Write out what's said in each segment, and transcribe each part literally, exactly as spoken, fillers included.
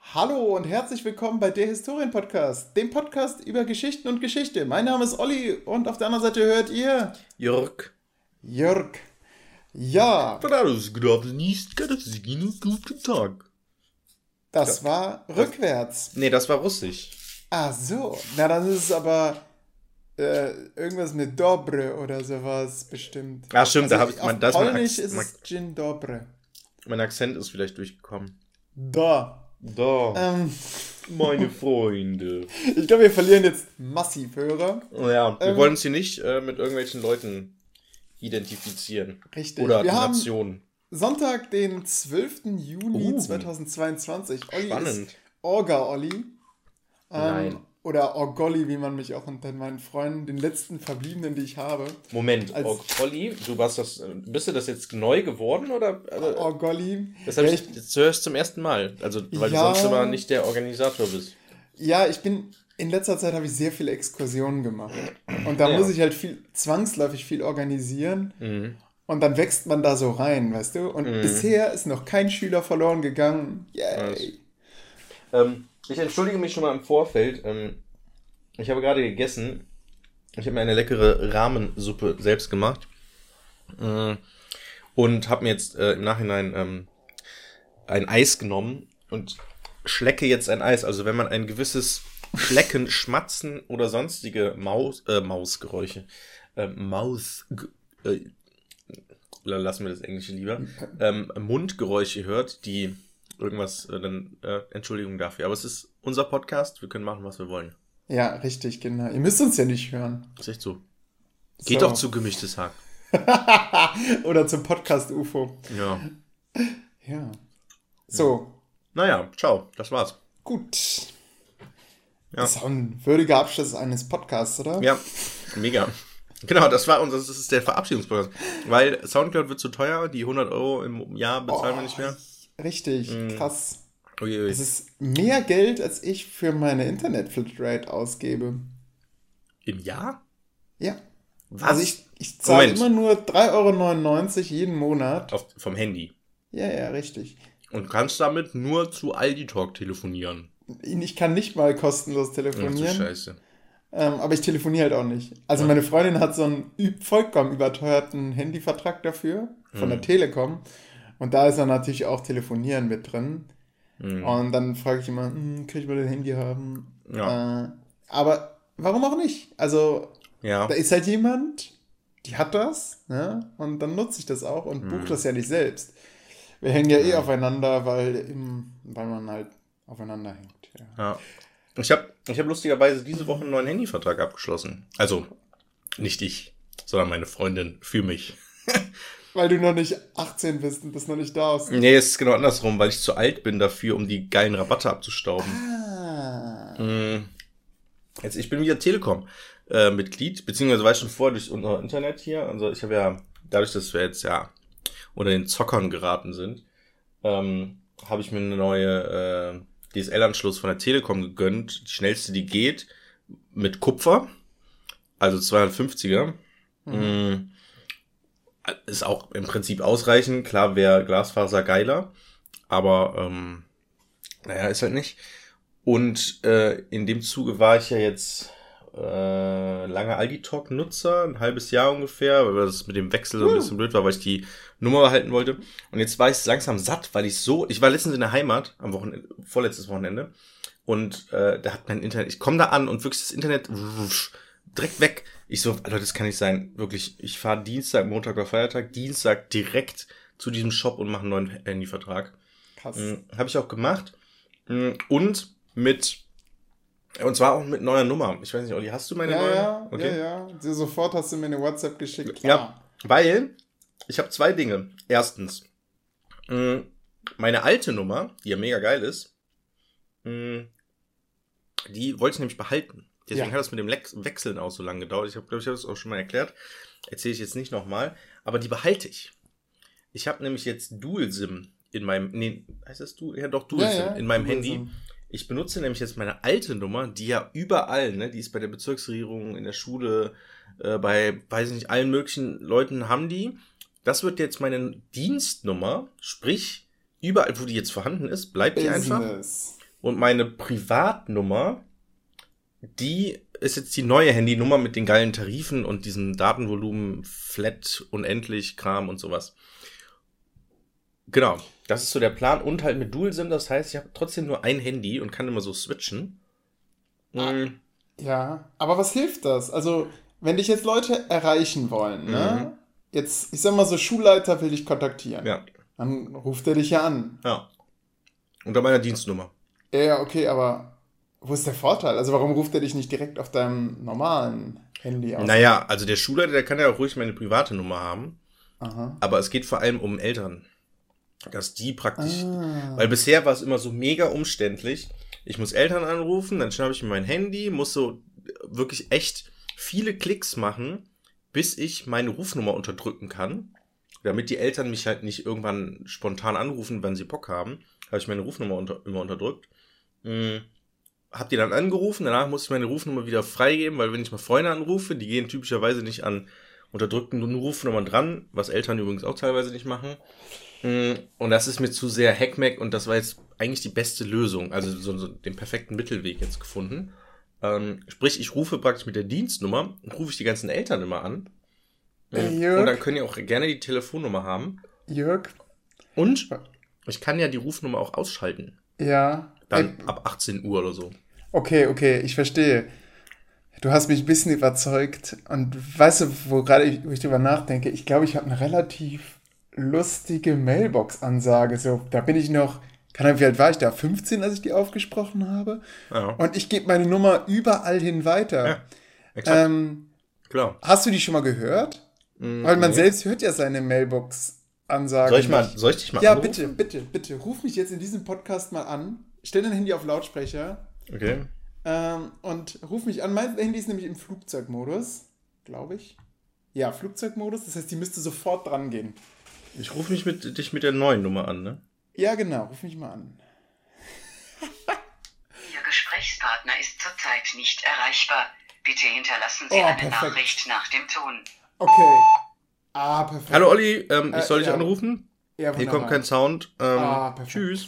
Hallo und herzlich willkommen bei der Historien-Podcast, dem Podcast über Geschichten und Geschichte. Mein Name ist Olli und auf der anderen Seite hört ihr Jörg. Jörg. Ja, Guten Tag. das war rückwärts. Nee, das war Russisch. Ach so, na dann ist es aber äh, irgendwas mit Dobre oder sowas bestimmt. Ah, stimmt, da Also habe ich. auf Mein, das ist mein, Polnisch Akz- ist mein, es Dzień dobry. mein Akzent ist vielleicht durchgekommen. Da. Da, Ähm, meine Freunde. ich glaube, wir verlieren jetzt massiv Hörer. Ja, wir Ähm, wollen uns hier nicht äh, mit irgendwelchen Leuten identifizieren. Richtig. Oder Wir haben Nationen. Sonntag, den zwölften Juni Uh, zweitausendzweiundzwanzig. Olli ist spannend. Orga-Olli. Ähm, Nein. oder Orgolli, wie man mich auch unter meinen Freunden, den letzten Verbliebenen, die ich habe. Moment, Als oh, Olli, du warst das. Bist du das jetzt neu geworden oder? Also, Orgolli. das habe Ja, ich ich, jetzt höre ich zum ersten Mal. Also, weil ja, du sonst immer nicht der Organisator bist. ja, ich bin, in letzter Zeit habe ich sehr viele Exkursionen gemacht. Und da Ja. muss ich halt viel, zwangsläufig viel organisieren. Mhm. Und dann wächst man da so rein, weißt du? Und Mhm. bisher ist noch kein Schüler verloren gegangen. Nice. Yay. Ähm, ich entschuldige mich schon mal im Vorfeld. Ähm, ich habe gerade gegessen. Ich habe mir eine leckere Rahmensuppe selbst gemacht. Äh, und habe mir jetzt äh, im Nachhinein ähm, ein Eis genommen und schlecke jetzt ein Eis. Also wenn man ein gewisses Schlecken, Schmatzen oder sonstige Maus, äh, Mausgeräusche, äh, Maus, äh, lassen wir das Englische lieber, ähm, Mundgeräusche hört, die irgendwas, äh, dann äh, Entschuldigung dafür. Aber es ist unser Podcast, wir können machen, was wir wollen. Ja, richtig, genau. Ihr müsst uns ja nicht hören. Ist echt so. Geht So. doch zu gemischtes Hack. Oder zum Podcast U F O. Ja. Ja. So, Naja, ciao, das war's. gut. Ja. Das ist auch ein würdiger Abschluss eines Podcasts, oder? Ja, mega. Genau, das war unser, das ist der Verabschiedungspodcast. Weil Soundcloud wird zu teuer, die hundert Euro im Jahr bezahlen wir nicht mehr. Richtig, Mhm. krass. Uiui. Das ist mehr Geld, als ich für meine Internet-Flatrate ausgebe. Im Jahr? Ja. Was? Also ich, ich zahle Moment. immer nur drei Euro neunundneunzig jeden Monat. Auf, vom Handy. Ja, ja, richtig. Und kannst damit nur zu Aldi Talk telefonieren. Ich kann nicht mal kostenlos Ach du telefonieren. Scheiße. Ähm, aber ich telefoniere halt auch nicht. Also Ja. meine Freundin hat so einen ü- vollkommen überteuerten Handyvertrag dafür von der Hm. Telekom. Und da ist dann natürlich auch Telefonieren mit drin. Hm. Und dann frage ich immer, hm, kann ich mal ein Handy haben? Ja. Äh, aber warum auch nicht? Also Ja. da ist halt jemand, die hat das, ne? Und dann nutze ich das auch und Hm. buche das ja nicht selbst. Wir hängen ja eh Ja. aufeinander, weil, im, weil man halt aufeinander hängt. Ja. Ja. Ich habe ich hab lustigerweise diese Woche einen neuen Handyvertrag abgeschlossen. Also, nicht ich, sondern meine Freundin für mich. Weil du noch nicht achtzehn bist und das noch nicht darfst. Nee, es ist genau andersrum, weil ich zu alt bin dafür, um die geilen Rabatte abzustauben. Ah. Mm. Jetzt, ich bin wieder Telekom-Mitglied, beziehungsweise war ich schon vorher durch unser Internet hier. Also ich habe ja, dadurch, dass wir jetzt ja unter den Zockern geraten sind, ähm, habe ich mir eine neue äh, D S L-Anschluss von der Telekom gegönnt. Die schnellste, die geht, mit Kupfer, also zweihundertfünfziger. Mhm. Mm. Ist auch im Prinzip ausreichend. Klar wäre Glasfaser geiler, aber ähm, naja, ist halt nicht. Und äh, in dem Zuge war ich ja jetzt äh, lange Aldi-Talk-Nutzer, ein halbes Jahr ungefähr, weil das mit dem Wechsel so ein bisschen blöd war, weil ich die Nummer behalten wollte. Und jetzt war ich langsam satt, weil ich so, ich war letztens in der Heimat, am Wochenende, vorletztes Wochenende, und äh, da hat mein Internet, ich komme da an und wirklich das Internet wusch, direkt weg. Ich so, Leute, das kann nicht sein, wirklich. Ich fahre Dienstag, Montag oder Feiertag, Dienstag direkt zu diesem Shop und mache einen neuen Handyvertrag. Krass. Mhm, habe ich auch gemacht. Mhm, und mit, und zwar auch mit neuer Nummer. Ich weiß nicht, Olli, hast du meine Ja, neue? ja, Okay. ja, ja. So, sofort hast du mir eine WhatsApp geschickt. Ja, weil ich habe zwei Dinge. Erstens, mh, meine alte Nummer, die ja mega geil ist, mh, die wollte ich nämlich behalten. Deswegen Ja. hat das mit dem Lex- Wechseln auch so lange gedauert. Ich habe, glaube ich, habe es auch schon mal erklärt. Erzähle ich jetzt nicht nochmal. Aber die behalte ich. Ich habe nämlich jetzt Dual-SIM in meinem, nee, heißt das du? Ja, doch, Dual-SIM Ja, ja, in meinem Dual-SIM. Handy. Ich benutze nämlich jetzt meine alte Nummer, die ja überall, ne, die ist bei der Bezirksregierung, in der Schule, äh, bei, weiß ich nicht, allen möglichen Leuten haben die. Das wird jetzt meine Dienstnummer, sprich, überall, wo die jetzt vorhanden ist, bleibt die einfach. Business. Und meine Privatnummer, die ist jetzt die neue Handynummer mit den geilen Tarifen und diesem Datenvolumen, Flat, unendlich, Kram und sowas. Genau, das ist so der Plan. Und halt mit Dual-SIM, das heißt, ich habe trotzdem nur ein Handy und kann immer so switchen. Mhm. Ja, aber was hilft das? Also, wenn dich jetzt Leute erreichen wollen, ne? Mhm. Jetzt, ich sag mal so, Schulleiter will dich kontaktieren. Ja. Dann ruft er dich ja an. Ja. Unter meiner Dienstnummer. Ja, okay, aber wo ist der Vorteil? Also, warum ruft er dich nicht direkt auf deinem normalen Handy aus? Naja, also der Schulleiter, der kann ja auch ruhig meine private Nummer haben. Aha. Aber es geht vor allem um Eltern. Dass die praktisch, Ah. weil bisher war es immer so mega umständlich. Ich muss Eltern anrufen, dann schnappe ich mir mein Handy, muss so wirklich echt viele Klicks machen, bis ich meine Rufnummer unterdrücken kann. Damit die Eltern mich halt nicht irgendwann spontan anrufen, wenn sie Bock haben, habe ich meine Rufnummer unter, immer unterdrückt. Hm. Hab die dann angerufen, danach muss ich meine Rufnummer wieder freigeben, weil wenn ich mal Freunde anrufe, die gehen typischerweise nicht an unterdrückten Rufnummern dran, was Eltern übrigens auch teilweise nicht machen. Und das ist mir zu sehr Hackmack und das war jetzt eigentlich die beste Lösung, also so, so den perfekten Mittelweg jetzt gefunden. Ähm, sprich, ich rufe praktisch mit der Dienstnummer, rufe ich die ganzen Eltern immer an. Hey, und Jörg. dann können die auch gerne die Telefonnummer haben. Jörg? Und ich kann ja die Rufnummer auch ausschalten. Ja. Dann Ey, ab achtzehn Uhr oder so. okay, okay, ich verstehe. Du hast mich ein bisschen überzeugt. Und weißt du, wo gerade ich, wo ich drüber nachdenke, ich glaube, ich habe eine relativ lustige Mailbox-Ansage. So, da bin ich noch, keine Ahnung, wie alt war ich da? fünfzehn, als ich die aufgesprochen habe. Ja, Und ich gebe meine Nummer überall hin weiter. ja exakt, Ähm, klar. hast du die schon mal gehört? Mm, Weil man nee. selbst hört ja seine Mailbox-Ansage Soll ich mal, nicht. soll ich dich mal Ja, anrufen? bitte, bitte, bitte. Ruf mich jetzt in diesem Podcast mal an. Stell dein Handy auf Lautsprecher. Okay. Ähm, und ruf mich an. Mein Handy ist nämlich im Flugzeugmodus, glaube ich. Ja, Flugzeugmodus. Das heißt, die müsste sofort dran gehen. Ich rufe mich mit dich mit der neuen Nummer an, ne? Ja, genau. Ruf mich mal an. Ihr Gesprächspartner ist zurzeit nicht erreichbar. Bitte hinterlassen Sie Oh, eine perfekt. Nachricht nach dem Ton. Okay. Ah, perfekt. Hallo Olli, ähm, ich Äh, soll dich ja. anrufen? Ja, Hier wunderbar. kommt kein Sound. Ähm, Ah, perfekt. tschüss.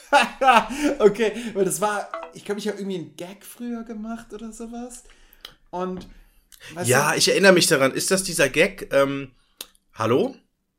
Okay, weil das war, ich glaube, ich habe irgendwie einen Gag früher gemacht oder sowas. Und, weißt Ja, du, ich erinnere mich daran. Ist das dieser Gag? Ähm, hallo?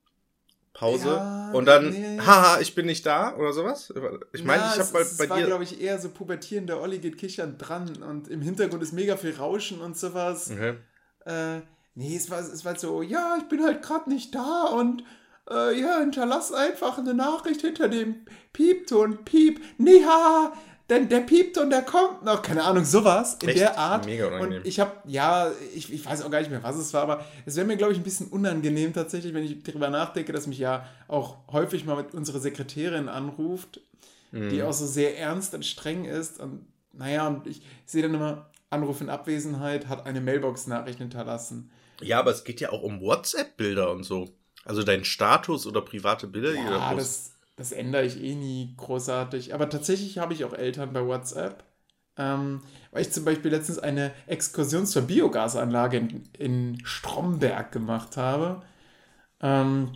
Pause. Ja, und dann, nee. haha, ich bin nicht da oder sowas? Ich meine, na, ich es, habe mal es bei war, dir. glaube ich, eher so pubertierender Olli geht kichern dran und im Hintergrund ist mega viel Rauschen und sowas. Okay. Äh, nee, es war, es war so, ja, ich bin halt gerade nicht da und äh, ja, hinterlass einfach eine Nachricht hinter dem Piepton, Piep, nee, haha, denn der Piepton, der kommt noch, keine Ahnung, sowas in Echt? der Art. Mega unangenehm. Und ich habe, ja, ich, ich weiß auch gar nicht mehr, was es war, aber es wäre mir, glaube ich, ein bisschen unangenehm tatsächlich, wenn ich darüber nachdenke, dass mich ja auch häufig mal mit unsere Sekretärin anruft, die auch so sehr ernst und streng ist und naja, und ich sehe dann immer, Anruf in Abwesenheit, hat eine Mailbox-Nachricht hinterlassen. Ja, aber es geht ja auch um WhatsApp-Bilder und so. Also dein Status oder private Bilder, die du da Ja, postest. das, das ändere ich eh nie großartig. Aber tatsächlich habe ich auch Eltern bei WhatsApp. Ähm, weil ich zum Beispiel letztens eine Exkursion zur Biogasanlage in, in Stromberg gemacht habe. Ähm,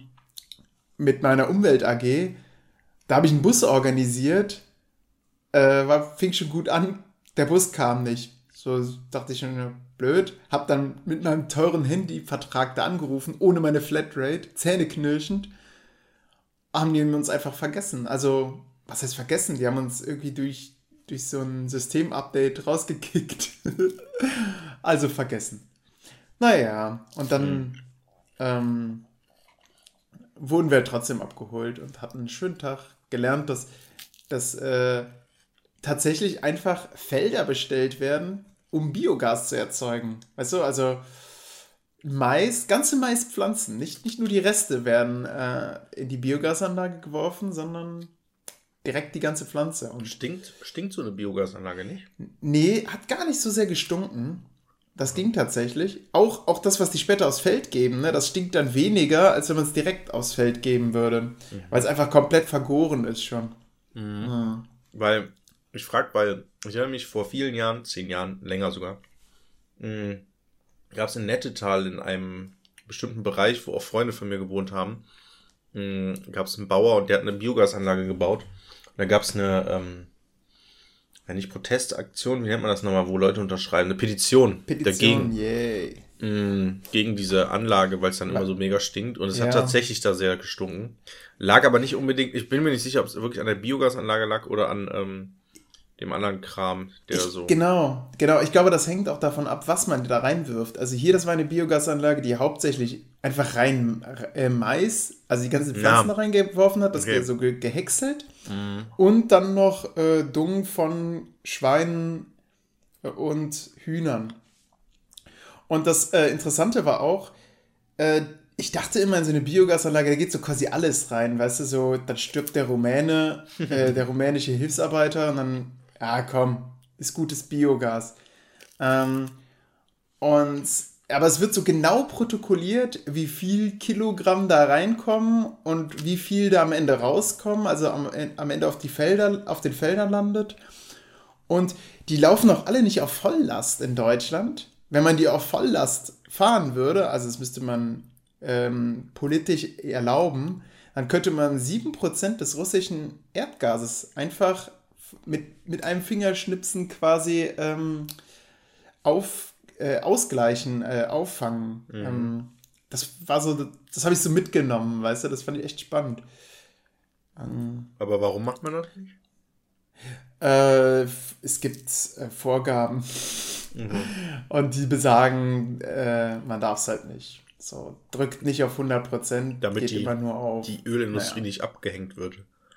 mit meiner Umwelt-A G. Da habe ich einen Bus organisiert. Äh, war, fing schon gut an. Der Bus kam nicht. So dachte ich schon, ja, blöd. Hab dann mit meinem teuren Handyvertrag da angerufen, ohne meine Flatrate, zähneknirschend. Haben die uns einfach vergessen. Also, was heißt vergessen? Die haben uns irgendwie durch, durch so ein Systemupdate rausgekickt. Also vergessen. Naja, und dann ähm, wurden wir trotzdem abgeholt und hatten einen schönen Tag. Gelernt, dass, dass äh, tatsächlich einfach Felder bestellt werden, um Biogas zu erzeugen. Weißt du, also Mais, ganze Maispflanzen, nicht, nicht nur die Reste werden äh, in die Biogasanlage geworfen, sondern direkt die ganze Pflanze. Und Stinkt, stinkt so eine Biogasanlage nicht? nee, hat gar nicht so sehr gestunken. Das ging tatsächlich. Auch, auch das, was die später aufs Feld geben, ne, das stinkt dann weniger, als wenn man es direkt aufs Feld geben würde. Mhm. Weil es einfach komplett vergoren ist schon. Mhm. Ja. Weil, ich frage, weil ich erinnere mich vor vielen Jahren, zehn Jahren, länger sogar, gab es in Nettetal in einem bestimmten Bereich, wo auch Freunde von mir gewohnt haben, gab es einen Bauer und der hat eine Biogasanlage gebaut. Und da gab es eine, ähm, ja nicht Protestaktion, wie nennt man das nochmal, wo Leute unterschreiben, eine Petition, Petition dagegen. Yay. Mh, gegen diese Anlage, weil es dann immer so mega stinkt. Und es Ja. hat tatsächlich da sehr gestunken. Lag aber nicht unbedingt, ich bin mir nicht sicher, ob es wirklich an der Biogasanlage lag oder an ähm, dem anderen Kram, der Ich, so... Genau, genau. Ich glaube, das hängt auch davon ab, was man da reinwirft. Also hier, das war eine Biogasanlage, die hauptsächlich einfach rein äh, Mais, also die ganzen Pflanzen Ja. da reingeworfen hat, das Okay. ge- so ge gehäckselt. Mhm. Und dann noch äh, Dung von Schweinen und Hühnern. Und das äh, Interessante war auch, äh, ich dachte immer in so eine Biogasanlage, da geht so quasi alles rein, weißt du, so, dann stirbt der Rumäne, äh, der rumänische Hilfsarbeiter und dann, ja komm, ist gutes Biogas. Ähm, und, aber es wird so genau protokolliert, wie viel Kilogramm da reinkommen und wie viel da am Ende rauskommen, also am, am Ende auf die Felder, auf den Feldern landet. Und die laufen auch alle nicht auf Volllast in Deutschland. Wenn man die auf Volllast fahren würde, also das müsste man ähm, politisch erlauben, dann könnte man sieben Prozent des russischen Erdgases einfach mit, mit einem Fingerschnipsen quasi ähm, auf, äh, ausgleichen, äh, auffangen. Mhm. Ähm, das war so, das habe ich so mitgenommen, weißt du, das fand ich echt spannend. Ähm, Aber warum macht man das nicht? Äh, es gibt äh, Vorgaben Mhm. und die besagen, äh, man darf es halt nicht. So, drückt nicht auf hundert Prozent, Damit geht die- immer nur auf. Die Ölindustrie Naja. nicht abgehängt wird.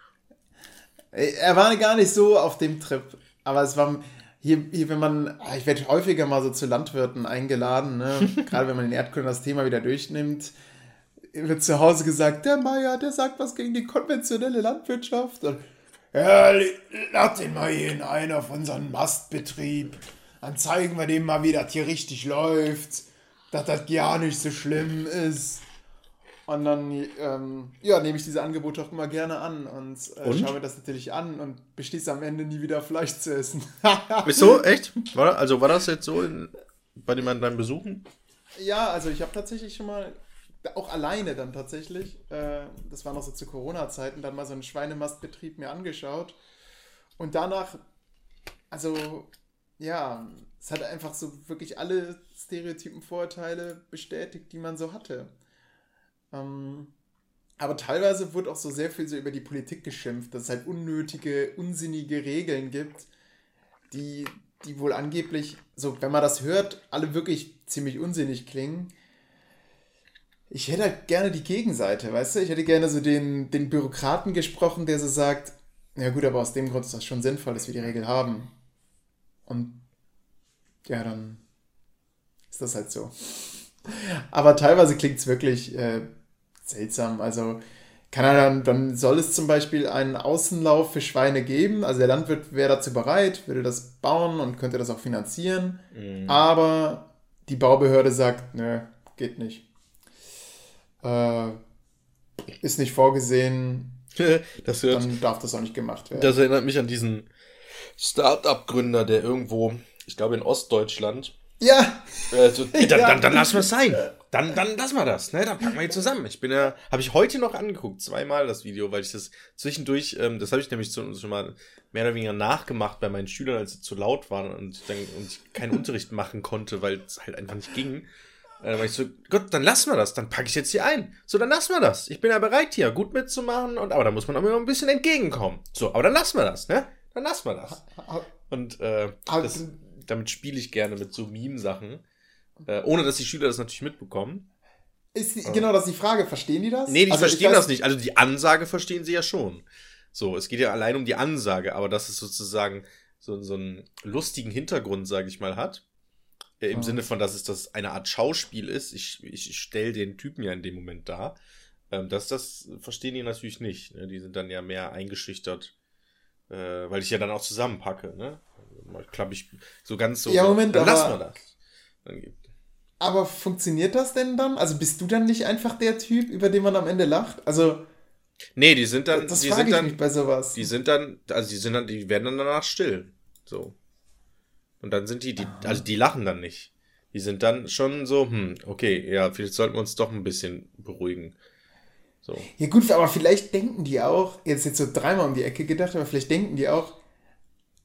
Äh, Er war gar nicht so auf dem Trip, aber es war hier, hier wenn man, ah, ich werde häufiger mal so zu Landwirten eingeladen, ne? Gerade wenn man in Erdkunde das Thema wieder durchnimmt, wird zu Hause gesagt, der Meier, der sagt was gegen die konventionelle Landwirtschaft. Und, ja, lad den mal hier in einen auf unseren Mastbetrieb. Dann zeigen wir dem mal, wie das hier richtig läuft. Dass das gar nicht so schlimm ist. Und dann ähm, ja, nehme ich diese Angebote auch immer gerne an und, äh, Und? schaue mir das natürlich an und beschließe am Ende nie wieder Fleisch zu essen. Wieso? Echt? War, also war das jetzt so in, bei den deinen Besuchen? Ja, also ich habe tatsächlich schon mal, auch alleine dann tatsächlich, äh, das war noch so zu Corona-Zeiten, dann mal so einen Schweinemastbetrieb mir angeschaut. Und danach, also ja, es hat einfach so wirklich alle Stereotypen, Vorurteile bestätigt, die man so hatte. Ähm, aber teilweise wurde auch so sehr viel so über die Politik geschimpft, dass es halt unnötige, unsinnige Regeln gibt, die, die wohl angeblich, so wenn man das hört, alle wirklich ziemlich unsinnig klingen. Ich hätte halt gerne die Gegenseite, weißt du? Ich hätte gerne so den, den Bürokraten gesprochen, der so sagt, ja gut, aber aus dem Grund ist das schon sinnvoll, dass wir die Regel haben. Und ja, dann ist das halt so. Aber teilweise klingt es wirklich äh, seltsam. Also kann er dann, dann soll es zum Beispiel einen Außenlauf für Schweine geben. Also der Landwirt wäre dazu bereit, würde das bauen und könnte das auch finanzieren. Mhm. Aber die Baubehörde sagt, nö, geht nicht. Äh, ist nicht vorgesehen, Das hört, dann darf das auch nicht gemacht werden. das erinnert mich an diesen Start-up-Gründer, der irgendwo, ich glaube in Ostdeutschland, Ja, äh, so, dann, Ja. dann, dann lassen wir es sein. Dann, dann lassen wir das, ne? Dann packen wir ihn zusammen. Ich bin ja, habe ich heute noch angeguckt, zweimal das Video, weil ich das zwischendurch, ähm, das habe ich nämlich so, schon mal mehr oder weniger nachgemacht bei meinen Schülern, als sie zu laut waren und dann und ich keinen Unterricht machen konnte, weil es halt einfach nicht ging. Äh, weil ich so, Gott, dann lassen wir das, dann packe ich jetzt hier ein. So, dann lassen wir das. Ich bin ja bereit hier, gut mitzumachen, und aber da muss man auch immer ein bisschen entgegenkommen. So, aber dann lassen wir das, ne? Dann lassen wir das. Und äh, das, damit spiele ich gerne mit so Meme-Sachen. Äh, ohne dass die Schüler das natürlich mitbekommen. ist, genau, das ist die Frage. Verstehen die das? Nee, die Also ich verstehen weiß- das nicht. Also die Ansage verstehen sie ja schon. So, es geht ja allein um die Ansage, aber dass es sozusagen so, so einen lustigen Hintergrund, sage ich mal, hat. Äh, Im Ja. Sinne von, dass es das eine Art Schauspiel ist. Ich, ich, ich stelle den Typen ja in dem Moment dar. Ähm, das, das verstehen die natürlich nicht. Ne? Die sind dann ja mehr eingeschüchtert, äh, weil ich ja dann auch zusammenpacke. Ne? Mal klappe ich so ganz so. Ja, Moment, dann aber- lassen wir das. Dann gibt Aber funktioniert das denn dann? Also bist du dann nicht einfach der Typ, über den man am Ende lacht? Also, Nee, die sind dann, das die frage sind ich dann, mich bei sowas. die sind dann, also die sind dann, die werden dann danach still. So. Und dann sind die, die, also die lachen dann nicht. Die sind dann schon so, hm, okay, ja, vielleicht sollten wir uns doch ein bisschen beruhigen. So. Ja gut, aber vielleicht denken die auch, jetzt jetzt so dreimal um die Ecke gedacht, aber vielleicht denken die auch,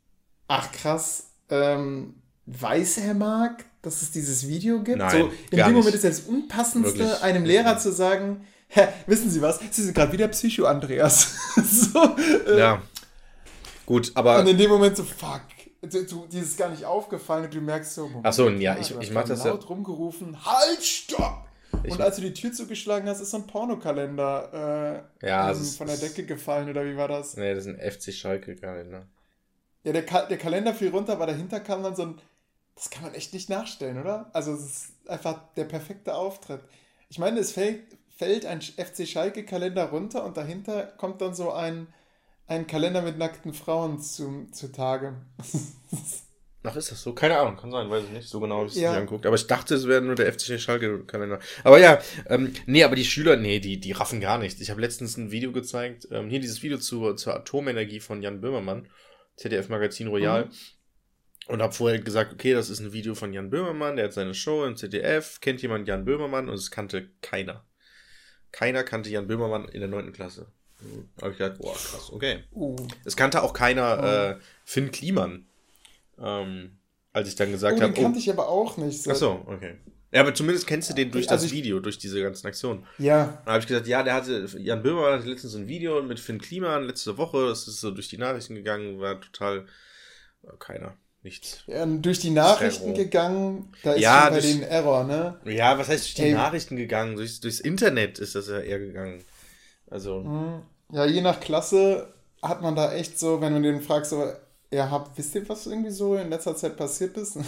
Ach krass, ähm, weiß Herr Mark, dass es dieses Video gibt? Nein, so, in gar dem Moment nicht. ist ja das Unpassendste, Wirklich. einem Lehrer zu sagen, hä, wissen Sie was, Sie sind gerade wieder Psycho-Andreas. so, äh, Ja. Gut, aber. Und in dem Moment so, fuck, du, du, dir ist gar nicht aufgefallen und du merkst so, Moment, Ach so, ja, klar, ich- du hast ich mach gerade das ja- laut rumgerufen, halt, stopp! Ich Und mach- als du die Tür zugeschlagen hast, ist so ein Pornokalender äh, Ja, ähm, es ist- von der Decke gefallen, oder wie war das? Nee, das ist ein F C Schalke-Kalender. Ja, der, Ka der Kalender fiel runter, aber dahinter kam dann so ein, das kann man echt nicht nachstellen, oder? Also es ist einfach der perfekte Auftritt. Ich meine, es fällt, fällt ein F C Schalke-Kalender runter und dahinter kommt dann so ein, ein Kalender mit nackten Frauen zum, zutage. Ach, ist das so? Keine Ahnung, kann sein, weiß ich nicht. So genau habe ich es Ja. nicht angeguckt. Aber ich dachte, es wäre nur der F C Schalke-Kalender. Aber ja, ähm, nee, aber die Schüler, nee, die, die raffen gar nichts. Ich habe letztens ein Video gezeigt, ähm, hier dieses Video zu, zur Atomenergie von Jan Böhmermann, Z D F-Magazin Royal. Mhm. Und habe vorher gesagt, okay, das ist ein Video von Jan Böhmermann, der hat seine Show im Z D F. Kennt jemand Jan Böhmermann? Und es kannte keiner. Keiner kannte Jan Böhmermann in der neunten Klasse. Mhm. Da habe ich gedacht, boah, krass, okay. Uh. Es kannte auch keiner Oh. äh, Finn Kliman. Ähm, als ich dann gesagt Oh, habe, den kannte ich aber auch nicht. So. ach so, okay. Ja, aber zumindest kennst du den durch Also das ich- Video, durch diese ganzen Aktionen. Ja, Dann habe ich gesagt, ja, der hatte, Jan Böhmermann hatte letztens ein Video mit Finn Kliman letzte Woche, das ist so durch die Nachrichten gegangen, war total, äh, keiner, nichts. ja, durch die Nachrichten Terror. gegangen, da ist Ja, schon bei durch- denen Error, ne? Ja, was heißt durch die Ey. Nachrichten gegangen? Durchs, durchs Internet ist das ja eher gegangen. Also, Mhm. Ja, je nach Klasse hat man da echt so, wenn du den fragst, so, ja, habt, wisst ihr, was irgendwie so in letzter Zeit passiert ist?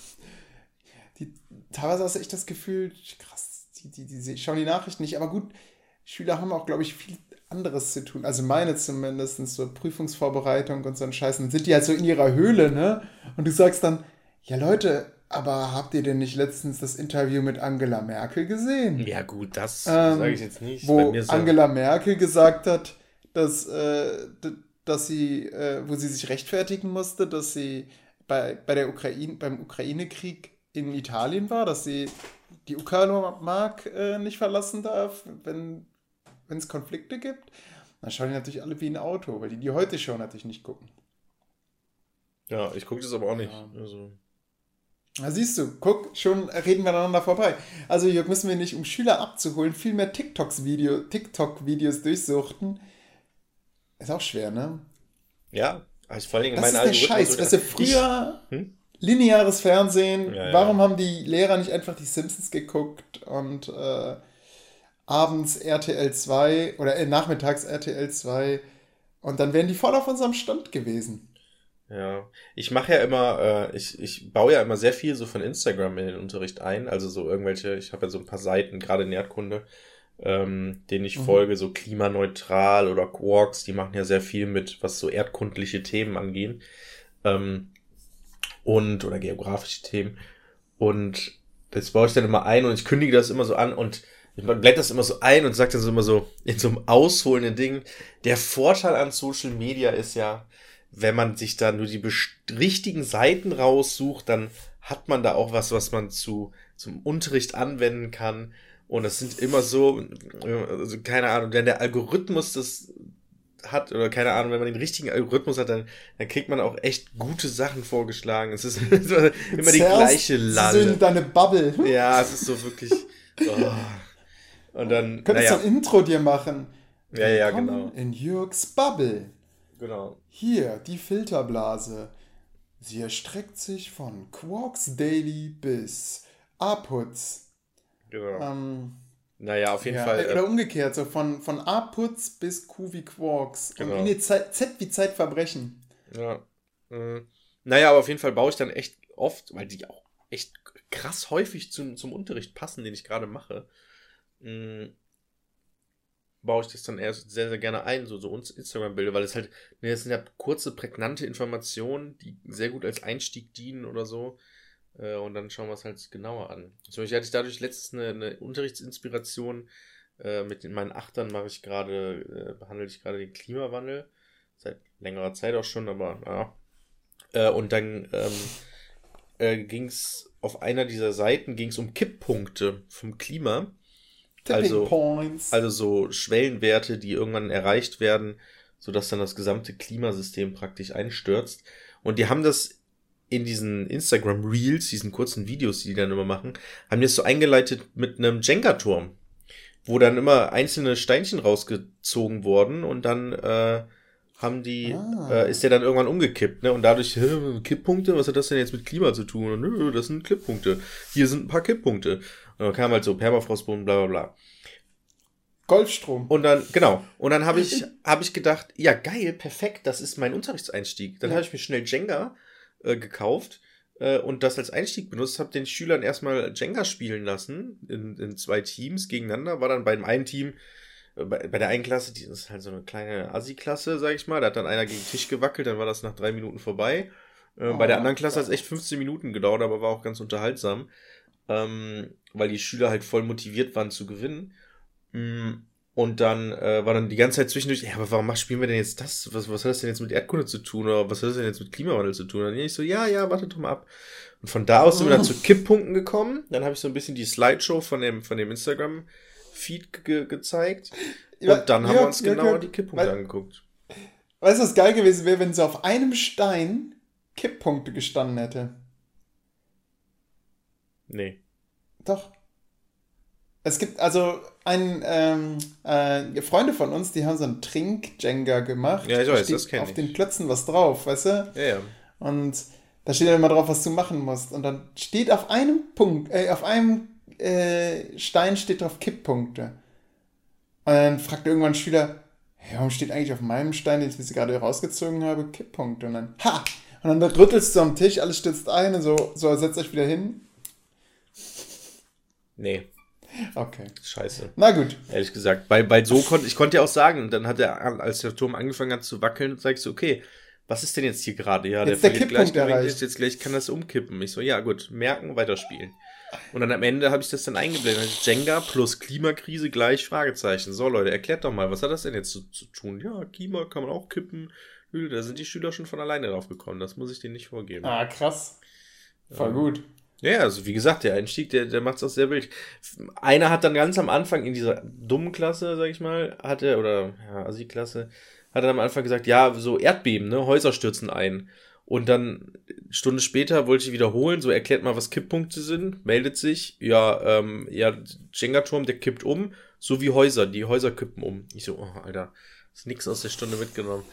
die, teilweise hast du echt das Gefühl, krass, die, die, die, die schauen die Nachrichten nicht, aber gut, Schüler haben auch, glaube ich, viel anderes zu tun. Also meine zumindest, so Prüfungsvorbereitung und so ein Scheiß. Dann sind die halt so in ihrer Höhle, ne? Und du sagst dann, ja Leute, aber habt ihr denn nicht letztens das Interview mit Angela Merkel gesehen? ja gut, das Ähm, sage ich jetzt nicht. Bei Wo mir ist Angela Merkel gesagt hat, dass, äh, d- dass sie, äh, wo sie sich rechtfertigen musste, dass sie bei, bei der Ukraine, beim Ukraine-Krieg in Italien war, dass sie die Uckermark äh, nicht verlassen darf, wenn wenn es Konflikte gibt. Dann schauen die natürlich alle wie ein Auto, weil die die Heute-Show natürlich nicht gucken. ja, ich gucke das aber auch nicht. Ja. Also, Na siehst du, guck, schon reden wir aneinander vorbei. Also hier müssen wir nicht, um Schüler abzuholen, viel mehr TikToks Video, TikTok-Videos durchsuchten. Ist auch schwer, ne? ja, also vor allen Dingen Das ist mein der Scheiß. so- Weißt du, früher Ich, hm? lineares Fernsehen, Ja, ja. warum haben die Lehrer nicht einfach die Simpsons geguckt und äh, abends R T L zwei oder äh, nachmittags R T L zwei und dann wären die voll auf unserem Stand gewesen. Ja, ich mache ja immer, äh, ich, ich baue ja immer sehr viel so von Instagram in den Unterricht ein, also so irgendwelche, ich habe ja so ein paar Seiten, gerade in Erdkunde, ähm, denen ich Mhm. folge, so klimaneutral oder Quarks, die machen ja sehr viel mit, was so erdkundliche Themen angehen, ähm, und, oder geografische Themen, und das baue ich dann immer ein und ich kündige das immer so an und ich blende das immer so ein und sage dann so immer so in so einem ausholenden Ding, der Vorteil an Social Media ist ja, wenn man sich da nur die best- richtigen Seiten raussucht, dann hat man da auch was, was man zu zum Unterricht anwenden kann. Und das sind immer so, also keine Ahnung, wenn der Algorithmus das hat, oder keine Ahnung, wenn man den richtigen Algorithmus hat, dann, dann kriegt man auch echt gute Sachen vorgeschlagen. Es ist immer die Zerrst gleiche so Lalle. in deine Bubble. Ja, es ist so wirklich. Oh. Und dann, Könntest naja, du ein Intro dir machen. Ja, ja, Willkommen genau. in Jürgs Bubble. genau. Hier, die Filterblase. Sie erstreckt sich von Quarks Daily bis A-Putz. Genau. Ähm, Naja, auf jeden ja, Fall. äh, oder umgekehrt, so von, von A-Putz bis Q wie Quarks. Genau. Und nee, Z, Z wie Zeitverbrechen. Ja. Äh, naja, aber auf jeden Fall baue ich dann echt oft, weil die auch echt krass häufig zum, zum Unterricht passen, den ich gerade mache, mh, baue ich das dann erst sehr, sehr gerne ein, so, so uns Instagram-Bilder, weil es halt, ne, das sind ja kurze, prägnante Informationen, die sehr gut als Einstieg dienen oder so. Äh, und dann schauen wir es halt genauer an. Zum Beispiel hatte ich dadurch letztens eine, eine Unterrichtsinspiration. Äh, mit den, meinen Achtern mache ich gerade, äh, behandle ich gerade den Klimawandel. Seit längerer Zeit auch schon, aber ja. Äh, und dann ähm, äh, ging es auf einer dieser Seiten ging es um Kipppunkte vom Klima. Tipping Also- Points. Also so Schwellenwerte, die irgendwann erreicht werden, sodass dann das gesamte Klimasystem praktisch einstürzt. Und die haben das in diesen Instagram Reels, diesen kurzen Videos, die die dann immer machen, haben die das so eingeleitet mit einem Jenga-Turm, wo dann immer einzelne Steinchen rausgezogen wurden und dann äh, haben die, ah. äh, ist der dann irgendwann umgekippt, ne? Und dadurch, hä, Kipppunkte, was hat das denn jetzt mit Klima zu tun? Und, nö, das sind Kipppunkte. Hier sind ein paar Kipppunkte. Und dann kam halt so Permafrostboden, bla bla bla. Golfstrom. Und dann, genau. Und dann habe ich, hab ich gedacht, ja geil, perfekt, das ist mein Unterrichtseinstieg. Dann ja. habe ich mir schnell Jenga äh, gekauft äh, und das als Einstieg benutzt, habe den Schülern erstmal Jenga spielen lassen in, in zwei Teams gegeneinander. War dann bei dem einen Team, äh, bei, bei der einen Klasse, die ist halt so eine kleine Assi-Klasse, sag ich mal, da hat dann einer gegen den Tisch gewackelt, dann war das nach drei Minuten vorbei. Äh, oh, bei der anderen Klasse hat es echt fünfzehn Minuten gedauert, aber war auch ganz unterhaltsam, ähm, weil die Schüler halt voll motiviert waren zu gewinnen. Und dann äh, war dann die ganze Zeit zwischendurch, ja, aber warum spielen wir denn jetzt das? Was, was hat das denn jetzt mit Erdkunde zu tun? Oder was hat das denn jetzt mit Klimawandel zu tun? Und dann ich so, ja, ja, warte doch mal ab. Und von da aus sind wir dann zu Kipppunkten gekommen. Dann habe ich so ein bisschen die Slideshow von dem, von dem Instagram-Feed ge- gezeigt. Ja, und dann haben ja, wir uns ja, genauer ja, die Kipppunkte weil, angeguckt. Weißt du, was geil gewesen wäre, wenn so auf einem Stein Kipppunkte gestanden hätte? Nee. Doch. Es gibt also ein, ähm, äh, Freunde von uns, die haben so einen Trink-Jenga gemacht. Ja, ich weiß, steht das kenne ich. Auf den Klötzen was drauf, weißt du? Ja, ja. Und da steht dann immer drauf, was du machen musst. Und dann steht auf einem Punkt, äh, auf einem äh, Stein steht drauf Kipppunkte. Und dann fragt irgendwann ein Schüler, hey, warum steht eigentlich auf meinem Stein, den ich gerade rausgezogen habe, Kipppunkte? Und dann, ha! Und dann rüttelst du am Tisch, alles stürzt ein und so, so setzt euch wieder hin. Nee. Okay. Scheiße. Na gut. Ehrlich gesagt. Weil, weil so konnte, ich konnte ja auch sagen, dann hat er, als der Turm angefangen hat zu wackeln, sagst du, okay, was ist denn jetzt hier gerade? Ja, jetzt der, der verliert Kipppunkt Gleichgewicht, jetzt gleich kann das umkippen. Ich so, ja gut, merken, weiterspielen. Und dann am Ende habe ich das dann eingeblendet. Jenga plus Klimakrise gleich Fragezeichen. So Leute, erklärt doch mal, was hat das denn jetzt zu, zu tun? Ja, Klima kann man auch kippen. Da sind die Schüler schon von alleine drauf gekommen. Das muss ich denen nicht vorgeben. Ah, krass. Voll ähm, gut. Ja, also wie gesagt, der Einstieg, der, der macht es auch sehr wild. Einer hat dann ganz am Anfang in dieser dummen Klasse, sag ich mal, hat er, oder ja, Assi-Klasse, hat er am Anfang gesagt, ja, so Erdbeben, ne, Häuser stürzen ein. Und dann, eine Stunde später, wollte ich wiederholen, so erklärt mal, was Kipppunkte sind, meldet sich, ja, ähm, ja, Jenga-Turm, der kippt um, so wie Häuser, die Häuser kippen um. Ich so, oh, Alter, ist nix aus der Stunde mitgenommen.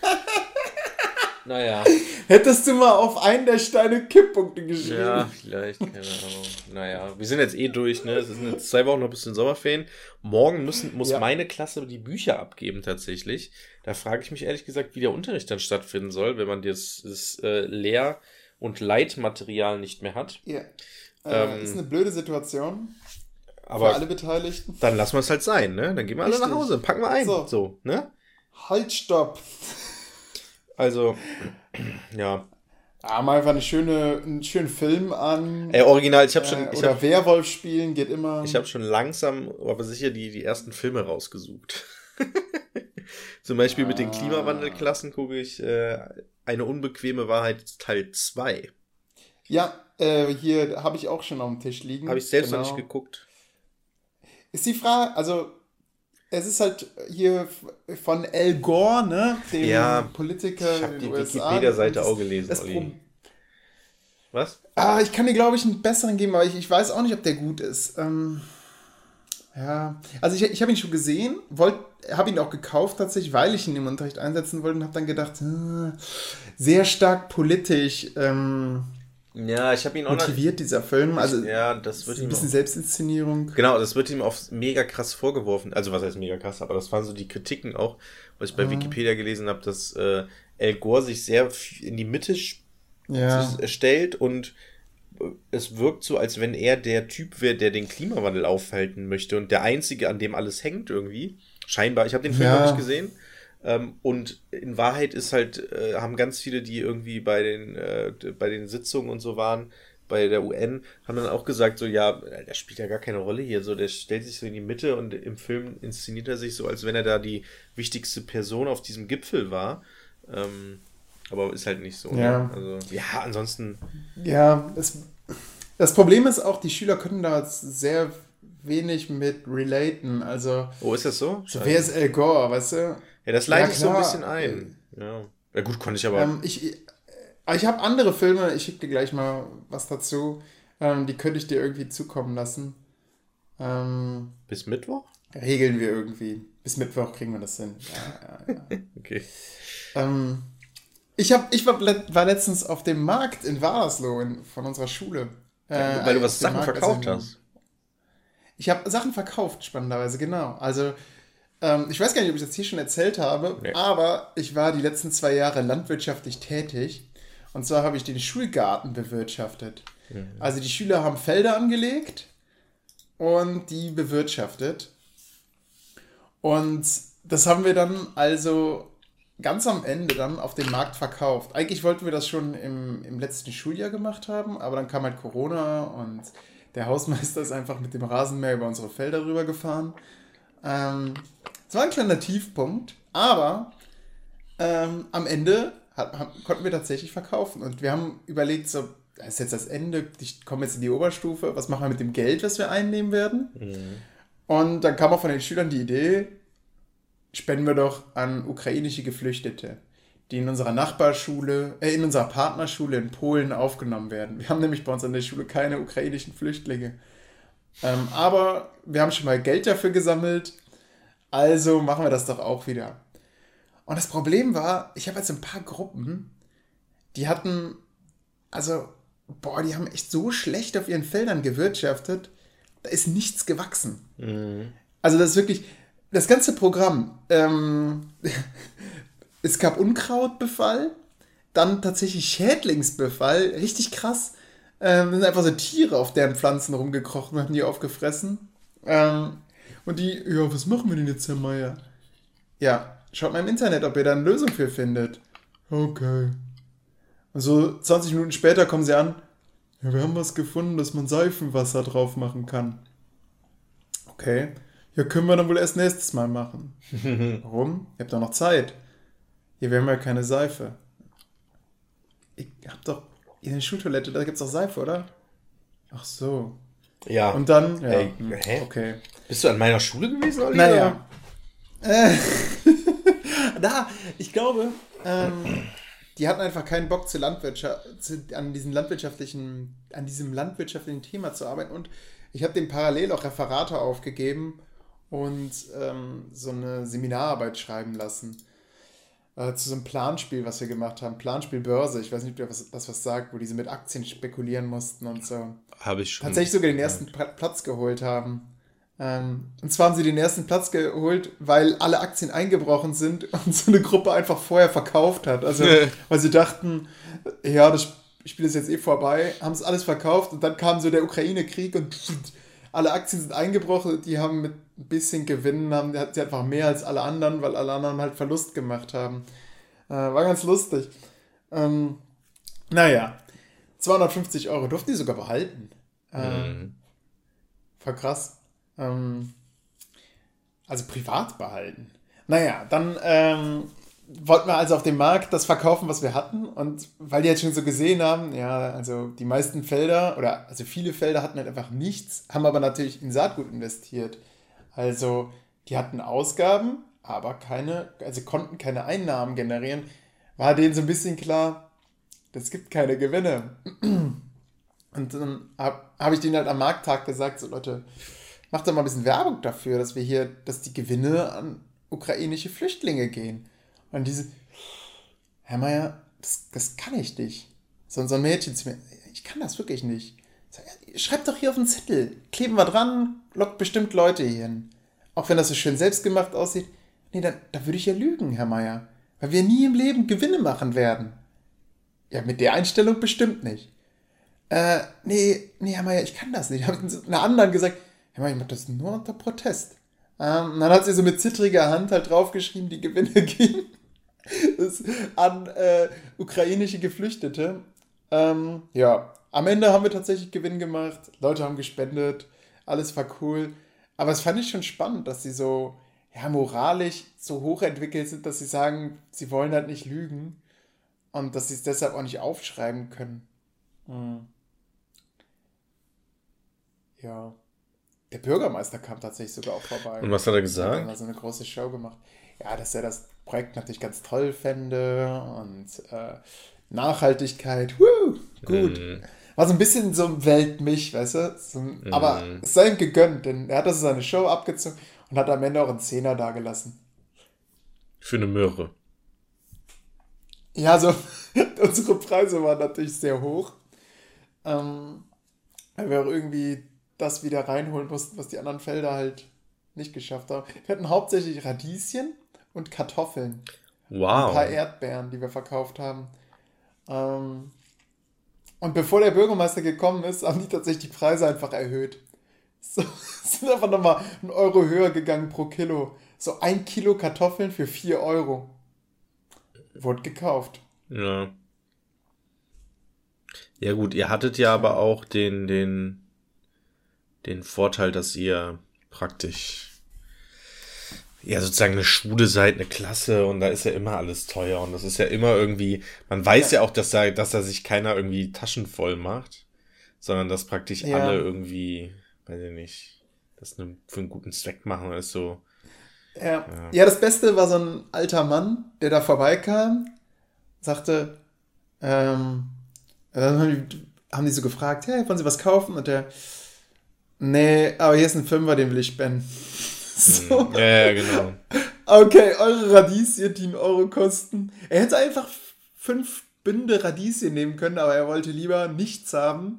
Naja. Hättest du mal auf einen der Steine Kipppunkte geschrieben. Ja, vielleicht, keine Ahnung. Naja, wir sind jetzt eh durch, ne? Es sind jetzt zwei Wochen noch bis in den Sommerferien. Morgen müssen, muss ja. meine Klasse die Bücher abgeben, tatsächlich. Da frage ich mich ehrlich gesagt, wie der Unterricht dann stattfinden soll, wenn man das, das äh, Lehr- und Leitmaterial nicht mehr hat. Ja. Äh, ähm, ist eine blöde Situation. Aber für alle Beteiligten. Dann lassen wir es halt sein, ne? Dann gehen wir alle Richtig. nach Hause, packen wir ein. So, so ne? Halt, stopp. Also, ja. Ja, mal einfach eine schöne, einen schönen Film an. Ey, original, ich habe schon... Äh, ich oder hab, Werwolf spielen, geht immer. Ich habe schon langsam, aber sicher die, die ersten Filme rausgesucht. Zum Beispiel ah. mit den Klimawandelklassen gucke ich äh, Eine unbequeme Wahrheit Teil zwei. Ja, äh, hier habe ich auch schon auf dem Tisch liegen. Habe ich selbst genau. noch nicht geguckt. Ist die Frage, also... Es ist halt hier von Al Gore, ne? Dem ja, Politiker ich habe die in den U S A. Wikipedia-Seite auch gelesen, das Olli. Pro- Was? Ah, ich kann dir, glaube ich, einen besseren geben, aber ich, ich weiß auch nicht, ob der gut ist. Ähm, ja, also ich, ich habe ihn schon gesehen, habe ihn auch gekauft tatsächlich, weil ich ihn im Unterricht einsetzen wollte und habe dann gedacht, äh, sehr stark politisch ähm, ja, ich habe ihn auch motiviert, dieser Film. Also ja, das wird ein ihm bisschen auch, Selbstinszenierung. Genau, das wird ihm auch mega krass vorgeworfen. Also was heißt mega krass, aber das waren so die Kritiken auch, was ich bei mhm. Wikipedia gelesen habe, dass äh, Al Gore sich sehr in die Mitte ja. stellt und es wirkt so, als wenn er der Typ wäre, der den Klimawandel aufhalten möchte und der Einzige, an dem alles hängt irgendwie. Scheinbar. Ich habe den Film ja. noch nicht gesehen. Ähm, und in Wahrheit ist halt, äh, haben ganz viele, die irgendwie bei den, äh, bei den Sitzungen und so waren, bei der U N, haben dann auch gesagt, so, ja, der spielt ja gar keine Rolle hier, so, der stellt sich so in die Mitte und im Film inszeniert er sich so, als wenn er da die wichtigste Person auf diesem Gipfel war. Ähm, aber ist halt nicht so. Ja. Ne? Also, ja, ansonsten. Ja, das, das Problem ist auch, die Schüler können da sehr wenig mit relaten, also. Oh, ist das so? so wer ist Al Gore, weißt du? Ja, das leite ja, ich so ein bisschen ein. Ja. Ja, gut, konnte ich aber. Ähm, ich, Aber ich habe andere Filme, ich schicke dir gleich mal was dazu. Ähm, die könnte ich dir irgendwie zukommen lassen. Ähm, Bis Mittwoch? Regeln wir irgendwie. Bis Mittwoch kriegen wir das hin. Ja, ja, ja. Okay. Ähm, ich hab, ich war, war letztens auf dem Markt in Wadersloh in, von unserer Schule. Äh, Weil du was auf dem Sachen Markt, verkauft also, hast. Ich habe Sachen verkauft, spannenderweise, genau. Also, ähm, ich weiß gar nicht, ob ich das hier schon erzählt habe, Nee. aber ich war die letzten zwei Jahre landwirtschaftlich tätig. Und zwar habe ich den Schulgarten bewirtschaftet. Mhm. Also die Schüler haben Felder angelegt und die bewirtschaftet. Und das haben wir dann also ganz am Ende dann auf dem Markt verkauft. Eigentlich wollten wir das schon im, im letzten Schuljahr gemacht haben, aber dann kam halt Corona und der Hausmeister ist einfach mit dem Rasenmäher über unsere Felder rübergefahren. Ähm, das war ein kleiner Tiefpunkt, aber ähm, am Ende hat, hat, konnten wir tatsächlich verkaufen. Und wir haben überlegt, so, das ist jetzt das Ende, ich komme jetzt in die Oberstufe, was machen wir mit dem Geld, was wir einnehmen werden? Mhm. Und dann kam auch von den Schülern die Idee, spenden wir doch an ukrainische Geflüchtete, die in unserer Nachbarschule, äh, in unserer Partnerschule in Polen aufgenommen werden. Wir haben nämlich bei uns an der Schule keine ukrainischen Flüchtlinge. Ähm, aber wir haben schon mal Geld dafür gesammelt, also machen wir das doch auch wieder. Und das Problem war, ich habe jetzt ein paar Gruppen, die hatten, also, boah, die haben echt so schlecht auf ihren Feldern gewirtschaftet, da ist nichts gewachsen. Mhm. Also das ist wirklich, das ganze Programm, ähm, es gab Unkrautbefall, dann tatsächlich Schädlingsbefall, richtig krass. Ähm, das sind einfach so Tiere auf deren Pflanzen rumgekrochen und haben die aufgefressen. Ähm, und die, ja, was machen wir denn jetzt, Herr Meier? Ja, schaut mal im Internet, ob ihr da eine Lösung für findet. Okay. Und so zwanzig Minuten später kommen sie an, ja, wir haben was gefunden, dass man Seifenwasser drauf machen kann. Okay. Ja, können wir dann wohl erst nächstes Mal machen. Warum? Ihr habt doch noch Zeit. Ja, wir haben ja keine Seife. Ich hab doch in der Schultoilette, da gibt's doch Seife, oder? Ach so. Ja. Und dann, ja, Ey, hm, hä? okay. Bist du an meiner Schule gewesen, Olli? Naja. Äh, da, ich glaube, ähm, die hatten einfach keinen Bock zur Landwirtschaft, zu, an diesem landwirtschaftlichen, an diesem landwirtschaftlichen Thema zu arbeiten. Und ich habe dem parallel auch Referate aufgegeben und ähm, so eine Seminararbeit schreiben lassen. Äh, zu so einem Planspiel, was wir gemacht haben. Planspiel Börse. Ich weiß nicht, ob ihr was, das was sagt, wo die so mit Aktien spekulieren mussten und so. Habe ich schon. Tatsächlich sogar den ersten ja. Platz geholt haben. Ähm, und zwar haben sie den ersten Platz geholt, weil alle Aktien eingebrochen sind und so eine Gruppe einfach vorher verkauft hat. Also, weil sie dachten, ja, das Spiel ist jetzt eh vorbei, haben es alles verkauft und dann kam so der Ukraine-Krieg und alle Aktien sind eingebrochen. Die haben mit ein bisschen Gewinn, haben sie einfach mehr als alle anderen, weil alle anderen halt Verlust gemacht haben. Äh, war ganz lustig. Ähm, naja, zweihundertfünfzig Euro durften die sogar behalten. Ähm, Mhm. Voll krass. Ähm, also privat behalten. Naja, dann ähm, wollten wir also auf dem Markt das verkaufen, was wir hatten. Und weil die jetzt schon so gesehen haben, ja, also die meisten Felder oder also viele Felder hatten halt einfach nichts, haben aber natürlich in Saatgut investiert. Also die hatten Ausgaben, aber keine, also konnten keine Einnahmen generieren. War denen so ein bisschen klar, es gibt keine Gewinne. Und dann habe hab ich denen halt am Markttag gesagt, so Leute, macht doch mal ein bisschen Werbung dafür, dass wir hier, dass die Gewinne an ukrainische Flüchtlinge gehen. Und diese, Herr Meier, das, das kann ich nicht. So, so ein Mädchen zu mir, ich kann das wirklich nicht. Sag, ja, schreibt doch hier auf den Zettel, kleben wir dran, lockt bestimmt Leute hier hin. Auch wenn das so schön selbstgemacht aussieht. Nee, dann, da würde ich ja lügen, Herr Meier. Weil wir nie im Leben Gewinne machen werden. Ja, mit der Einstellung bestimmt nicht. Äh, nee, nee, Herr Meier, ich kann das nicht. Ich habe einer anderen gesagt, Herr Meier, ich mache das nur unter Protest. Ähm, dann hat sie so mit zittriger Hand halt draufgeschrieben, die Gewinne gingen an äh, ukrainische Geflüchtete. Ähm, ja, am Ende haben wir tatsächlich Gewinn gemacht. Leute haben gespendet. Alles war cool. Aber es fand ich schon spannend, dass sie so ja, moralisch so hochentwickelt sind, dass sie sagen, sie wollen halt nicht lügen. Und dass sie es deshalb auch nicht aufschreiben können. Hm. Ja. Der Bürgermeister kam tatsächlich sogar auch vorbei. Und was hat er gesagt? Er hat so eine große Show gemacht. Ja, dass er das Projekt natürlich ganz toll fände und äh, Nachhaltigkeit, woo, gut. Mm. War so ein bisschen so ein Weltmich, weißt du? So ein, Mm. Aber es sei ihm gegönnt, denn er hat das seine Show abgezogen und hat am Ende auch einen Zehner dagelassen. Für eine Möhre. Ja, so unsere Preise waren natürlich sehr hoch. Ähm, weil wir auch irgendwie das wieder reinholen mussten, was die anderen Felder halt nicht geschafft haben. Wir hatten hauptsächlich Radieschen und Kartoffeln. Wow. Ein paar Erdbeeren, die wir verkauft haben. Ähm, und bevor der Bürgermeister gekommen ist, haben die tatsächlich die Preise einfach erhöht. So, sind einfach nochmal einen Euro höher gegangen pro Kilo. So ein Kilo Kartoffeln für vier Euro. Wurde gekauft. Ja. Ja gut, ihr hattet ja aber auch den, den, den Vorteil, dass ihr praktisch ja sozusagen eine Schule seid, eine Klasse und da ist ja immer alles teuer und das ist ja immer irgendwie, man weiß ja, ja auch, dass da, dass da sich keiner irgendwie Taschen voll macht, sondern dass praktisch Ja. alle irgendwie, weiß ich nicht, das eine, für einen guten Zweck machen, das ist so. Ja. Ja. ja, das Beste war so ein alter Mann, der da vorbeikam, sagte, ähm, dann haben die, haben die so gefragt, hey, wollen Sie was kaufen? Und der, nee, aber hier ist ein Fünfer, den will ich spenden. So. Ja, ja, genau. Okay, eure Radieschen, die einen Euro kosten. Er hätte einfach fünf Bünde Radieschen nehmen können, aber er wollte lieber nichts haben,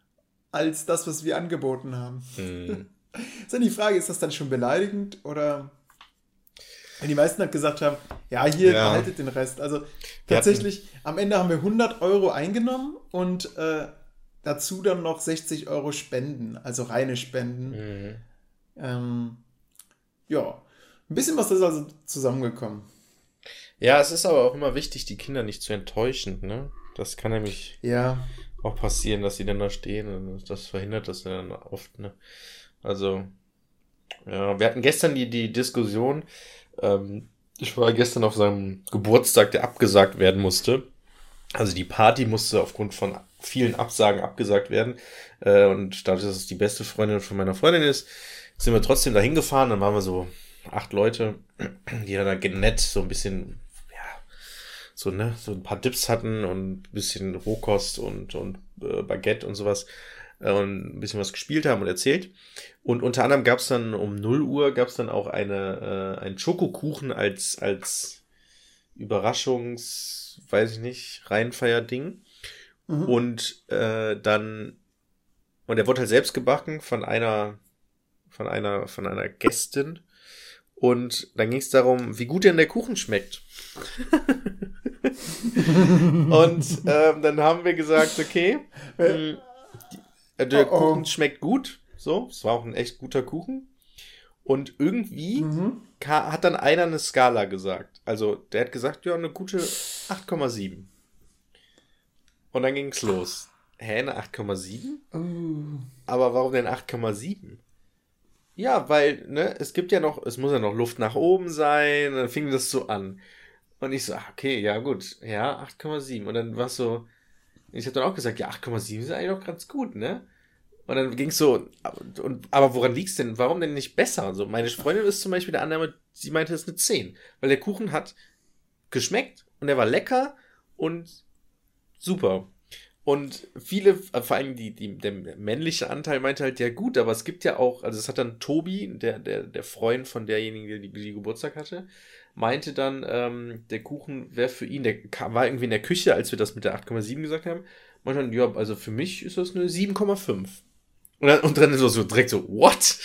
als das, was wir angeboten haben. Hm. Ist dann die Frage, ist das dann schon beleidigend oder... Wenn die meisten halt gesagt haben, ja, hier, Ja. behaltet den Rest. Also Wir tatsächlich, am Ende haben wir hundert Euro eingenommen und äh, dazu dann noch sechzig Euro Spenden, also reine Spenden. Mhm. Ähm, ja, ein bisschen was ist also zusammengekommen. Ja, es ist aber auch immer wichtig, die Kinder nicht zu enttäuschen, ne? Das kann nämlich Ja, auch passieren, dass sie dann da stehen und das verhindert das dann oft, ne? Also, ja, wir hatten gestern die, die Diskussion, ähm, ich war gestern auf seinem Geburtstag, der abgesagt werden musste. Also die Party musste aufgrund von vielen Absagen abgesagt werden. Äh, und dadurch, dass es die beste Freundin von meiner Freundin ist, sind wir trotzdem dahin gefahren. Dann waren wir so acht Leute, die dann da nett so ein bisschen, ja, so, ne, so ein paar Dips hatten und ein bisschen Rohkost und, und äh, Baguette und sowas. äh, Und ein bisschen was gespielt haben und erzählt. Und unter anderem gab es dann um null Uhr gab es dann auch eine, äh, einen Schokokuchen als, als Überraschungs, weiß ich nicht, Reihenfeier-Ding. Mhm. Und äh, dann, und der wurde halt selbst gebacken von einer, von einer, von einer Gästin. Und dann ging es darum, wie gut denn der Kuchen schmeckt. Und ähm, dann haben wir gesagt, okay, mh, die, der Oh, oh. Kuchen schmeckt gut. So, es war auch ein echt guter Kuchen. Und irgendwie Mhm. ka- hat dann einer eine Skala gesagt. Also, der hat gesagt, ja, eine gute acht Komma sieben. Und dann ging's los. Hä, eine acht Komma sieben? Uh. Aber warum denn acht Komma sieben? Ja, weil, ne, es gibt ja noch, es muss ja noch Luft nach oben sein. Und dann fing das so an. Und ich so, ah, okay, ja gut, ja, acht Komma sieben. Und dann war es so, ich habe dann auch gesagt, ja, acht Komma sieben ist eigentlich auch ganz gut, ne? Und dann ging es so, und, aber woran liegt's denn? Warum denn nicht besser? So, meine Freundin ist zum Beispiel der Annahme, sie meinte, es ist eine zehn. Weil der Kuchen hat geschmeckt und er war lecker und super. Und viele, vor allem die, die, der männliche Anteil meinte halt, ja gut, aber es gibt ja auch, also es hat dann Tobi, der, der, der Freund von derjenigen, die, die Geburtstag hatte, meinte dann, ähm, der Kuchen wäre für ihn, der kam, war irgendwie in der Küche, als wir das mit der acht Komma sieben gesagt haben, meinte dann, ja, also für mich ist das eine sieben Komma fünf. Und dann, und dann so, so direkt so, what?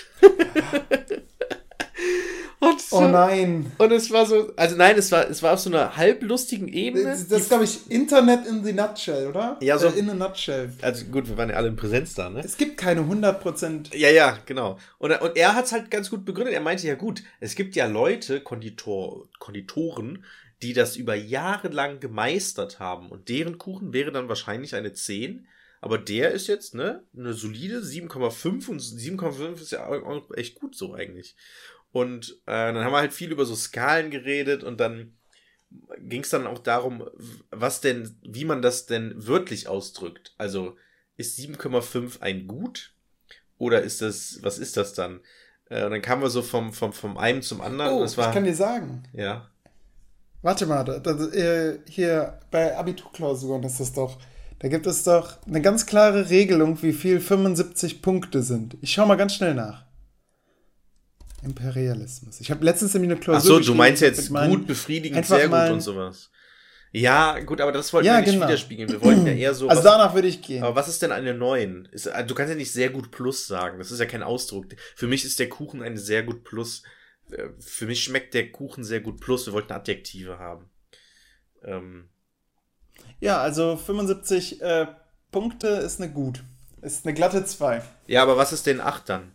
und so, Oh nein. und es war so, also nein, es war, es war auf so einer halblustigen Ebene. Das, das ist, glaube ich, Internet in the nutshell, oder? Ja, so- Äh, in a nutshell. Also gut, wir waren ja alle in Präsenz da, ne? Es gibt keine hundert Prozent. Ja, ja, genau. Und, er- und er hat es halt ganz gut begründet. Er meinte, ja gut, es gibt ja Leute, Konditor, Konditoren, die das über Jahre lang gemeistert haben. Und deren Kuchen wäre dann wahrscheinlich eine zehn. Aber der ist jetzt, ne, eine solide sieben Komma fünf. Und sieben Komma fünf ist ja auch echt gut so eigentlich. Und äh, dann haben wir halt viel über so Skalen geredet. Und dann ging es dann auch darum, was denn, wie man das denn wörtlich ausdrückt. Also, ist sieben Komma fünf ein Gut? Oder ist das, was ist das dann? Äh, und dann kamen wir so vom, vom, vom einen zum anderen. Oh, das war, ich kann dir sagen. ja. Warte mal, da, da, äh, hier bei Abiturklausuren ist das doch. Da gibt es doch eine ganz klare Regelung, wie viel fünfundsiebzig Punkte sind. Ich schau mal ganz schnell nach. Imperialismus. Ich habe letztens nämlich eine Klausur. Ach so, du meinst jetzt gut, befriedigend, sehr gut und sowas. Ja, gut, aber das wollten ja, wir nicht genau. widerspiegeln. Wir wollten ja eher so. Also was, danach würde ich gehen. Aber was ist denn eine neun? Ist, du kannst ja nicht sehr gut plus sagen. Das ist ja kein Ausdruck. Für mich ist der Kuchen eine sehr gut plus. Für mich schmeckt der Kuchen sehr gut plus. Wir wollten Adjektive haben. Ähm. Ja, also fünfundsiebzig äh, Punkte ist eine gut. Ist eine glatte zwei. Ja, aber was ist denn acht dann?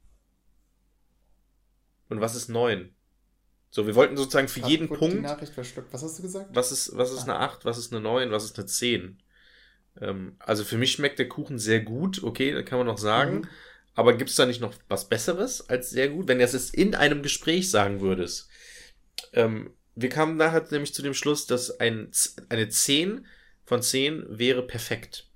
Und was ist neun? So, wir wollten sozusagen für Hab jeden gut Punkt. Die Nachricht verschluckt. Was hast du gesagt? Was ist, was ist eine acht, was ist eine neun, was ist eine zehn? Ähm, also für mich schmeckt der Kuchen sehr gut, okay, da kann man noch sagen. Mhm. Aber gibt es da nicht noch was Besseres als sehr gut? Wenn du das jetzt in einem Gespräch sagen würdest. Ähm, wir kamen nachher nämlich zu dem Schluss, dass ein, eine zehn von zehn wäre perfekt.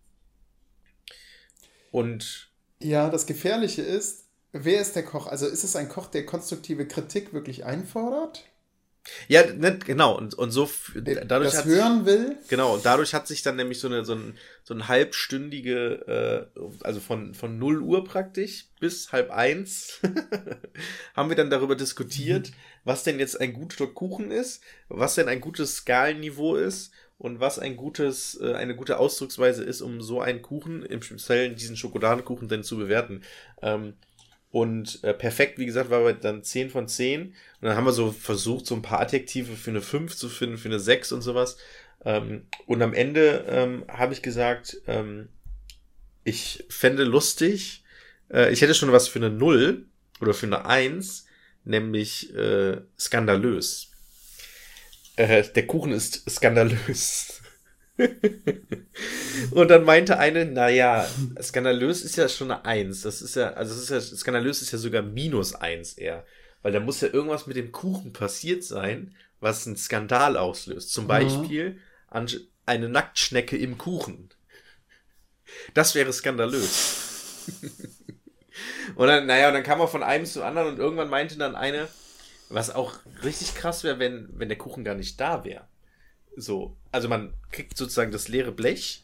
Und. Ja, das Gefährliche ist, wer ist der Koch? Also ist es ein Koch, der konstruktive Kritik wirklich einfordert? Ja, ne, genau. Und, und so der, dadurch das hat hören sich, will. Genau, und dadurch hat sich dann nämlich so eine so ein, so ein halbstündige, äh, also von, von null Uhr praktisch bis halb eins haben wir dann darüber diskutiert, mhm. was denn jetzt ein guter Kuchen ist, was denn ein gutes Skalenniveau ist und was ein gutes, äh, eine gute Ausdrucksweise ist, um so einen Kuchen, im Speziellen diesen Schokoladenkuchen, denn zu bewerten. Ähm, Und äh, perfekt, wie gesagt, war dann zehn von zehn. Und dann haben wir so versucht, so ein paar Adjektive für eine fünf zu finden, für eine sechs und sowas. Ähm, und am Ende ähm, habe ich gesagt, ähm, ich fände lustig, äh, ich hätte schon was für eine null oder für eine eins, nämlich äh, skandalös. Äh, der Kuchen ist skandalös. Und dann meinte eine, naja, skandalös ist ja schon eine eins. Das ist ja, also das ist ja, skandalös ist ja sogar minus eins eher. Weil da muss ja irgendwas mit dem Kuchen passiert sein, was einen Skandal auslöst. Zum Beispiel mhm. eine Nacktschnecke im Kuchen. Das wäre skandalös. Und dann, naja, und dann kam man von einem zum anderen und irgendwann meinte dann eine, was auch richtig krass wäre, wenn, wenn der Kuchen gar nicht da wäre. So, also man kriegt sozusagen das leere Blech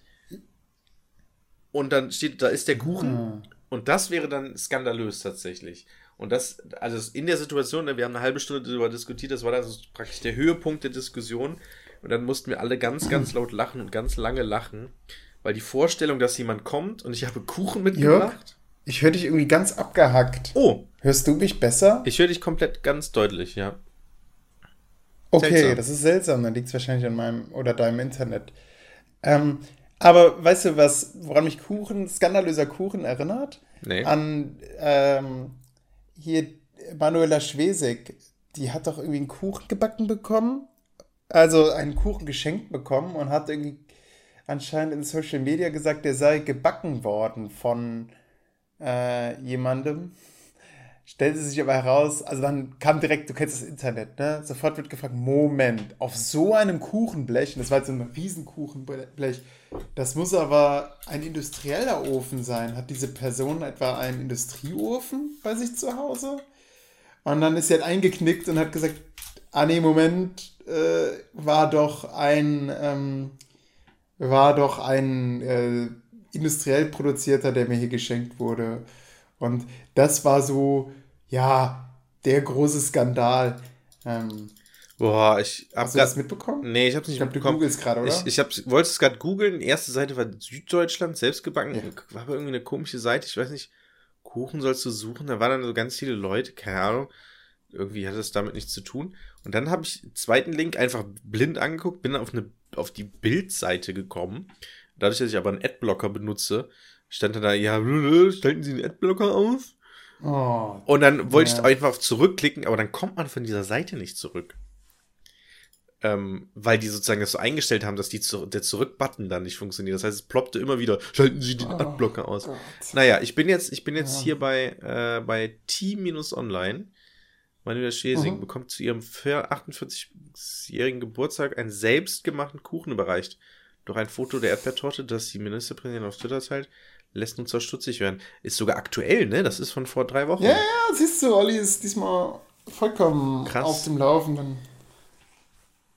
und dann steht, da ist der Kuchen mhm. und das wäre dann skandalös tatsächlich. Und das, also in der Situation, wir haben eine halbe Stunde darüber diskutiert, das war dann so praktisch der Höhepunkt der Diskussion und dann mussten wir alle ganz, ganz laut lachen und ganz lange lachen, weil die Vorstellung, dass jemand kommt und ich habe Kuchen mitgebracht. Jörg, ich höre dich irgendwie ganz abgehackt. Oh. Hörst du mich besser? Ich höre dich komplett ganz deutlich, ja. Okay, seltsam. Das ist seltsam, dann liegt es wahrscheinlich an meinem oder deinem Internet. Ähm, aber weißt du, was, woran mich Kuchen, skandalöser Kuchen erinnert? Nee. An ähm, hier Manuela Schwesig, die hat doch irgendwie einen Kuchen gebacken bekommen, also einen Kuchen geschenkt bekommen und hat irgendwie anscheinend in Social Media gesagt, der sei gebacken worden von äh, jemandem. Stellte sich aber heraus, also dann kam direkt, du kennst das Internet, ne? Sofort wird gefragt, Moment, auf so einem Kuchenblech, und das war jetzt so ein Riesenkuchenblech, das muss aber ein industrieller Ofen sein. Hat diese Person etwa einen Industrieofen bei sich zu Hause? Und dann ist sie halt eingeknickt und hat gesagt, ah nee, Moment, äh, war doch ein, ähm, war doch ein äh, industriell produzierter, der mir hier geschenkt wurde. Und das war so, ja, der große Skandal. Ähm, Boah, ich hab hast du das mitbekommen? Nee, ich hab's nicht ich glaub, mitbekommen. Du googelst gerade, oder? Ich, ich hab, wollte es gerade googeln. Erste Seite war Süddeutschland, selbstgebacken. Ja. War aber irgendwie eine komische Seite. Ich weiß nicht, Kuchen sollst du suchen. Da waren dann so ganz viele Leute, keine Ahnung. Irgendwie hat das damit nichts zu tun. Und dann habe ich den zweiten Link einfach blind angeguckt, bin auf, eine, auf die Bildseite gekommen. Dadurch, dass ich aber einen Adblocker benutze, stand da, ja, stellen Sie den Adblocker aus? Oh, und dann wollte ja. ich einfach zurückklicken, aber dann kommt man von dieser Seite nicht zurück. Ähm, weil die sozusagen das so eingestellt haben, dass die zu, der Zurück-Button dann nicht funktioniert. Das heißt, es ploppte immer wieder, schalten Sie den oh, Adblocker aus. Gott. Naja, ich bin jetzt, ich bin jetzt ja. hier bei, äh, bei T-Online. Manuela Schwesig mhm. bekommt zu ihrem achtundvierzigjährigen Geburtstag einen selbstgemachten Kuchen überreicht. Doch ein Foto der Erdbeertorte, das die Ministerpräsidentin auf Twitter teilt, lässt Nutzer stutzig werden. Ist sogar aktuell, ne? Das ist von vor drei Wochen. Ja, ja, siehst du, Olli ist diesmal vollkommen Krass. Auf dem Laufenden.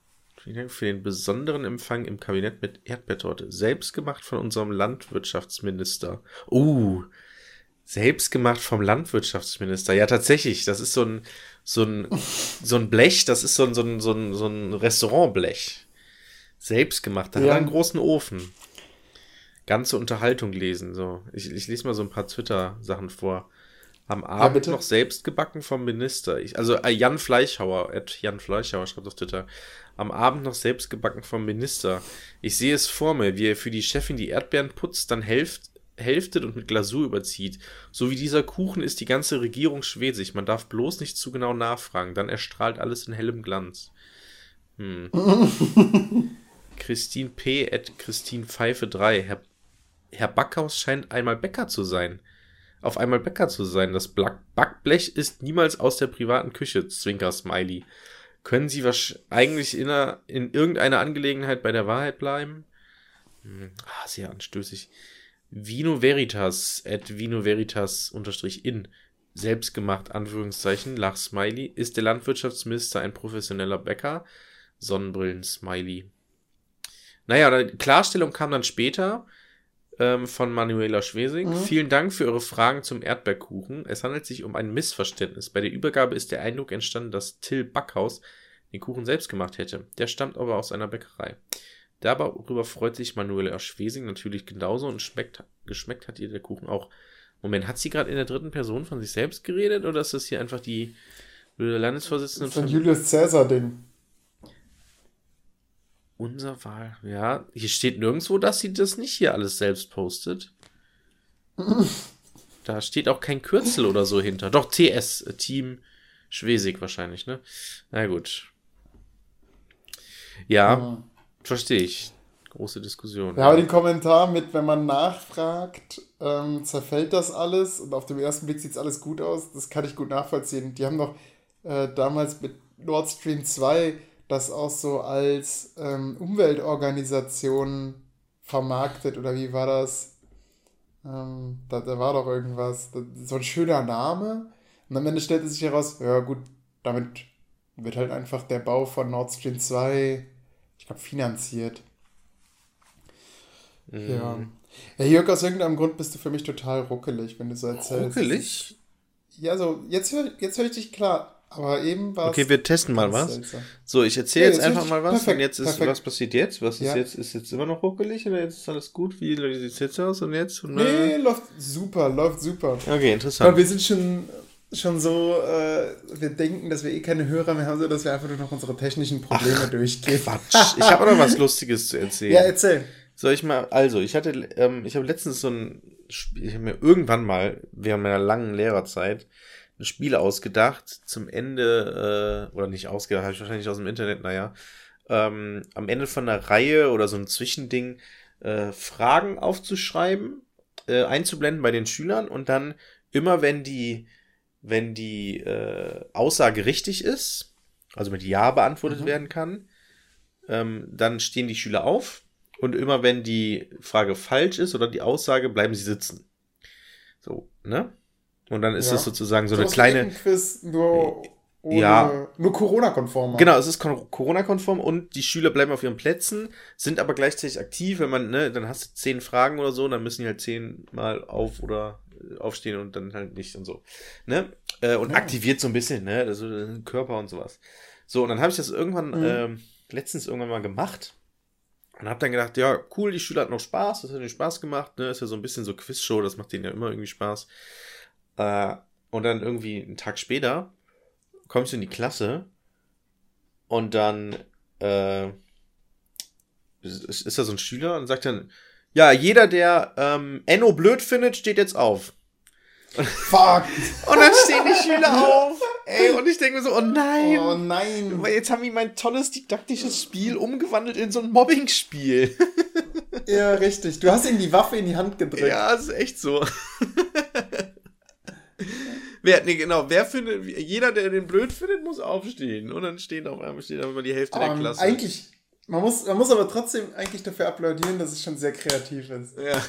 Vielen Dank für den besonderen Empfang im Kabinett mit Erdbeertorte. Selbst gemacht von unserem Landwirtschaftsminister. Uh, selbst gemacht vom Landwirtschaftsminister. Ja, tatsächlich. Das ist so ein, so ein, so ein Blech. Das ist so ein, so ein, so ein, so ein Restaurantblech. Selbst gemacht. Da ja. hat er einen großen Ofen. Ganze Unterhaltung lesen. So. Ich, ich lese mal so ein paar Twitter-Sachen vor. Am Abend ja, noch selbst gebacken vom Minister. Ich, also äh, Jan Fleischhauer, at Jan Fleischhauer schreibt auf Twitter. Am Abend noch selbst gebacken vom Minister. Ich sehe es vor mir, wie er für die Chefin die Erdbeeren putzt, dann helft, hälftet und mit Glasur überzieht. So wie dieser Kuchen ist die ganze Regierung schwedrig. Man darf bloß nicht zu genau nachfragen. Dann erstrahlt alles in hellem Glanz. Hm. Christine P. at Christine Pfeife drei. Herr, Herr Backhaus scheint einmal Bäcker zu sein. Auf einmal Bäcker zu sein. Das Backblech ist niemals aus der privaten Küche. Zwinker-Smiley. Können Sie wahrscheinlich eigentlich in, einer, in irgendeiner Angelegenheit bei der Wahrheit bleiben? Hm, ah, sehr anstößig. Vino Veritas at Vino Veritas unterstrich in. Selbstgemacht, Anführungszeichen, Lach-Smiley. Ist der Landwirtschaftsminister ein professioneller Bäcker? Sonnenbrillen-Smiley. Naja, die Klarstellung kam dann später ähm, von Manuela Schwesig. Mhm. Vielen Dank für eure Fragen zum Erdbeerkuchen. Es handelt sich um ein Missverständnis. Bei der Übergabe ist der Eindruck entstanden, dass Till Backhaus den Kuchen selbst gemacht hätte. Der stammt aber aus einer Bäckerei. Darüber freut sich Manuela Schwesig natürlich genauso und schmeckt, geschmeckt hat ihr der Kuchen auch. Moment, hat sie gerade in der dritten Person von sich selbst geredet oder ist das hier einfach die Landesvorsitzende? Das ist ein Julius Caesar-Ding. Unser Wahl, ja. Hier steht nirgendwo, dass sie das nicht hier alles selbst postet. Da steht auch kein Kürzel oder so hinter. Doch, T S, Team Schwesig wahrscheinlich, ne? Na gut. Ja, ja. Verstehe ich. Große Diskussion. Ja, aber den Kommentar mit, wenn man nachfragt, ähm, zerfällt das alles und auf dem ersten Blick sieht es alles gut aus, das kann ich gut nachvollziehen. Die haben doch äh, damals mit Nord Stream zwei das auch so als ähm, Umweltorganisation vermarktet, oder wie war das? Ähm, da, da war doch irgendwas, da, so ein schöner Name. Und am Ende stellte sich heraus, ja gut, damit wird halt einfach der Bau von Nord Stream zwei, ich glaube, finanziert. Mm. Ja. Ja, Jörg, aus irgendeinem Grund bist du für mich total ruckelig, wenn du so erzählst. Ruckelig? Ja, so, jetzt höre jetzt hör ich dich klar. Aber eben war Okay, wir testen mal was. Seltsam. So, ich erzähle ja, jetzt, jetzt einfach mal was. Perfekt, und jetzt ist, perfekt. Was passiert jetzt? Was ist ja. jetzt? Ist jetzt immer noch ruckelig oder jetzt ist alles gut? Wie sieht es jetzt aus und jetzt? Und nee, läuft super, läuft super. Okay, interessant. Aber wir sind schon, schon so, äh, wir denken, dass wir eh keine Hörer mehr haben, so dass wir einfach nur noch unsere technischen Probleme Ach, durchgehen. Quatsch. Ich habe auch noch was Lustiges zu erzählen. Ja, erzähl. Soll ich mal, also, ich hatte, ähm, ich habe letztens so ein Spiel, ich habe mir irgendwann mal, während meiner langen Lehrerzeit, ein Spiel ausgedacht, zum Ende, äh, oder nicht ausgedacht, habe ich wahrscheinlich aus dem Internet, naja, ähm, am Ende von einer Reihe oder so ein Zwischending äh, Fragen aufzuschreiben, äh, einzublenden bei den Schülern und dann immer, wenn die, wenn die äh, Aussage richtig ist, also mit Ja beantwortet mhm. werden kann, ähm, dann stehen die Schüler auf und immer, wenn die Frage falsch ist oder die Aussage, bleiben sie sitzen. So, ne? Und dann ist ja. es sozusagen so, so eine kleine... Quiz, nur, ohne, ja. nur Corona-konform. Genau, es ist Corona-konform und die Schüler bleiben auf ihren Plätzen, sind aber gleichzeitig aktiv. Wenn man, ne, dann hast du zehn Fragen oder so, dann müssen die halt zehnmal auf oder aufstehen und dann halt nicht und so. Ne? Äh, und ja. aktiviert so ein bisschen, ne, also den Körper und sowas. So, und dann habe ich das irgendwann, mhm. ähm, letztens irgendwann mal gemacht und habe dann gedacht, ja, cool, die Schüler hatten noch Spaß, das hat ihnen Spaß gemacht, ne, ist ja so ein bisschen so Quizshow, das macht denen ja immer irgendwie Spaß. Uh, und dann irgendwie einen Tag später kommst du in die Klasse und dann äh, ist, ist da so ein Schüler und sagt dann, ja, jeder, der ähm, Enno blöd findet, steht jetzt auf. Fuck! Und dann stehen die Schüler auf. Ey, und ich denke mir so, oh nein. Oh nein. Weil jetzt haben die mein tolles didaktisches Spiel umgewandelt in so ein Mobbing-Spiel. Ja, richtig. Du hast ihm die Waffe in die Hand gedrückt. Ja, das ist echt so. Wer, nee, genau, wer findet, jeder, der den blöd findet, muss aufstehen. Und dann stehen auf einmal steht aber die Hälfte um, der Klasse. Eigentlich, man muss, man muss aber trotzdem eigentlich dafür applaudieren, dass es schon sehr kreativ ist. Ja.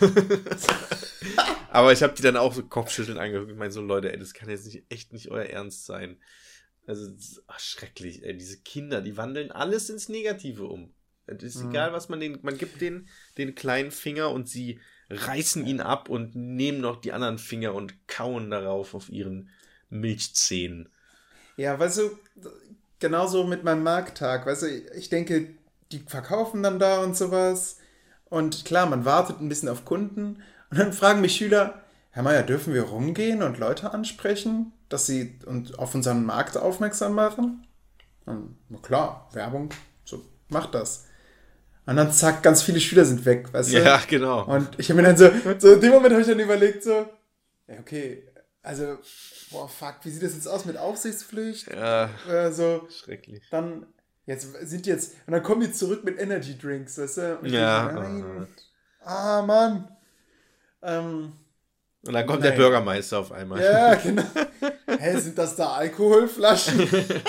Aber ich habe die dann auch so Kopfschütteln angeguckt und meine so, Leute, ey, das kann jetzt nicht, echt nicht euer Ernst sein. Also, ach, schrecklich, ey, diese Kinder, die wandeln alles ins Negative um. Es ist Mhm. egal, was man denen, man gibt denen den kleinen Finger und sie reißen ihn ab und nehmen noch die anderen Finger und kauen darauf auf ihren Milchzähnen. Ja, weißt du, genauso mit meinem Markttag, weißt du, ich denke, die verkaufen dann da und sowas. Und klar, man wartet ein bisschen auf Kunden. Und dann fragen mich Schüler, Herr Meier, dürfen wir rumgehen und Leute ansprechen, dass sie und auf unseren Markt aufmerksam machen? Und, na klar, Werbung, so, macht das. Und dann zack, ganz viele Schüler sind weg, weißt du? Ja, genau. Und ich habe mir dann so, so in dem Moment habe ich dann überlegt, so, ja, okay, also, boah, fuck, wie sieht das jetzt aus mit Aufsichtspflicht? Ja, Äh, so, schrecklich. dann, jetzt sind die jetzt, und dann kommen die zurück mit Energy Drinks, weißt du? Und ich Ja. denke, nein, ah, Mann. Ähm, Und dann kommt Nein. der Bürgermeister auf einmal. ja, genau. Hä, sind das da Alkoholflaschen?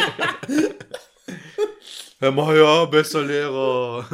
Herr Meier, bester Lehrer.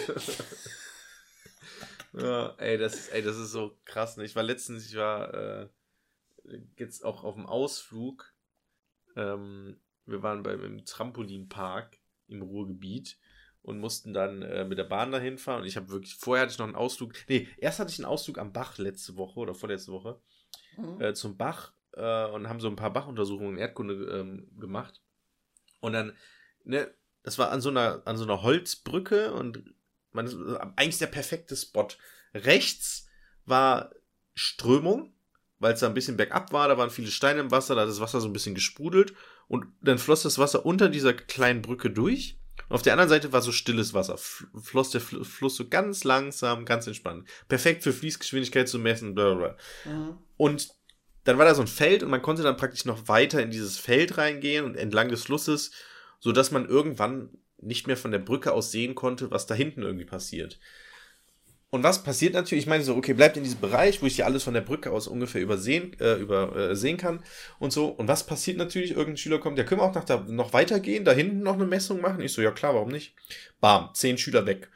Ja, ey, das ist, ey, das ist so krass. Ne? Ich war letztens, ich war äh, jetzt auch auf dem Ausflug. Ähm, wir waren beim im Trampolinpark im Ruhrgebiet und mussten dann äh, mit der Bahn dahin fahren. Und ich habe wirklich, vorher hatte ich noch einen Ausflug. Nee, erst hatte ich einen Ausflug am Bach letzte Woche oder vorletzte Woche Mhm. äh, zum Bach äh, und haben so ein paar Bachuntersuchungen in Erdkunde ähm, gemacht. Und dann, ne, das war an so einer, an so einer Holzbrücke und man ist eigentlich der perfekte Spot. Rechts war Strömung, weil es da ein bisschen bergab war, da waren viele Steine im Wasser, da hat das Wasser so ein bisschen gesprudelt und dann floss das Wasser unter dieser kleinen Brücke durch. Und auf der anderen Seite war so stilles Wasser. F- Floss der Fl- Fluss so ganz langsam, ganz entspannt. Perfekt für Fließgeschwindigkeit zu messen. Blablabla. Mhm. Und dann war da so ein Feld und man konnte dann praktisch noch weiter in dieses Feld reingehen und entlang des Flusses, sodass man irgendwann nicht mehr von der Brücke aus sehen konnte, was da hinten irgendwie passiert. Und was passiert natürlich? Ich meine so, okay, bleibt in diesem Bereich, wo ich hier alles von der Brücke aus ungefähr übersehen, äh, über, äh, sehen kann und so. Und was passiert natürlich? Irgendein Schüler kommt, ja, können wir auch nach da, noch weitergehen, da hinten noch eine Messung machen? Ich so, ja klar, warum nicht? Bam, zehn Schüler weg.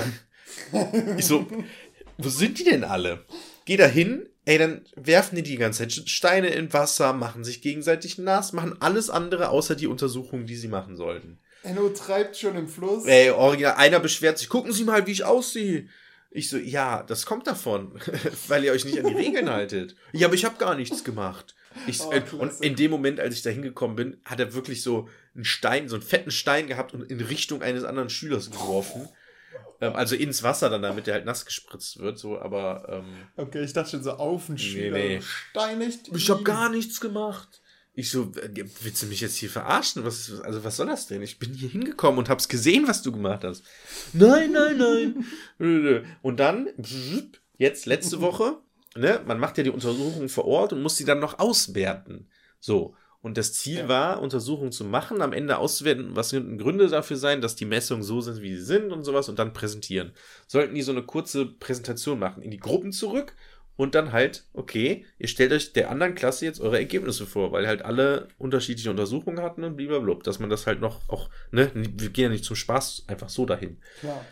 Ich so, wo sind die denn alle? Geh da hin, ey, dann werfen die die ganze Zeit Steine in Wasser, machen sich gegenseitig nass, machen alles andere, außer die Untersuchungen, die sie machen sollten. Enno treibt schon im Fluss. Ey, original, einer beschwert sich, gucken Sie mal, wie ich aussehe. Ich so, ja, das kommt davon, weil ihr euch nicht an die Regeln haltet. Ja, aber ich habe gar nichts gemacht. Ich, Oh, äh, klasse. und in dem Moment, als ich da hingekommen bin, hat er wirklich so einen Stein, so einen fetten Stein gehabt und in Richtung eines anderen Schülers geworfen. Ähm, also ins Wasser dann, damit der halt nass gespritzt wird, so, aber ähm, Okay, ich dachte schon so auf den Schüler. nee. Steinigt. ich habe gar nichts gemacht. Ich so, äh, willst du mich jetzt hier verarschen? Was, also was soll das denn? Ich bin hier hingekommen und hab's gesehen, was du gemacht hast. Nein, nein, nein. Und dann, jetzt letzte Woche, ne, man macht ja die Untersuchung vor Ort und muss sie dann noch auswerten. So. Und das Ziel Ja. war, Untersuchungen zu machen, am Ende auszuwerten, was könnten Gründe dafür sein, dass die Messungen so sind, wie sie sind und sowas und dann präsentieren. Sollten die so eine kurze Präsentation machen, in die Gruppen zurück und dann halt, okay, ihr stellt euch der anderen Klasse jetzt eure Ergebnisse vor, weil halt alle unterschiedliche Untersuchungen hatten und blablabla, dass man das halt noch auch, ne, wir gehen ja nicht zum Spaß einfach so dahin. Klar.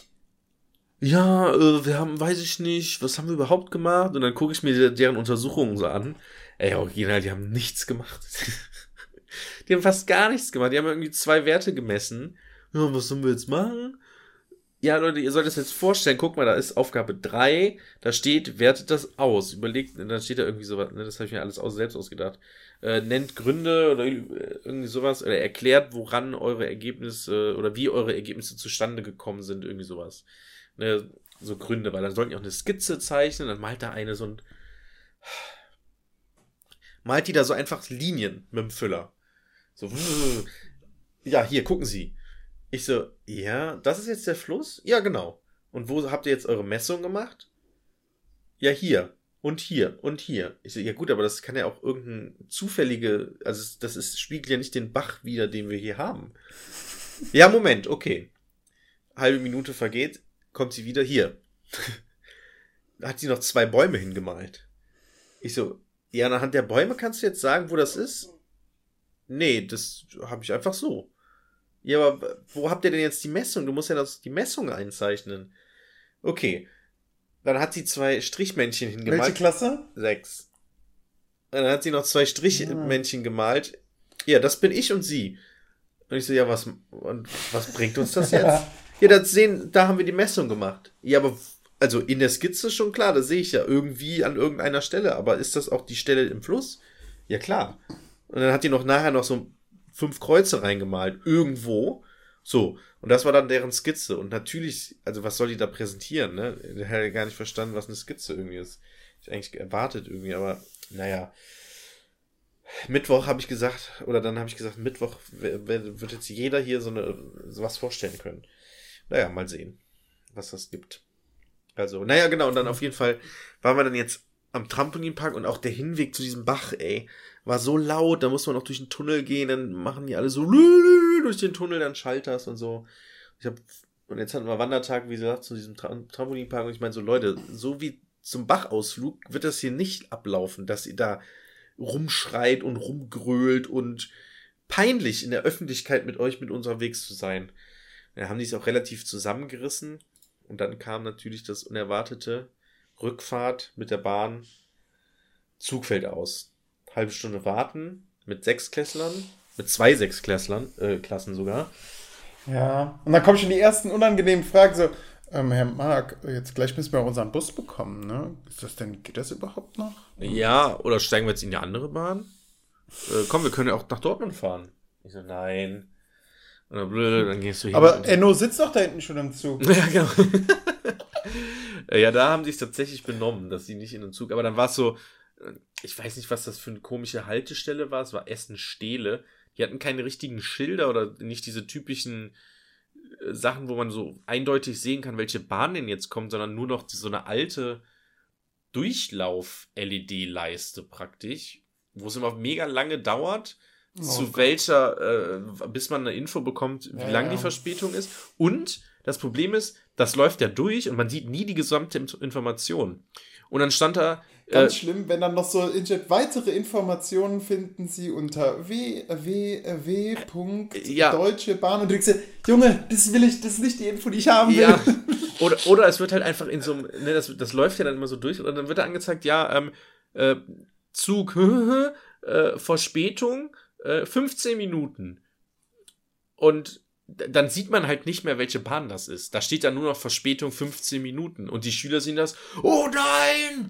Ja, äh, wir haben, weiß ich nicht, was haben wir überhaupt gemacht? Und dann gucke ich mir deren Untersuchungen so an. Ey, original, die haben nichts gemacht. Die haben fast gar nichts gemacht. Die haben irgendwie zwei Werte gemessen. Ja, was sollen wir jetzt machen? Ja, Leute, ihr sollt es jetzt vorstellen. Guck mal, da ist Aufgabe drei. Da steht, wertet das aus. Überlegt, da steht da irgendwie sowas. Ne, das habe ich mir alles aus, selbst ausgedacht. Äh, nennt Gründe oder irgendwie sowas. Oder erklärt, woran eure Ergebnisse oder wie eure Ergebnisse zustande gekommen sind. Irgendwie sowas. Ne, so Gründe, weil dann sollten die auch eine Skizze zeichnen. Dann malt da eine so ein... Malt die da so einfach Linien mit dem Füller. So, ja, hier, gucken Sie. Ich so, ja, das ist jetzt der Fluss? Ja, genau. Und wo habt ihr jetzt eure Messung gemacht? Ja, hier. Und hier. Und hier. Ich so, ja gut, aber das kann ja auch irgendein zufällige, also das ist, spiegelt ja nicht den Bach wider, den wir hier haben. Ja, Moment, okay. Halbe Minute vergeht, kommt sie wieder hier. Da hat sie noch zwei Bäume hingemalt. Ich so, ja, anhand der Bäume kannst du jetzt sagen, wo das ist? Nee, das habe ich einfach so. Ja, aber wo habt ihr denn jetzt die Messung? Du musst ja das, die Messung einzeichnen. Okay. Dann hat sie zwei Strichmännchen hingemalt. Welche Klasse? Sechs. Und dann hat sie noch zwei Strichmännchen gemalt. ja, das bin ich und sie. Und ich so, ja, was, und was bringt uns das jetzt? Ja, das sehen, da haben wir die Messung gemacht. Ja, aber, also in der Skizze schon klar, das sehe ich ja irgendwie an irgendeiner Stelle, aber ist das auch die Stelle im Fluss? Ja, klar. Und dann hat die noch nachher noch so fünf Kreuze reingemalt, irgendwo. So, und das war dann deren Skizze. Und natürlich, also was soll die da präsentieren, ne? Der hat ja gar nicht verstanden, was eine Skizze irgendwie ist. Ich eigentlich erwartet irgendwie, aber naja. Mittwoch habe ich gesagt, oder dann habe ich gesagt, Mittwoch wird jetzt jeder hier so eine sowas vorstellen können. Naja, mal sehen, was das gibt. Also, naja, genau, und dann auf jeden Fall waren wir dann jetzt am Trampolinpark und auch der Hinweg zu diesem Bach, ey, war so laut, da muss man auch durch den Tunnel gehen, dann machen die alle so durch den Tunnel, dann schallt das und so. Ich hab, und jetzt hatten wir Wandertag, wie gesagt, zu diesem Tra- Trampolinpark und ich meine so, Leute, so wie zum Bachausflug wird das hier nicht ablaufen, dass ihr da rumschreit und rumgrölt und peinlich in der Öffentlichkeit mit euch mit unterwegs zu sein. Da haben die es auch relativ zusammengerissen und dann kam natürlich das Unerwartete, Rückfahrt mit der Bahn, Zug fällt aus. Halbe Stunde warten mit Sechsklässlern, mit zwei Sechsklässlern, äh, Klassen sogar. Ja, und dann kommen schon die ersten unangenehmen Fragen, so, ähm, Herr Mark, jetzt gleich müssen wir auch unseren Bus bekommen, ne? Ist das denn, geht das überhaupt noch? Ja, oder steigen wir jetzt in die andere Bahn? Äh, komm, wir können ja auch nach Dortmund fahren. Ich so, nein. Und dann, blöd, dann gehst du hin. Aber Enno sitzt doch da hinten schon im Zug. Ja, genau. Ja, da haben sie es tatsächlich benommen, dass sie nicht in den Zug, aber dann war es so, ich weiß nicht, was das für eine komische Haltestelle war, es war Essen-Stehle. Die hatten keine richtigen Schilder oder nicht diese typischen äh, Sachen, wo man so eindeutig sehen kann, welche Bahn denn jetzt kommt, sondern nur noch so eine alte Durchlauf-L E D-Leiste praktisch, wo es immer mega lange dauert, oh, zu Gott. welcher, äh, bis man eine Info bekommt, wie ja, lang ja. die Verspätung ist. Und das Problem ist, das läuft ja durch und man sieht nie die gesamte Information. Und dann stand da... Ganz äh, schlimm, wenn dann noch so weitere Informationen finden Sie unter w w w punkt deutsche bahn und du denkst, Junge, das will ich, das ist nicht die Info, die ich haben will. Ja. Oder, oder es wird halt einfach in so einem, ne, das, das läuft ja dann immer so durch und dann wird da angezeigt, ja, ähm, äh, Zug, äh, Verspätung, äh, fünfzehn Minuten. Und dann sieht man halt nicht mehr, welche Bahn das ist. Da steht dann nur noch Verspätung fünfzehn Minuten. Und die Schüler sehen das, oh nein,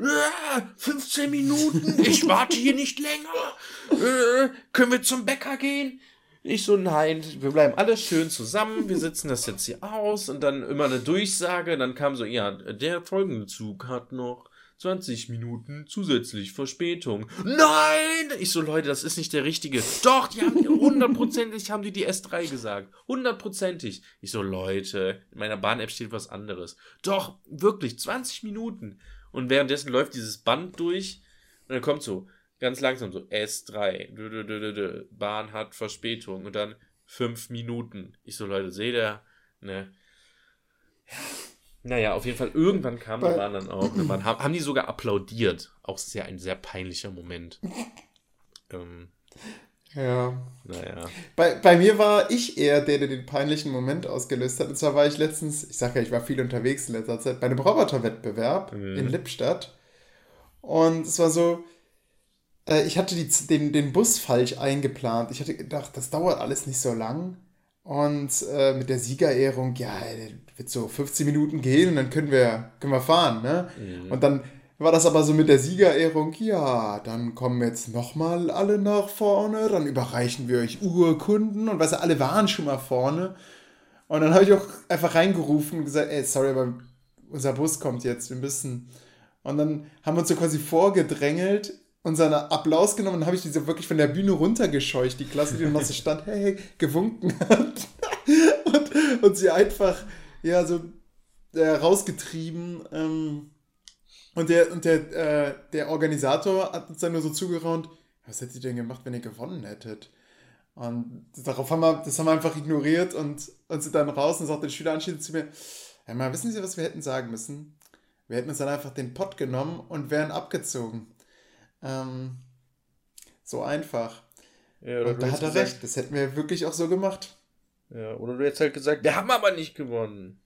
fünfzehn Minuten, ich warte hier nicht länger. Äh, können wir zum Bäcker gehen? Ich so, nein, wir bleiben alle schön zusammen, wir sitzen das jetzt hier aus. Und dann immer eine Durchsage. Dann kam so, ja, der folgende Zug hat noch zwanzig Minuten zusätzlich Verspätung. Nein! Ich so, Leute, das ist nicht der richtige. Doch, die haben hundertprozentig haben die die S drei gesagt. Hundertprozentig. Ich so, Leute, in meiner Bahn-App steht was anderes. Doch, wirklich, zwanzig Minuten. Und währenddessen läuft dieses Band durch und dann kommt so, ganz langsam so, S drei, dö, dö, dö, dö, dö. Bahn hat Verspätung und dann fünf Minuten. Ich so, Leute, seht ihr? Ne? Ja. Naja, auf jeden Fall, irgendwann kam die Bahn dann auch. Bahn, haben, haben die sogar applaudiert. Auch sehr ein sehr peinlicher Moment. ähm, ja. Naja. Bei, bei mir war ich eher der, der den peinlichen Moment ausgelöst hat. Und zwar war ich letztens, ich sag ja, ich war viel unterwegs in letzter Zeit, bei einem Roboterwettbewerb mhm. in Lippstadt. Und es war so, äh, ich hatte die, den, den Bus falsch eingeplant. Ich hatte gedacht, das dauert alles nicht so lang. Und äh, mit der Siegerehrung, ja, wird so fünfzehn Minuten gehen und dann können wir, können wir fahren, ne? Mhm. Und dann war das aber so mit der Siegerehrung, ja, dann kommen jetzt nochmal alle nach vorne, dann überreichen wir euch Urkunden und weißt du, alle waren schon mal vorne. Und dann habe ich auch einfach reingerufen und gesagt, ey, sorry, aber unser Bus kommt jetzt, wir müssen. Und dann haben wir uns so quasi vorgedrängelt, unseren Applaus genommen und dann habe ich die so wirklich von der Bühne runtergescheucht, die Klasse, die noch so stand, hey, hey, gewunken hat. und, und sie einfach, ja, so äh, rausgetrieben. Ähm, und der, und der, äh, der Organisator hat uns dann nur so zugeraunt, was hättet ihr denn gemacht, wenn ihr gewonnen hättet? Und darauf haben wir, das haben wir einfach ignoriert und, und sind dann raus und sagte der Schüler anschließend zu mir, ja, mal, wissen Sie, was wir hätten sagen müssen? Wir hätten uns dann einfach den Pott genommen und wären abgezogen. Ähm, so einfach. Ja, oder und da hat er gesagt, recht, das hätten wir wirklich auch so gemacht. Ja, oder du hättest halt gesagt, wir haben aber nicht gewonnen.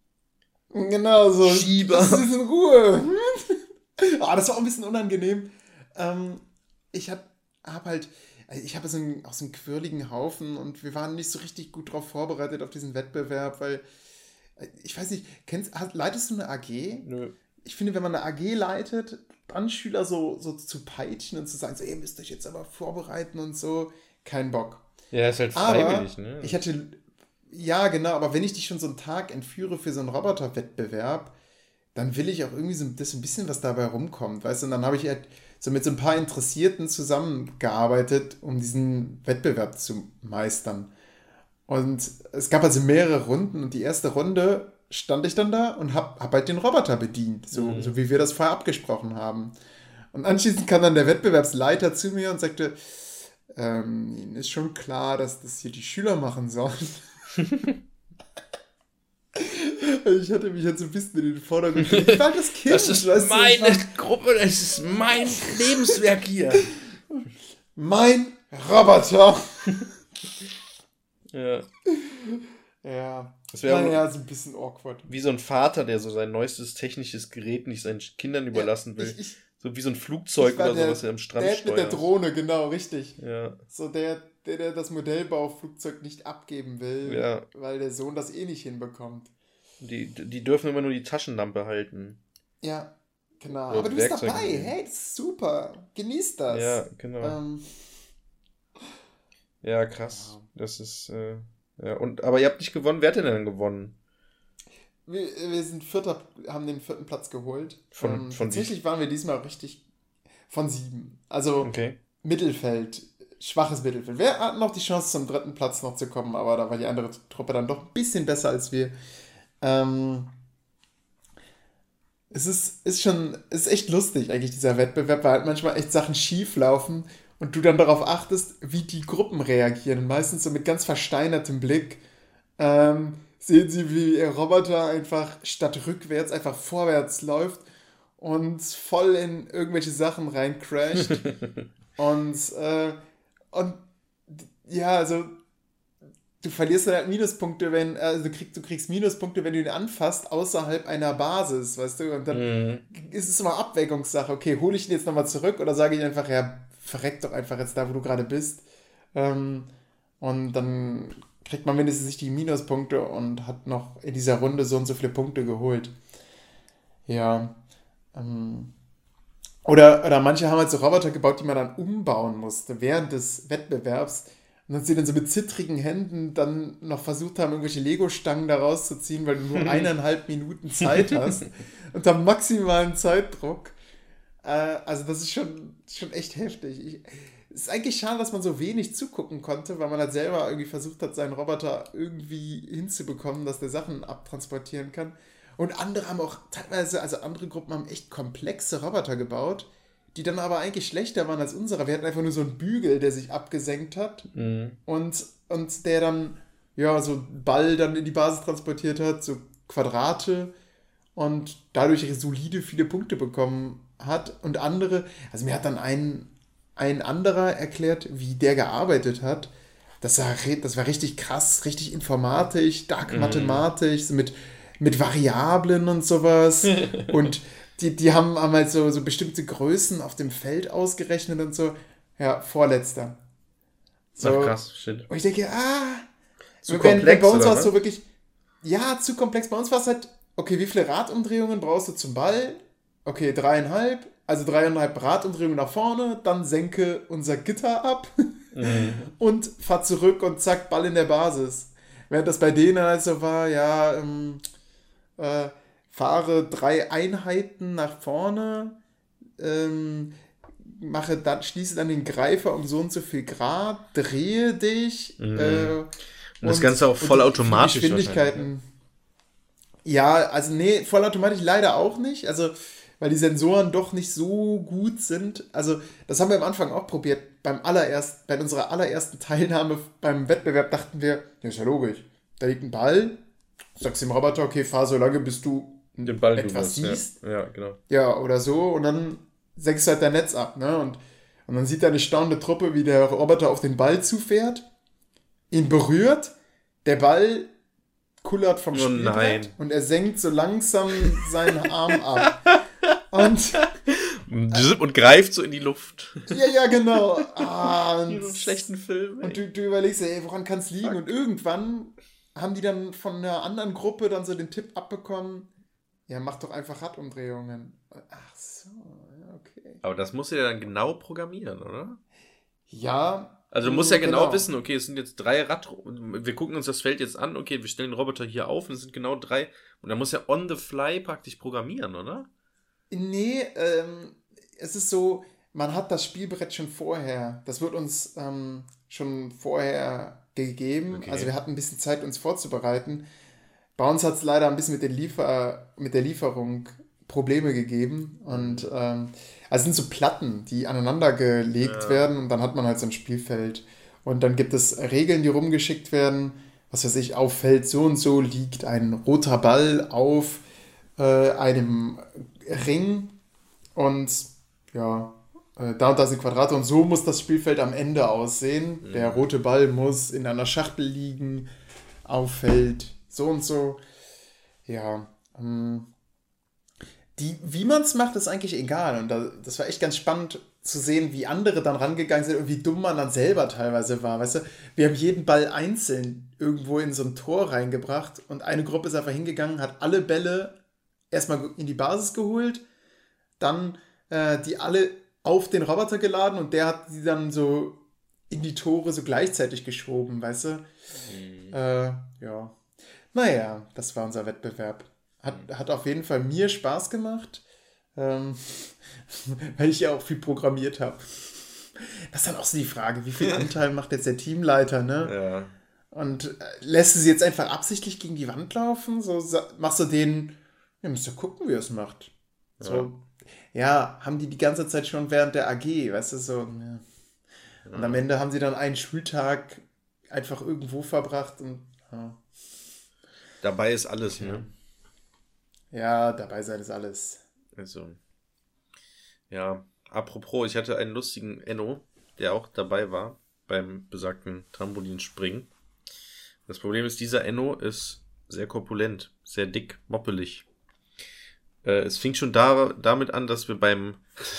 Genau so. Schieber. Das ist in Ruhe. Ah, das war auch ein bisschen unangenehm. Ähm, ich hab, hab halt, ich habe so einen, auch so einen quirligen Haufen und wir waren nicht so richtig gut drauf vorbereitet auf diesen Wettbewerb, weil, ich weiß nicht, kennst, hast, leitest du eine A G? Nö. Ich finde, wenn man eine A G leitet, dann Schüler so, so zu peitschen und zu sagen, so, ihr müsst euch jetzt aber vorbereiten und so, kein Bock. Ja, ist halt freiwillig, ne? Ich hatte, ja genau, aber wenn ich dich schon so einen Tag entführe für so einen Roboterwettbewerb, dann will ich auch irgendwie so, dass ein bisschen was dabei rumkommt, weißt du, und dann habe ich halt so mit so ein paar Interessierten zusammengearbeitet, um diesen Wettbewerb zu meistern. Und es gab also mehrere Runden und die erste Runde stand ich dann da und hab, hab halt den Roboter bedient, so, mhm. so wie wir das vorher abgesprochen haben. Und anschließend kam dann der Wettbewerbsleiter zu mir und sagte, ähm, Ihnen ist schon klar, dass das hier die Schüler machen sollen. Ich hatte mich halt so ein bisschen in den Vordergrund gelegt. Ich war das Kind. Das ist weißt meine du, war, Gruppe, das ist mein Lebenswerk hier. Mein Roboter. Ja. Ja. Das wäre naja, so ein bisschen awkward. Wie so ein Vater, der so sein neuestes technisches Gerät nicht seinen Kindern überlassen will. Ja, ich, ich, so wie so ein Flugzeug oder so, was er am Strand der steuert. Der mit der Drohne, genau, richtig. Ja. So der, der, der das Modellbauflugzeug nicht abgeben will, ja. weil der Sohn das eh nicht hinbekommt. Die, die dürfen immer nur die Taschenlampe halten. Ja, genau. Oder aber du Werkzeug bist dabei. nehmen. Hey, das ist super. Genieß das. Ja, genau. Ähm, ja, krass. Ja. Das ist... Äh, ja, und, aber ihr habt nicht gewonnen. Wer hat denn dann gewonnen? Wir, wir sind Vierter, haben den vierten Platz geholt. Von, ähm, von tatsächlich wie? waren wir diesmal richtig von sieben. Also okay. Mittelfeld, schwaches Mittelfeld. Wir hatten noch die Chance, zum dritten Platz noch zu kommen, aber da war die andere Truppe dann doch ein bisschen besser als wir. Ähm, es ist, ist schon, ist echt lustig eigentlich, dieser Wettbewerb, weil halt manchmal echt Sachen schief laufen und du dann darauf achtest, wie die Gruppen reagieren. Und meistens so mit ganz versteinertem Blick ähm, sehen sie, wie ihr Roboter einfach statt rückwärts einfach vorwärts läuft und voll in irgendwelche Sachen reincrasht. und, äh, und ja, also du verlierst dann halt Minuspunkte, wenn, also du kriegst, du kriegst Minuspunkte, wenn du ihn anfasst, außerhalb einer Basis, weißt du? Und dann mhm. ist es immer Abwägungssache. Okay, hole ich ihn jetzt nochmal zurück oder sage ich einfach, ja, verreck doch einfach jetzt da, wo du gerade bist. Ähm, und dann kriegt man mindestens nicht die Minuspunkte und hat noch in dieser Runde so und so viele Punkte geholt. Ja. Ähm, oder, oder manche haben halt so Roboter gebaut, die man dann umbauen musste während des Wettbewerbs. Und dass sie dann so mit zittrigen Händen dann noch versucht haben, irgendwelche Lego-Stangen da rauszuziehen, weil du nur eineinhalb Minuten Zeit hast. Unter maximalen Zeitdruck. Äh, also das ist schon, schon echt heftig. Ich, es ist eigentlich schade, dass man so wenig zugucken konnte, weil man halt selber irgendwie versucht hat, seinen Roboter irgendwie hinzubekommen, dass der Sachen abtransportieren kann. Und andere haben auch teilweise, also andere Gruppen haben echt komplexe Roboter gebaut, die dann aber eigentlich schlechter waren als unsere. Wir hatten einfach nur so einen Bügel, der sich abgesenkt hat mhm. und, und der dann, ja, so Ball dann in die Basis transportiert hat, so Quadrate und dadurch solide viele Punkte bekommen hat. Und andere, also mir hat dann ein, ein anderer erklärt, wie der gearbeitet hat. Das war, das war richtig krass, richtig informatisch, dark mhm. mathematisch, so mit, mit Variablen und sowas. Und Die, die haben, haben halt so, so bestimmte Größen auf dem Feld ausgerechnet und so. Ja, vorletzter. So. Ach, krass, shit. Und ich denke, ah. Zu wenn, komplex, bei uns war es ne? so wirklich, ja, zu komplex. Bei uns war es halt, okay, wie viele Radumdrehungen brauchst du zum Ball? Okay, dreieinhalb. Also dreieinhalb Radumdrehungen nach vorne, dann senke unser Gitter ab mhm. und fahr zurück und zack, Ball in der Basis. Während das bei denen halt so war, ja, ähm, äh, fahre drei Einheiten nach vorne, ähm, mache dann, schließe dann den Greifer um so und so viel Grad, drehe dich. Mhm. Äh, und, und das Ganze auch vollautomatisch. Geschwindigkeiten. Ja, also nee, vollautomatisch leider auch nicht. Also, weil die Sensoren doch nicht so gut sind. Also, das haben wir am Anfang auch probiert. Beim allererst, bei unserer allerersten Teilnahme beim Wettbewerb dachten wir, ja, ist ja logisch. Da liegt ein Ball, sagst dem Roboter, okay, fahr so lange, bis du den Ball etwas siehst. Ja. ja, genau. Ja, oder so. Und dann senkst du halt dein Netz ab, ne? Und, und dann sieht deine staunende Truppe, wie der Roboter auf den Ball zufährt, ihn berührt, der Ball kullert vom oh, Spielbrett nein. und er senkt so langsam seinen Arm ab. Und Und greift so in die Luft. Ja, ja, genau. Ah, Wie so einen schlechten Film. Ey. Und du, du überlegst, ey, woran kann es liegen? Fuck. Und irgendwann haben die dann von einer anderen Gruppe dann so den Tipp abbekommen, ja, mach doch einfach Radumdrehungen. Ach so, ja, okay. Aber das musst du ja dann genau programmieren, oder? Ja. Also du musst ja genau, genau wissen, okay, es sind jetzt drei Rad, wir gucken uns das Feld jetzt an, okay, wir stellen den Roboter hier auf und es sind genau drei, und dann muss ja on the fly praktisch programmieren, oder? Nee, ähm, es ist so, man hat das Spielbrett schon vorher, das wird uns ähm, schon vorher gegeben, okay. Also wir hatten ein bisschen Zeit, uns vorzubereiten. Bei uns hat es leider ein bisschen mit, den Liefer- mit der Lieferung Probleme gegeben und ähm, also es sind so Platten, die aneinander gelegt ja. werden und dann hat man halt so ein Spielfeld und dann gibt es Regeln, die rumgeschickt werden, was weiß ich, auf Feld so und so liegt ein roter Ball auf äh, einem Ring und ja, äh, da und da sind Quadrate und so muss das Spielfeld am Ende aussehen. Mhm. Der rote Ball muss in einer Schachtel liegen, auf Feld so und so. Ja, ähm, Die, wie man es macht, ist eigentlich egal. Und da, das war echt ganz spannend zu sehen, wie andere dann rangegangen sind und wie dumm man dann selber teilweise war. Weißt du, wir haben jeden Ball einzeln irgendwo in so ein Tor reingebracht und eine Gruppe ist einfach hingegangen, hat alle Bälle erstmal in die Basis geholt, dann äh, die alle auf den Roboter geladen und der hat die dann so in die Tore so gleichzeitig geschoben, weißt du? Mhm. Äh, ja. Naja, das war unser Wettbewerb. Hat, hat auf jeden Fall mir Spaß gemacht, ähm, weil ich ja auch viel programmiert habe. Das ist dann auch so die Frage, wie viel Anteil macht jetzt der Teamleiter, ne? Ja. Und äh, lässt du sie jetzt einfach absichtlich gegen die Wand laufen? So sa- machst du denen, ja, müsst ihr gucken, wie er es macht. So, ja. ja, haben die die ganze Zeit schon während der A G, weißt du, so. Ja. Und ja. Am Ende haben sie dann einen Schultag einfach irgendwo verbracht und ja. Dabei ist alles, okay. Ne? Ja, dabei sein ist alles. Also, ja, apropos, ich hatte einen lustigen Enno, der auch dabei war beim besagten Trampolinspringen. Das Problem ist, dieser Enno ist sehr korpulent, sehr dick, moppelig. Äh, es fing schon da, damit an, dass wir beim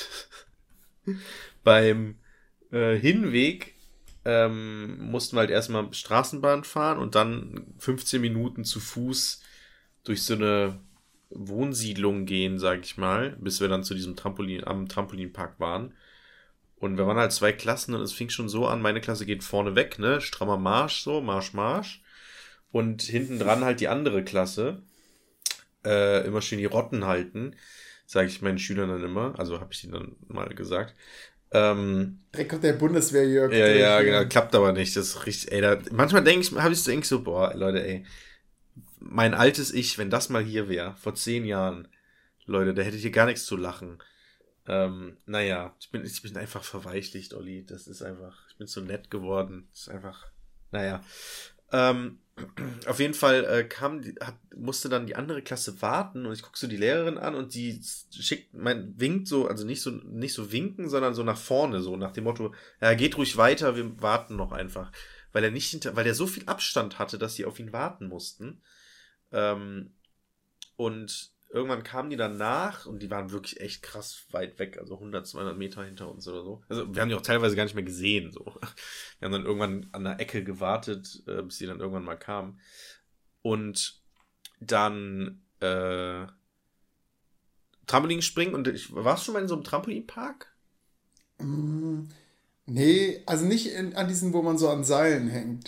beim äh, Hinweg ähm, mussten wir halt erstmal Straßenbahn fahren und dann fünfzehn Minuten zu Fuß durch so eine Wohnsiedlung gehen, sag ich mal, bis wir dann zu diesem Trampolin, am Trampolinpark waren. Und wir waren halt zwei Klassen und es fing schon so an, meine Klasse geht vorne weg, ne, strammer Marsch, so, Marsch, Marsch. Und hinten dran halt die andere Klasse, äh, immer schön die Rotten halten, sage ich meinen Schülern dann immer, also habe ich denen dann mal gesagt. Ähm, Direkt kommt der Bundeswehrjörg. Ja, ja, genau, klappt aber nicht, das ist richtig, ey, da, manchmal denke ich, habe ich so, denk so, boah, Leute, ey, mein altes Ich, wenn das mal hier wäre, vor zehn Jahren, Leute, da hättet ihr gar nichts zu lachen. Ähm, naja, ich bin, ich bin einfach verweichlicht, Olli. Das ist einfach, ich bin so nett geworden. Das ist einfach, naja. Ähm, auf jeden Fall äh, kam, die, hat, musste dann die andere Klasse warten und ich gucke so die Lehrerin an und die schickt, mein, winkt so, also nicht so, nicht so winken, sondern so nach vorne, so nach dem Motto, ja, geht ruhig weiter, wir warten noch einfach. Weil er nicht hinter, weil er so viel Abstand hatte, dass sie auf ihn warten mussten. Ähm, und irgendwann kamen die dann nach und die waren wirklich echt krass weit weg, also hundert, zweihundert Meter hinter uns oder so. Also wir haben die auch teilweise gar nicht mehr gesehen, so. Wir haben dann irgendwann an der Ecke gewartet, äh, bis die dann irgendwann mal kamen. Und dann äh, Trampolin springen und ich, warst du schon mal in so einem Trampolinpark? Mm, nee, also nicht in, an diesen, wo man so an Seilen hängt.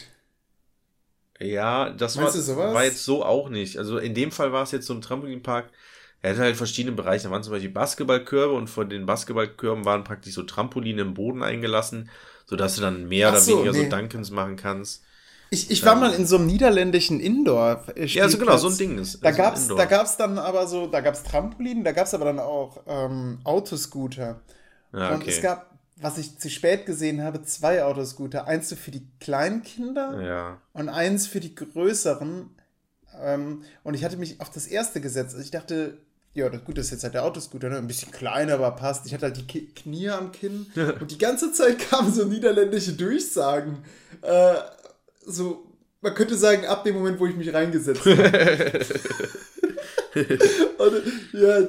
Ja, das war, war jetzt so auch nicht. Also in dem Fall war es jetzt so ein Trampolinpark. Er hatte halt verschiedene Bereiche. Da waren zum Beispiel Basketballkörbe und vor den Basketballkörben waren praktisch so Trampoline im Boden eingelassen, sodass du dann mehr oder so, weniger nee. so Dunkens machen kannst. Ich, ich war ähm, mal in so einem niederländischen Indoor-Spielplatz. Ja, also genau, so ein Ding ist. Da so gab's, da gab's dann aber so, da gab's Trampolinen, da gab's aber dann auch ähm, Autoscooter. Ja, okay. Und es gab, was ich zu spät gesehen habe, zwei Autoscooter. Eins so für die kleinen Kinder ja. und eins für die größeren. Ähm, und ich hatte mich auf das erste gesetzt. Also ich dachte, ja, das gut, das ist jetzt halt der Autoscooter, ne? Ein bisschen kleiner, aber passt. Ich hatte halt die Ki- Knie am Kinn. Und die ganze Zeit kamen so niederländische Durchsagen. Äh, so, man könnte sagen, ab dem Moment, wo ich mich reingesetzt habe. Und ja, dann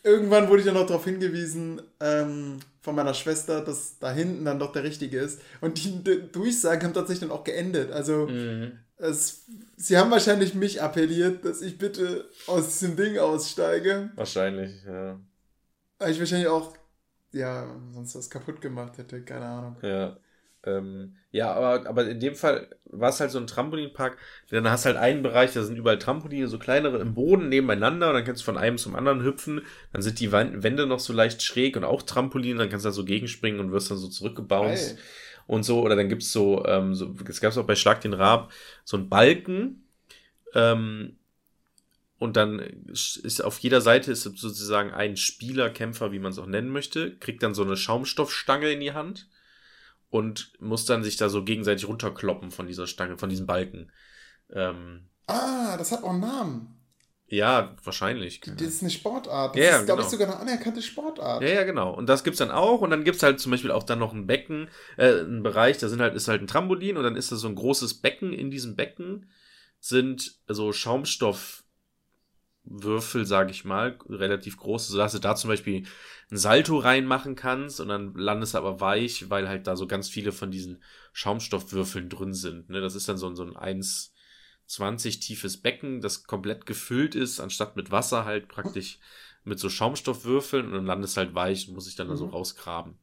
irgendwann wurde ich ja noch darauf hingewiesen, ähm, von meiner Schwester, dass da hinten dann doch der richtige ist. Und die D- Durchsagen haben tatsächlich dann auch geendet. Also Mhm. es, sie haben wahrscheinlich mich appelliert, dass ich bitte aus diesem Ding aussteige. Wahrscheinlich, ja. Weil ich wahrscheinlich auch, ja, sonst was kaputt gemacht hätte, keine Ahnung. Ja, ähm, ja, aber, aber in dem Fall war es halt so ein Trampolinpark. Dann hast du halt einen Bereich, da sind überall Trampoline, so kleinere im Boden nebeneinander und dann kannst du von einem zum anderen hüpfen. Dann sind die Wan- Wände noch so leicht schräg und auch Trampolin, dann kannst du da so gegenspringen und wirst dann so zurückgebounced Geil. und so. Oder dann gibt's so, ähm, so, es gab's auch bei Schlag den Raab so einen Balken, ähm, und dann ist auf jeder Seite ist sozusagen ein Spieler, Kämpfer, wie man es auch nennen möchte, kriegt dann so eine Schaumstoffstange in die Hand und muss dann sich da so gegenseitig runterkloppen von dieser Stange, von diesem Balken. Ähm, Ah, das hat auch einen Namen. ja, wahrscheinlich. Das ist eine Sportart. Das Ja, ist, glaube genau. ich, sogar eine anerkannte Sportart. Ja, ja, genau. Und das gibt's dann auch. Und dann gibt's halt zum Beispiel auch dann noch ein Becken, äh, ein Bereich, da sind halt, ist halt ein Trampolin und dann ist da so ein großes Becken. In diesem Becken sind so Schaumstoffwürfel, sage ich mal, relativ groß, sodass du da zum Beispiel ein Salto reinmachen kannst und dann landest du aber weich, weil halt da so ganz viele von diesen Schaumstoffwürfeln drin sind. Ne? Das ist dann so, ein- so ein eins zwanzig tiefes Becken, das komplett gefüllt ist, anstatt mit Wasser halt praktisch mit so Schaumstoffwürfeln und dann landest halt weich und muss ich dann da so Mhm. rausgraben.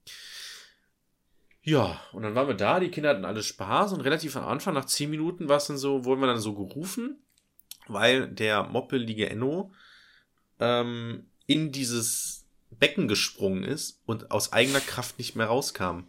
Ja, und dann waren wir da, die Kinder hatten alle Spaß und relativ am Anfang, nach zehn Minuten war es dann so, wurden wir dann so gerufen, weil der moppelige Enno ähm, in dieses Becken gesprungen ist und aus eigener Kraft nicht mehr rauskam.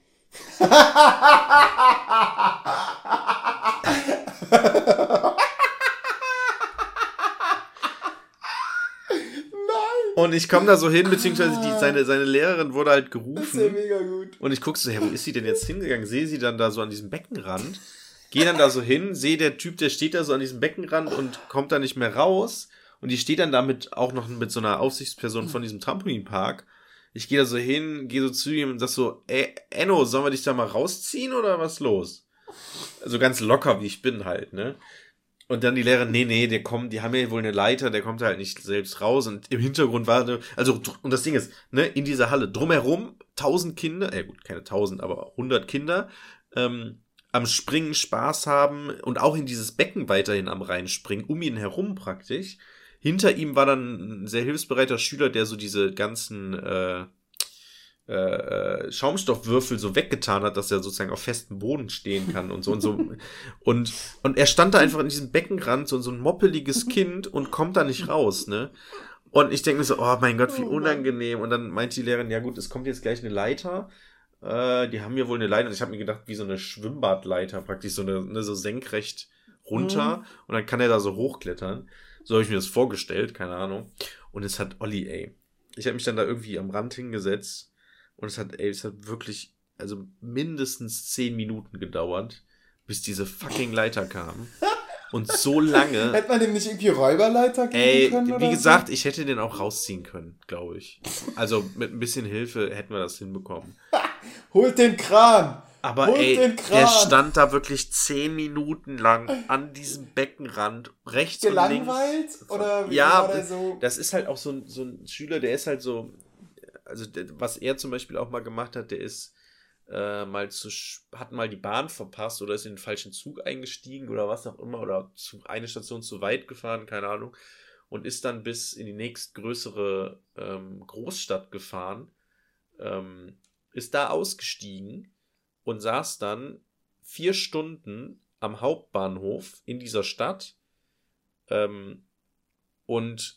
Nein, Und ich komme da so hin, beziehungsweise die, seine, seine Lehrerin wurde halt das ist ja gerufen. mega gut. Und ich gucke so, hey, wo ist sie denn jetzt hingegangen? Sehe sie dann da so an diesem Beckenrand, gehe dann da so hin, sehe der Typ, der steht da so an diesem Beckenrand und kommt da nicht mehr raus. Und die steht dann damit auch noch mit so einer Aufsichtsperson von diesem Trampolinpark. Ich gehe da so hin, gehe so zu ihm und sag so, ey, Enno, sollen wir dich da mal rausziehen oder was los? Also ganz locker, wie ich bin halt, ne? Und dann die Lehrerin, nee, nee, der kommt, die haben ja wohl eine Leiter, der kommt halt nicht selbst raus. Und im Hintergrund war, eine, also, und das Ding ist, ne, in dieser Halle, drumherum, tausend Kinder, äh gut, keine tausend, aber hundert Kinder, ähm, am Springen Spaß haben und auch in dieses Becken weiterhin am reinspringen, um ihn herum praktisch. Hinter ihm war dann ein sehr hilfsbereiter Schüler, der so diese ganzen äh, äh, Schaumstoffwürfel so weggetan hat, dass er sozusagen auf festem Boden stehen kann und so und so. Und, und er stand da einfach in diesem Beckenrand, so, so ein moppeliges Kind und kommt da nicht raus, ne? Und ich denke mir so, oh mein Gott, wie unangenehm. Und dann meint die Lehrerin, ja gut, es kommt jetzt gleich eine Leiter. Äh, die haben ja wohl eine Leiter. Und ich habe mir gedacht, wie so eine Schwimmbadleiter, praktisch so eine, ne, so senkrecht runter. Mhm. Und dann kann er da so hochklettern. So habe ich mir das vorgestellt, keine Ahnung. Und es hat Olli, ey. Ich habe mich dann da irgendwie am Rand hingesetzt. Und es hat, ey, es hat wirklich, also mindestens zehn Minuten gedauert, bis diese fucking Leiter kam. Und so lange. Hätte man dem nicht irgendwie Räuberleiter geben Ey, können oder wie so? gesagt, ich hätte den auch rausziehen können, glaube ich. Also mit ein bisschen Hilfe hätten wir das hinbekommen. Holt den Kran! Aber Holt ey, den Kran! der stand da wirklich zehn Minuten lang an diesem Beckenrand, rechts und Gelangweilt? links. Oder wie Ja, war der so? das ist halt auch so ein, so ein Schüler, der ist halt so, also der, was er zum Beispiel auch mal gemacht hat, der ist äh, mal zu, hat mal die Bahn verpasst oder ist in den falschen Zug eingestiegen oder was auch immer oder zu, eine Station zu weit gefahren, keine Ahnung, und ist dann bis in die nächstgrößere ähm, Großstadt gefahren, ähm, ist da ausgestiegen und saß dann vier Stunden am Hauptbahnhof in dieser Stadt ähm, und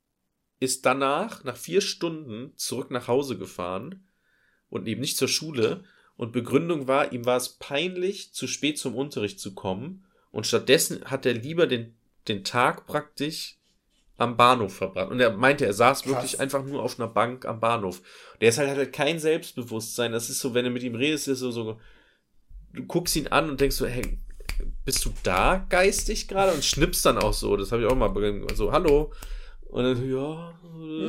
ist danach, nach vier Stunden, zurück nach Hause gefahren und eben nicht zur Schule. Und Begründung war, ihm war es peinlich, zu spät zum Unterricht zu kommen. Und stattdessen hat er lieber den, den Tag praktisch am Bahnhof verbracht. Und er meinte, er saß Krass. wirklich einfach nur auf einer Bank am Bahnhof. Der ist halt, hat halt kein Selbstbewusstsein. Das ist so, wenn du mit ihm redest, ist so, so, du guckst ihn an und denkst so, hey, bist du da geistig gerade? Und schnippst dann auch so. Das habe ich auch mal so, hallo. Und dann, ja.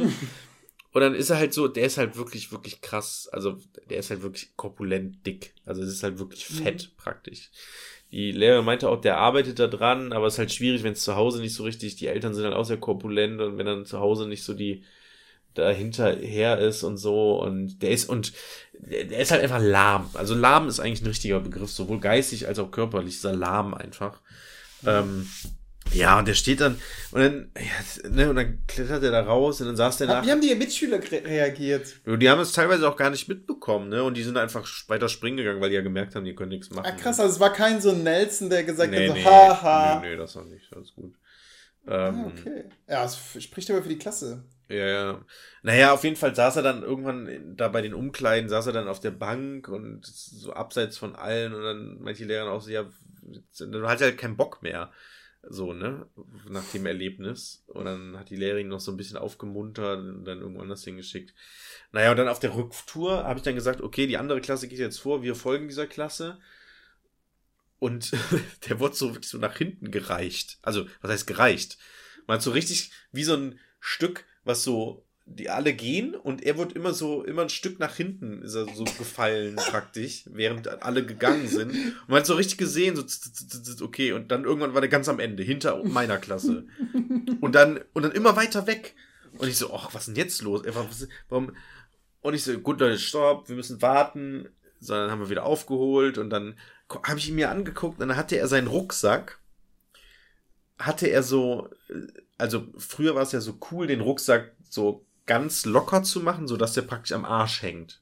Und dann ist er halt so, der ist halt wirklich, wirklich krass. Also, der ist halt wirklich korpulent dick. Also, es ist halt wirklich fett, mhm. praktisch. Die Lehrerin meinte auch, der arbeitet da dran, aber es ist halt schwierig, wenn es zu Hause nicht so richtig, die Eltern sind halt auch sehr korpulent und wenn dann zu Hause nicht so die, dahinterher ist und so und der ist und der, der ist halt einfach lahm. Also lahm ist eigentlich ein richtiger Begriff, sowohl geistig als auch körperlich ist er lahm einfach. Mhm. Ähm, ja, und der steht dann und dann, ja, ne, und dann klettert er da raus und dann saß der nach. Wie haben die Mitschüler reagiert? Die haben es teilweise auch gar nicht mitbekommen, ne? Und die sind einfach weiter springen gegangen, weil die ja gemerkt haben, die können nichts machen. Ah, krass, also es war kein so Nelson, der gesagt nee, hat, so, nee, haha. Nee, nee, das war nicht, alles gut. Ähm, ah, okay. Ja, das spricht aber für die Klasse. Ja, ja. Naja, auf jeden Fall saß er dann irgendwann da bei den Umkleiden, saß er dann auf der Bank und so abseits von allen und dann manche Lehrer auch so, ja, dann hat er halt keinen Bock mehr. So, ne? Nach dem Erlebnis. Und dann hat die Lehrerin noch so ein bisschen aufgemuntert und dann irgendwo anders hingeschickt. Naja, und dann auf der Rücktour habe ich dann gesagt, okay, die andere Klasse geht jetzt vor, wir folgen dieser Klasse. Und der wurde so wirklich so nach hinten gereicht. Also, was heißt gereicht? Man hat so richtig wie so ein Stück, was so, die alle gehen und er wird immer so, immer ein Stück nach hinten ist er so gefallen praktisch, während alle gegangen sind. Und man hat so richtig gesehen, so, okay, und dann irgendwann war der ganz am Ende, hinter meiner Klasse. Und dann, und dann immer weiter weg. Und ich so, ach, was ist denn jetzt los? Warum? Und ich so, gut, Leute, stopp, wir müssen warten. So, dann haben wir wieder aufgeholt und dann habe ich ihn mir angeguckt und dann hatte er seinen Rucksack, hatte er so, also früher war es ja so cool, den Rucksack so ganz locker zu machen, sodass der praktisch am Arsch hängt.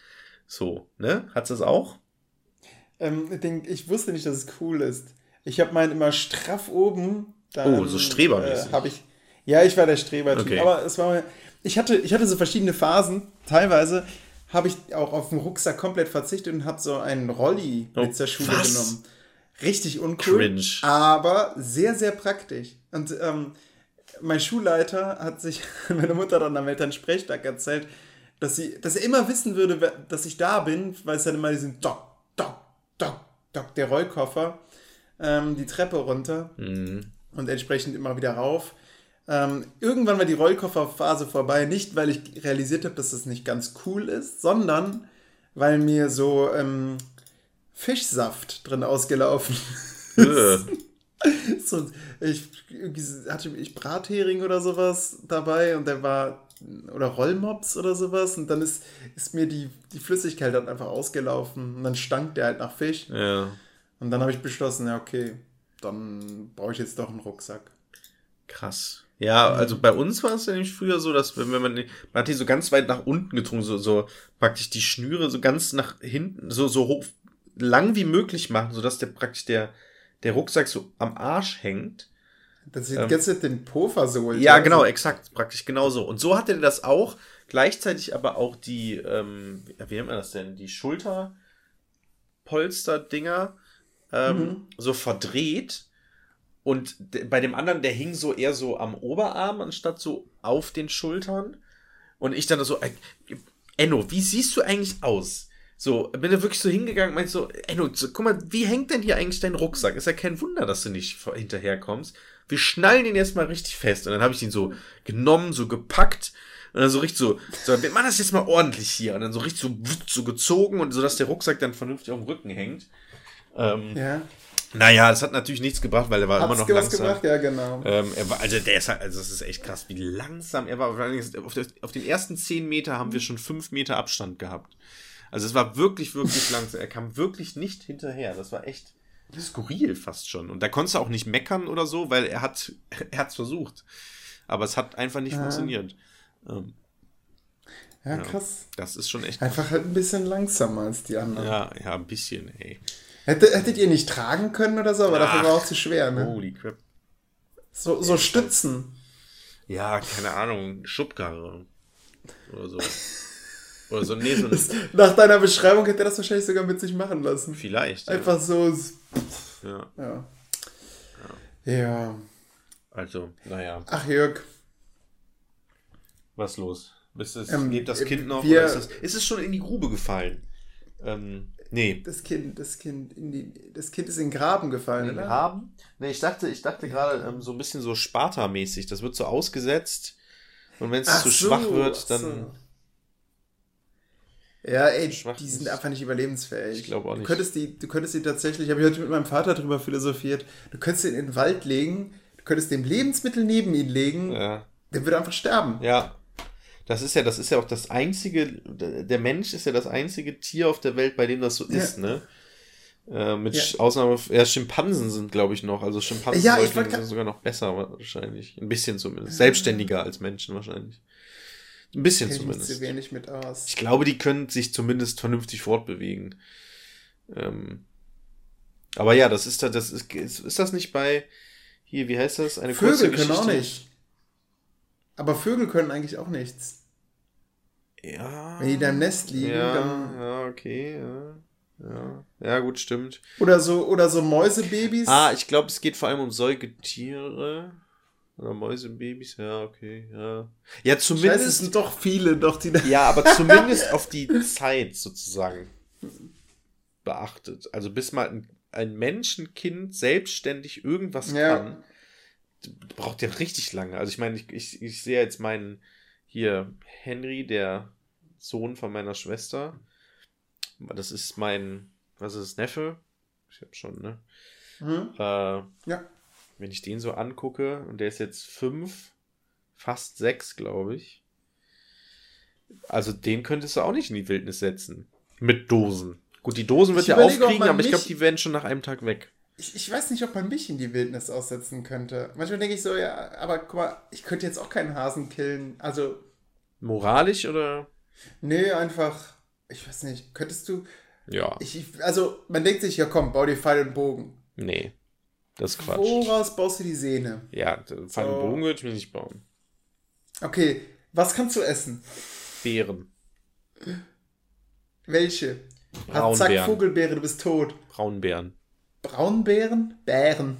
So, ne? Hat's das auch? Ähm, ich, denk, ich wusste nicht, dass es cool ist. Ich habe meinen immer straff oben. Dann, oh, so strebermäßig. Äh, hab ich, ja, ich war der Strebertyp. Okay. Aber es war, ich hatte, ich hatte so verschiedene Phasen. Teilweise habe ich auch auf den Rucksack komplett verzichtet und habe so einen Rolli oh, mit zur Schule was? genommen. Richtig uncool, Cringe. Aber sehr, sehr praktisch. Und ähm, mein Schulleiter hat sich meine Mutter dann am Elternsprechtag erzählt, dass sie, dass er immer wissen würde, dass ich da bin, weil es dann immer diesen Dock, Dock, Dock, Dock, der Rollkoffer, ähm, die Treppe runter mhm. und entsprechend immer wieder rauf. Ähm, irgendwann war die Rollkofferphase vorbei, nicht weil ich realisiert habe, dass das nicht ganz cool ist, sondern weil mir so ähm, Fischsaft drin ausgelaufen ist. So, ich hatte ich Brathering oder sowas dabei und der war, oder Rollmops oder sowas und dann ist, ist mir die, die Flüssigkeit dann einfach ausgelaufen und dann stank der halt nach Fisch. Ja. Und dann habe ich beschlossen, ja okay, dann brauche ich jetzt doch einen Rucksack. Krass. Ja, also bei uns war es ja nämlich früher so, dass wenn man, man hat die so ganz weit nach unten getrunken, so, so praktisch die Schnüre so ganz nach hinten, so, so hoch, lang wie möglich machen, sodass der praktisch der der Rucksack so am Arsch hängt. Dass ich ähm, jetzt den Po versohlt. Ja, genau, exakt, praktisch genauso. Und so hatte er das auch, gleichzeitig aber auch die, ähm, wie nennt man das denn, die Schulterpolster-Dinger ähm, mhm. so verdreht. Und de- bei dem anderen, der hing so eher so am Oberarm, anstatt so auf den Schultern. Und ich dann so, äh, Enno, wie siehst du eigentlich aus? So, bin da wirklich so hingegangen und meinte so, Enno, so, guck mal, wie hängt denn hier eigentlich dein Rucksack? Ist ja kein Wunder, dass du nicht hinterherkommst. Wir schnallen ihn jetzt mal richtig fest. Und dann habe ich ihn so genommen, so gepackt und dann so richtig so, so, wir machen das jetzt mal ordentlich hier. Und dann so richtig so, so gezogen und so, dass der Rucksack dann vernünftig auf dem Rücken hängt. Ähm, ja. Naja, das hat natürlich nichts gebracht, weil er war Hat's immer noch was langsam. Gebracht? Ja, genau. Ähm, er war, also der ist halt, also das ist echt krass, wie langsam er war. Auf, der, auf den ersten zehn Meter haben wir schon fünf Meter Abstand gehabt. Also es war wirklich, wirklich langsam. Er kam wirklich nicht hinterher. Das war echt skurril fast schon. Und da konntest du auch nicht meckern oder so, weil er hat er hat's versucht. Aber es hat einfach nicht ja. funktioniert. Ähm, ja, krass. Ja, das ist schon echt einfach krass. Halt ein bisschen langsamer als die anderen. Ja, ja, ein bisschen, ey. Hättet, hättet ihr nicht tragen können oder so, aber Ach, dafür war auch zu schwer, ne? Holy crap. So, so Stützen. Ja, keine Ahnung, Schubkarre. Oder so. Oder so, nee, so das, nach deiner Beschreibung hätte er das wahrscheinlich sogar mit sich machen lassen. Vielleicht. Einfach ja. so. Ja. ja. Ja. Also, naja. Ach, Jörg. Was los? Ist es, ähm, lebt das Kind noch? Wir, oder ist, es, ist es schon in die Grube gefallen? Ähm, nee. Das Kind, das Kind, in die, das Kind ist in den Graben gefallen, in den oder? Graben? Nee, ich dachte, ich dachte gerade ähm, so ein bisschen so Sparta-mäßig. Das wird so ausgesetzt und wenn es zu so, schwach wird, dann... So. Ja, ey, die sind einfach nicht überlebensfähig. Ich glaube auch nicht. Du könntest die, du könntest die tatsächlich, habe ich heute mit meinem Vater drüber philosophiert, du könntest ihn in den Wald legen, du könntest dem Lebensmittel neben ihn legen, ja. der würde einfach sterben. Ja. Das ist ja, das ist ja auch das einzige, der Mensch ist ja das einzige Tier auf der Welt, bei dem das so Ja. ist, ne? Äh, mit Ja. Sch- Ausnahme, ja, Schimpansen sind, glaube ich, noch. Also Schimpansen Ja, ich Säuglinge wollt grad- sind sogar noch besser wahrscheinlich. Ein bisschen zumindest. Selbstständiger als Menschen wahrscheinlich. Ein bisschen Kenn ich mich zumindest. zu wenig mit aus. Ich glaube, die können sich zumindest vernünftig fortbewegen. Ähm, aber ja, das ist da, das ist, ist, ist das nicht bei, hier, wie heißt das? Eine kurze Vögel können Geschichte. auch nicht. Aber Vögel können eigentlich auch nichts. Ja. Wenn die da im Nest liegen, ja, dann- ja, okay, ja. Ja, ja, gut, stimmt. Oder so, oder so Mäusebabys. Ah, ich glaube, es geht vor allem um Säugetiere. Oder Mäusebabys, ja, okay, ja. Ja, Scheiße, es zumindest. sind doch viele, doch die da. Ja, aber zumindest auf die Zeit sozusagen beachtet. Also bis mal ein, ein Menschenkind selbstständig irgendwas Ja. kann, braucht ja richtig lange. Also ich meine, ich, ich, ich sehe jetzt meinen hier Henry, der Sohn von meiner Schwester. Das ist mein, was ist es, Neffe? Ich hab schon, ne? Hm? Äh, Ja. wenn ich den so angucke, und der ist jetzt fünf, fast sechs, glaube ich. Also den könntest du auch nicht in die Wildnis setzen. Mit Dosen. Gut, die Dosen wird Ich ja überlege, ob aufkriegen, man aber ich mich- glaube, die werden schon nach einem Tag weg. Ich, ich weiß nicht, ob man mich in die Wildnis aussetzen könnte. Manchmal denke ich so, ja, aber guck mal, ich könnte jetzt auch keinen Hasen killen. Also, Moralisch oder? nee, einfach, ich weiß nicht, könntest du, Ja. ich, ich- also, man denkt sich, ja komm, bau dir Pfeil und Bogen. Nee. Das ist Quatsch. Woraus baust du die Sehne? Ja, Pfeil und So. Bogen würde ich mir nicht bauen. Okay, was kannst du essen? Beeren. Welche? Ah, zack, Braunbären. Vogelbeere, du bist tot. Braunbären. Braunbären? Bären.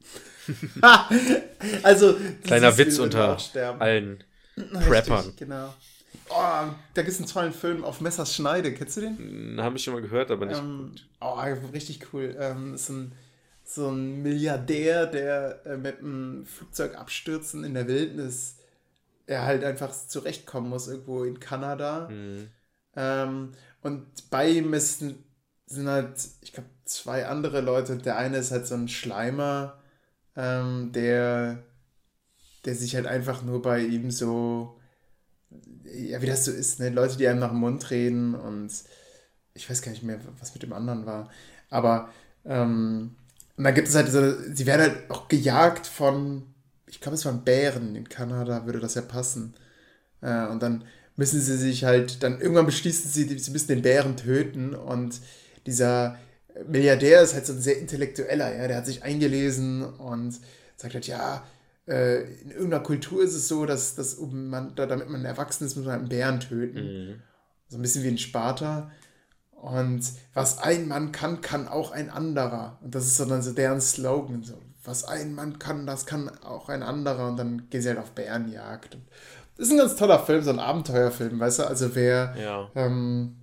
also, du Kleiner siehst, Witz wir würden unter auch sterben. allen Richtig, Preppern. genau. Oh, da gibt es einen tollen Film auf Messers Schneide. Kennst du den? Hm, habe ich schon mal gehört, aber nicht. Ähm, oh, richtig cool. Ähm, ist ein, so ein Milliardär, der äh, mit einem Flugzeugabstürzen in der Wildnis er halt einfach zurechtkommen muss, irgendwo in Kanada. Hm. Ähm, und bei ihm ist, sind halt, ich glaube, zwei andere Leute. Der eine ist halt so ein Schleimer, ähm, der, der sich halt einfach nur bei ihm so, ja, wie das so ist, ne? Leute, die einem nach dem Mund reden und ich weiß gar nicht mehr, was mit dem anderen war. Aber, ähm, und dann gibt es halt diese, sie werden halt auch gejagt von, ich glaube, es waren Bären in Kanada, würde das ja passen. Äh, und dann müssen sie sich halt, dann irgendwann beschließen sie, sie müssen den Bären töten und dieser Milliardär ist halt so ein sehr intellektueller, ja, der hat sich eingelesen und sagt halt, ja, äh, in irgendeiner Kultur ist es so, dass, dass um man, da, damit man erwachsen ist, muss man halt einen Bären töten. Mhm. So ein bisschen wie ein Sparta. Und was ein Mann kann, kann auch ein anderer. Und das ist so dann so deren Slogan. So, was ein Mann kann, das kann auch ein anderer. Und dann gehen sie halt auf Bärenjagd. Und das ist ein ganz toller Film, so ein Abenteuerfilm, weißt du? Also wer, Ja. ähm,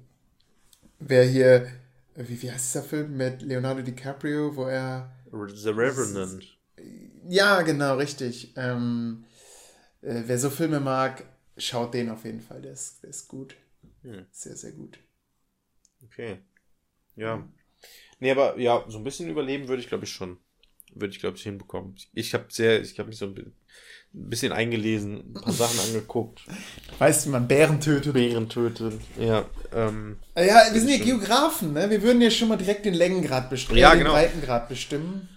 wer hier, wie, wie heißt dieser Film mit Leonardo DiCaprio, wo er, The Revenant. ja, genau, richtig. Ähm, äh, wer so Filme mag, schaut den auf jeden Fall. Der ist, der ist gut. Hm. Sehr, sehr gut. Okay. Ja. Nee, aber ja, so ein bisschen überleben würde ich, glaube ich, schon. Würde ich, glaube ich, hinbekommen. Ich habe sehr, ich habe mich so ein bi- ein bisschen eingelesen, ein paar Sachen angeguckt. Weißt du, wie man Bären tötet? Bären töten. Ja, ähm. Ja, wir sind ja Stimmt. Geografen, ne? Wir würden ja schon mal direkt den Längengrad bestimmen. Ja, den genau. Breitengrad bestimmen.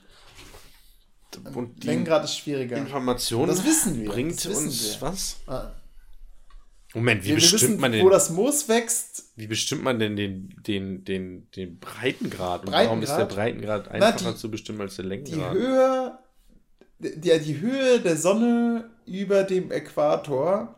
Und die Längengrad ist schwieriger. Information Das wissen wir, bringt das wissen uns wir. was? Ah. Moment, wie Wir, wir bestimmt wissen, man wo den, das Moos wächst. wie bestimmt man denn den, den, den, den Breitengrad? Und Breitengrad? warum ist der Breitengrad einfacher die- zu bestimmen als der Die Längengrad? Höhe, die, die Höhe der Sonne über dem Äquator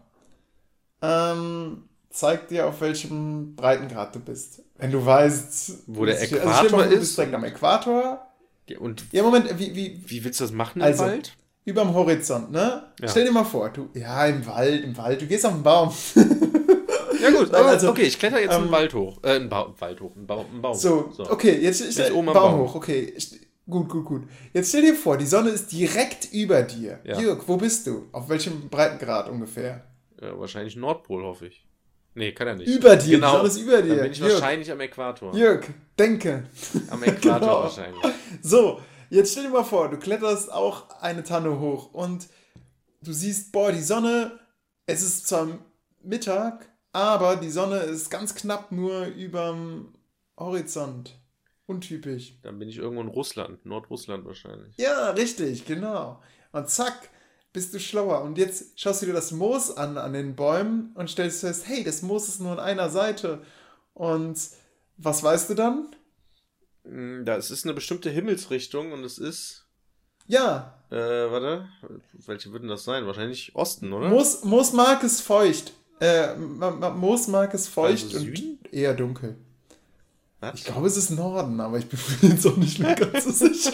ähm, zeigt dir, auf welchem Breitengrad du bist. Wenn du weißt, Wo der also stell dir Äquator vor, du ist? bist direkt am Äquator. Ja, und Ja, Moment, wie, wie, wie willst du das machen im Also, Wald? überm Horizont, ne? Ja. Stell dir mal vor, du, ja, im Wald, im Wald, du gehst auf den Baum. Ja gut, Nein, aber also, okay, ich kletter jetzt einen ähm, Wald hoch. Äh, einen ba Wald hoch, einen, ba einen Baum. So, okay, jetzt Bin stell ich oben am Baum Baum. hoch, okay. St- Gut, gut, gut. Jetzt stell dir vor, die Sonne ist direkt über dir. Ja. Jörg, wo bist du? Auf welchem Breitengrad ungefähr? Äh, wahrscheinlich Nordpol, hoffe ich. Nee, kann er nicht. Über dir, Genau. die Sonne ist über dir. Dann bin ich Jörg, wahrscheinlich am Äquator. Jörg, denke. Am Äquator Genau. wahrscheinlich. So, jetzt stell dir mal vor, du kletterst auch eine Tanne hoch und du siehst, boah, die Sonne, es ist zwar Mittag, aber die Sonne ist ganz knapp nur überm Horizont. Untypisch. Dann bin ich irgendwo in Russland, Nordrussland wahrscheinlich. Ja, richtig, genau. Und zack, bist du schlauer. Und jetzt schaust du dir das Moos an an den Bäumen und stellst fest, hey, das Moos ist nur an einer Seite. Und was weißt du dann? Da es ist eine bestimmte Himmelsrichtung und es ist, Ja, äh, warte, welche würden das sein? Wahrscheinlich Osten, oder? Moos, Moosmark ist feucht. Äh, Ma- Ma- Moosmark ist feucht Also und Süden? eher dunkel. Was? Ich glaube, es ist Norden, aber ich bin mir jetzt auch nicht mehr ganz so sicher.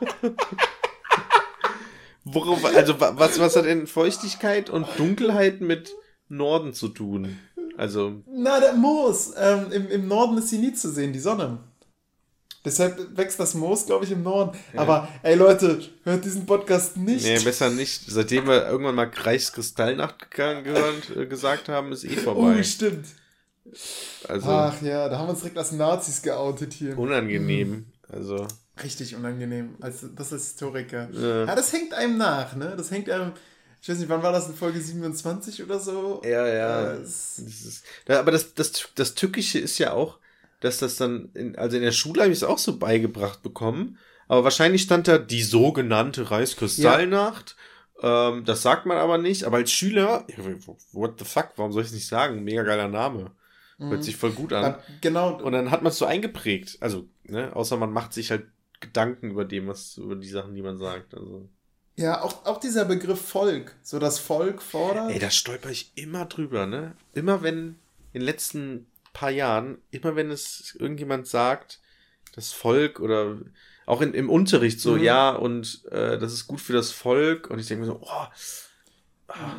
Worauf, also wa- was, was hat denn Feuchtigkeit und Dunkelheit mit Norden zu tun? Also, Na, der Moos. Ähm, im, Im Norden ist sie nie zu sehen, die Sonne. Deshalb wächst das Moos, glaube ich, im Norden. Ja. Aber, ey Leute, hört diesen Podcast nicht. nee, besser nicht. Seitdem wir irgendwann mal Reichskristallnacht ge- gehört, äh, gesagt haben, ist eh vorbei. Oh, stimmt. Also, Ach ja, da haben wir uns direkt als Nazis geoutet hier. unangenehm. Also, Richtig unangenehm, als das als Historiker. Ja. Ja, das hängt einem nach, ne? Das hängt einem, ich weiß nicht, wann war das, in Folge siebenundzwanzig oder so? ja, ja. Äh, es- Das ist, ja, aber das, das, das Tückische ist ja auch, dass das dann, in, also in der Schule habe ich es auch so beigebracht bekommen, aber wahrscheinlich stand da die sogenannte Reichskristallnacht. Ähm, das sagt man aber nicht, aber als Schüler, what the fuck, warum soll ich es nicht sagen? Mega geiler Name. Hört sich voll gut an. Ja, genau. Und dann hat man es so eingeprägt. Also, ne, außer man macht sich halt Gedanken über dem, was, über die Sachen, die man sagt. Also. Ja, auch, auch dieser Begriff Volk. So das Volk fordert. Ey, da stolper ich immer drüber, ne? Immer wenn, in den letzten paar Jahren, immer wenn es irgendjemand sagt, das Volk oder auch in, im Unterricht so, Mhm. ja, und äh, das ist gut für das Volk. Und ich denke mir so, oh. Ah.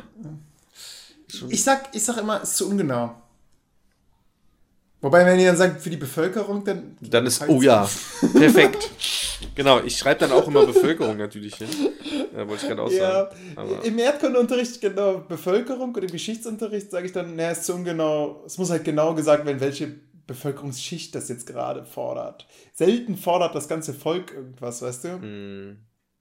Ich sag, ich sag immer, ist zu ungenau. Wobei, wenn ihr dann sagt, für die Bevölkerung, dann... Dann ist, oh ja, perfekt. Genau, ich schreibe dann auch immer Bevölkerung natürlich hin. Ja, wollte ich gerade auch Ja, sagen. Aber im Erdkundeunterricht, genau, Bevölkerung und im Geschichtsunterricht sage ich dann, naja, ist zu ungenau, es muss halt genau gesagt werden, welche Bevölkerungsschicht das jetzt gerade fordert. Selten fordert das ganze Volk irgendwas, weißt du? Hm.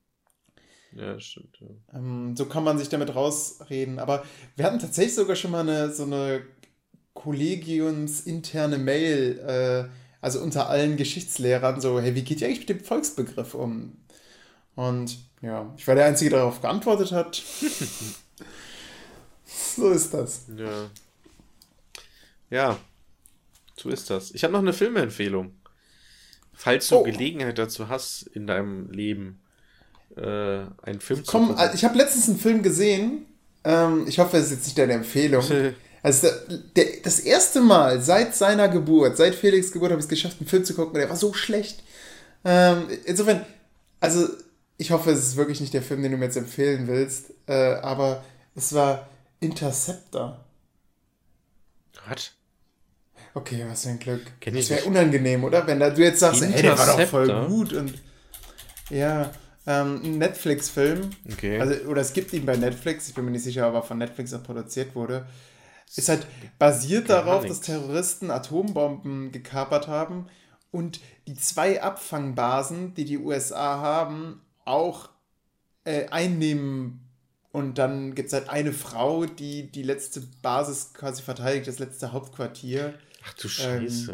Ja, das stimmt. Ja. Ähm, so kann man sich damit rausreden. Aber wir hatten tatsächlich sogar schon mal eine, so eine kollegiumsinterne Mail, äh, also unter allen Geschichtslehrern, so, hey, wie geht ihr eigentlich mit dem Volksbegriff um? Und ja, ich war der Einzige, der darauf geantwortet hat. So ist das. Ja. Ja, so ist das. Ich habe noch eine Filmempfehlung. Falls du Oh. Gelegenheit dazu hast in deinem Leben, äh, einen Film zu Komm, gucken. also ich habe letztens einen Film gesehen. Ähm, ich hoffe, es ist jetzt nicht deine Empfehlung. Also der, der, das erste Mal seit seiner Geburt, seit Felix' Geburt, habe ich es geschafft, einen Film zu gucken, und der war so schlecht. Ähm, insofern, also ich hoffe, es ist wirklich nicht der Film, den du mir jetzt empfehlen willst, äh, aber es war Interceptor. Was? Okay, was für ein Glück. Kenn ich Das wäre nicht. unangenehm, oder? Wenn da, du jetzt sagst, hey, der war doch voll Interceptor? gut. Und ja, ähm, ein Netflix-Film. Okay. Also, oder es gibt ihn bei Netflix, ich bin mir nicht sicher, ob er von Netflix auch produziert wurde. Ist halt basiert Gar darauf, nichts. dass Terroristen Atombomben gekapert haben und die zwei Abfangbasen, die die U S A haben, auch äh, einnehmen. Und dann gibt es halt eine Frau, die die letzte Basis quasi verteidigt, das letzte Hauptquartier. Ach du Scheiße.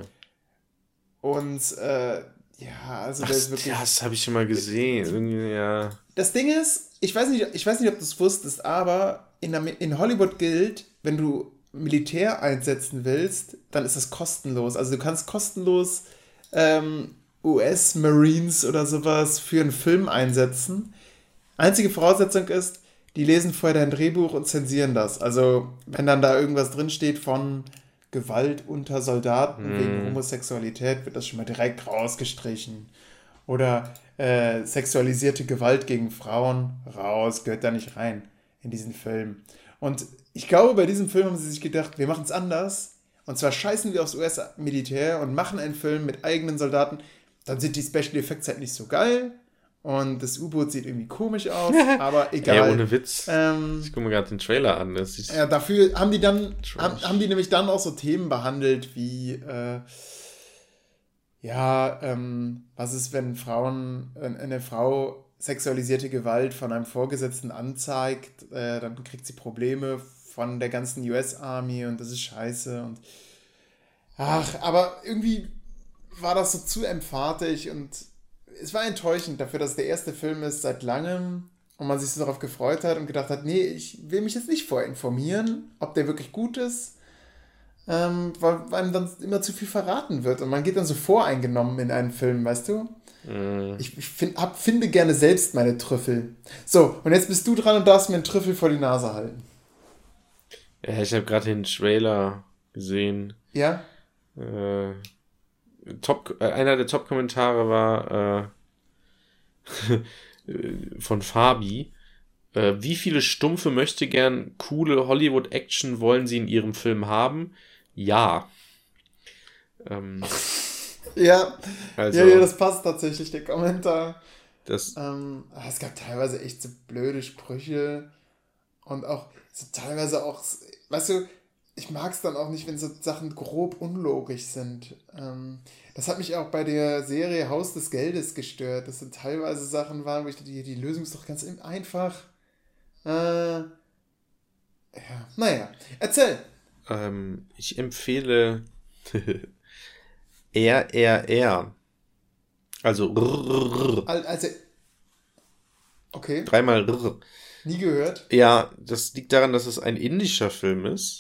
Und äh, ja, also Ach, der ist wirklich. das habe ich schon mal gesehen. Irgendwie, ja. Das Ding ist, ich weiß nicht, ich weiß nicht, ob du es wusstest, aber in, Amer- in Hollywood gilt, wenn du Militär einsetzen willst, dann ist das kostenlos. Also du kannst kostenlos ähm, U S-Marines oder sowas für einen Film einsetzen. Einzige Voraussetzung ist, die lesen vorher dein Drehbuch und zensieren das. Also wenn dann da irgendwas drinsteht von Gewalt unter Soldaten wegen Homosexualität, wird das schon mal direkt rausgestrichen. Oder äh, sexualisierte Gewalt gegen Frauen, raus, gehört da nicht rein in diesen Film. Und ich glaube, bei diesem Film haben sie sich gedacht, wir machen es anders. Und zwar scheißen wir aufs U S-Militär und machen einen Film mit eigenen Soldaten. Dann sind die Special Effects halt nicht so geil. Und das U-Boot sieht irgendwie komisch aus, aber egal. Ey, ohne Witz. Ähm, Ich gucke mir gerade den Trailer an. Das ist, ja, dafür haben die dann, Trash. haben, haben die nämlich dann auch so Themen behandelt wie, äh, ja, ähm, was ist, wenn Frauen, wenn eine Frau sexualisierte Gewalt von einem Vorgesetzten anzeigt, äh, dann kriegt sie Probleme von der ganzen U S Army und das ist scheiße und ach, aber irgendwie war das so zu emphatisch und es war enttäuschend dafür, dass es der erste Film ist seit langem und man sich so darauf gefreut hat und gedacht hat, nee, ich will mich jetzt nicht vorher informieren, ob der wirklich gut ist, ähm, weil einem dann immer zu viel verraten wird und man geht dann so voreingenommen in einen Film, weißt du? Mm. Ich, ich find, hab, finde gerne selbst meine Trüffel. So, und jetzt bist du dran und darfst mir einen Trüffel vor die Nase halten. Ja, ich habe gerade den Trailer gesehen. Ja? Äh, Top, äh, einer der Top-Kommentare war äh, von Fabi. Äh, wie viele stumpfe möchte gern coole Hollywood-Action wollen sie in ihrem Film haben? Ja. Ähm, ja. Also, ja, ja, das passt tatsächlich, der Kommentar. Das, ähm, es gab teilweise echt so blöde Sprüche und auch so teilweise auch, weißt du, ich mag es dann auch nicht, wenn so Sachen grob unlogisch sind. Ähm, das hat mich auch bei der Serie Haus des Geldes gestört. Das sind teilweise Sachen waren, wo ich dachte, die, die Lösung ist doch ganz einfach. Äh, ja, naja, erzähl. Ähm, ich empfehle R R R. Also R. Also, okay. Dreimal R. Nie gehört. Ja, das liegt daran, dass es ein indischer Film ist.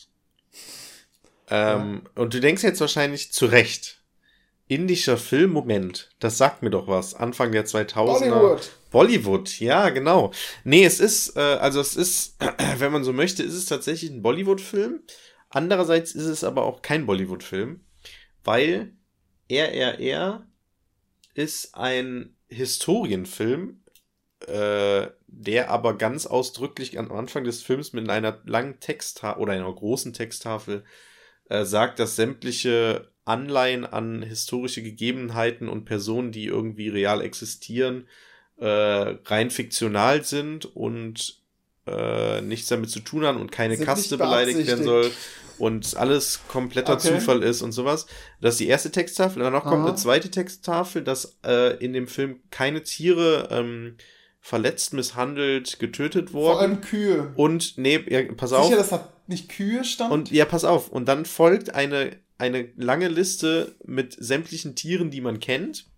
Ähm, ja. Und du denkst jetzt wahrscheinlich zu Recht, indischer Film, Moment, das sagt mir doch was, Anfang der zweitausender. Bollywood. Bollywood, ja, genau. Nee, es ist, äh, also es ist, wenn man so möchte, ist es tatsächlich ein Bollywood-Film. Andererseits ist es aber auch kein Bollywood-Film, weil R R R ist ein Historienfilm, äh, der aber ganz ausdrücklich am Anfang des Films mit einer langen Texttafel oder einer großen Texttafel äh, sagt, dass sämtliche Anleihen an historische Gegebenheiten und Personen, die irgendwie real existieren, äh, rein fiktional sind und äh, nichts damit zu tun haben und keine sind Kaste beleidigt werden soll und alles kompletter okay. Zufall ist und sowas. Das ist die erste Texttafel. Und danach kommt Aha. eine zweite Texttafel, dass äh, in dem Film keine Tiere ähm, verletzt, misshandelt, getötet wurden. Vor allem Kühe. Und, nee, ja, pass auf. Sicher, dass da nicht Kühe stand? Und, ja, pass auf. Und dann folgt eine, eine lange Liste mit sämtlichen Tieren, die man kennt.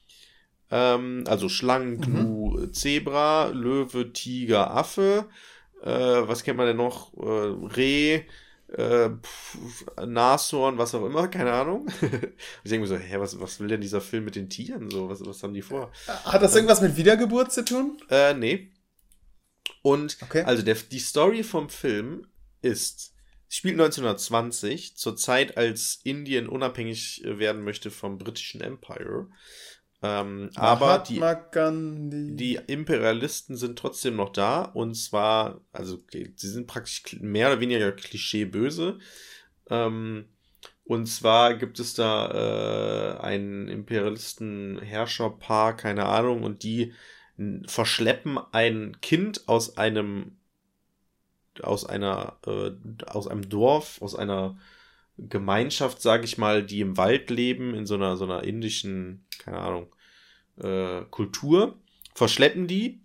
Ähm, also Schlangen, Gnu, mhm. Zebra, Löwe, Tiger, Affe. Äh, was kennt man denn noch? Äh, Reh, äh, pf, Nashorn, was auch immer, keine Ahnung. Ich denke mir so, hä, was, was will denn dieser Film mit den Tieren so? Was, was haben die vor? Hat das irgendwas mit Wiedergeburt zu tun? Äh, nee. Und, okay. also der, die Story vom Film ist, spielt neunzehnhundertzwanzig, zur Zeit, als Indien unabhängig werden möchte vom britischen Empire. Ähm, aber die, die Imperialisten sind trotzdem noch da und zwar, also sie sind praktisch mehr oder weniger klischeeböse. Ähm, und zwar gibt es da äh, einen Imperialisten-Herrscherpaar, keine Ahnung, und die verschleppen ein Kind aus einem aus einer äh, aus einem Dorf, aus einer Gemeinschaft, sage ich mal, die im Wald leben, in so einer so einer indischen, keine Ahnung, äh, Kultur, verschleppen die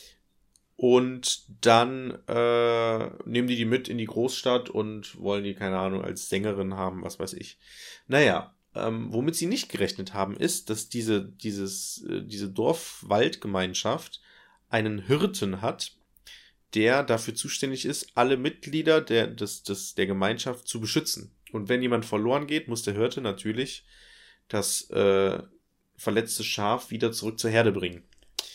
und dann äh, nehmen die die mit in die Großstadt und wollen die, keine Ahnung, als Sängerin haben, was weiß ich. Naja, ähm, womit sie nicht gerechnet haben, ist, dass diese, dieses, äh, diese Dorf-Wald-Gemeinschaft einen Hirten hat, der dafür zuständig ist, alle Mitglieder der, des, des, der Gemeinschaft zu beschützen. Und wenn jemand verloren geht, muss der Hirte natürlich das äh, verletzte Schaf wieder zurück zur Herde bringen.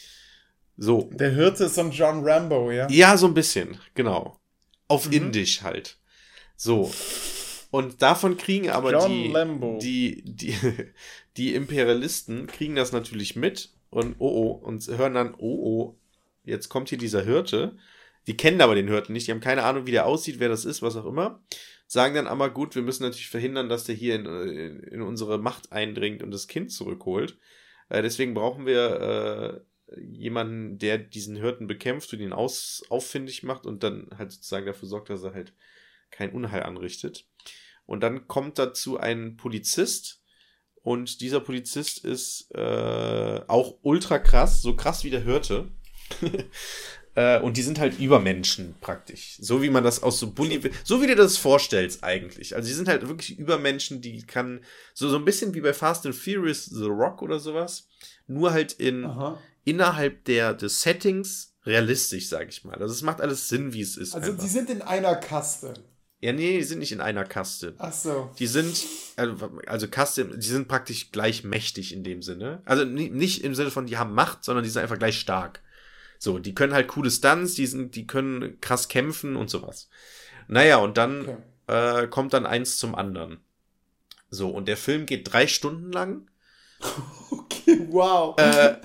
So. Der Hirte ist so ein John Rambo, ja? Ja, so ein bisschen, genau. Auf mhm. Indisch halt. So. Und davon kriegen aber John die, Lambo. die, die, die Imperialisten kriegen das natürlich mit und oh oh, und hören dann, oh oh, jetzt kommt hier dieser Hirte. Die kennen aber den Hirten nicht, die haben keine Ahnung, wie der aussieht, wer das ist, was auch immer. Sagen dann aber, gut, wir müssen natürlich verhindern, dass der hier in, in unsere Macht eindringt und das Kind zurückholt. Äh, deswegen brauchen wir äh, jemanden, der diesen Hirten bekämpft und ihn aus, auffindig macht und dann halt sozusagen dafür sorgt, dass er halt kein Unheil anrichtet. Und dann kommt dazu ein Polizist und dieser Polizist ist äh, auch ultra krass, so krass wie der Hirte. Äh, und die sind halt Übermenschen praktisch. So wie man das aus so Bully, so wie du das vorstellst eigentlich. Also die sind halt wirklich Übermenschen, die kann, so, so ein bisschen wie bei Fast and Furious The Rock oder sowas, nur halt in Aha. innerhalb der, des Settings realistisch, sag ich mal. Also es macht alles Sinn, wie es ist. Also einfach. die sind in einer Kaste. Ja, nee, die sind nicht in einer Kaste. Ach so. Die sind, also Kaste, die sind praktisch gleich mächtig in dem Sinne. Also nicht im Sinne von, die haben Macht, sondern die sind einfach gleich stark. So, die können halt coole Stunts, die, sind, die können krass kämpfen und sowas. Naja, und dann Okay. äh, kommt dann eins zum anderen. So, und der Film geht drei Stunden lang. Okay, wow. Äh,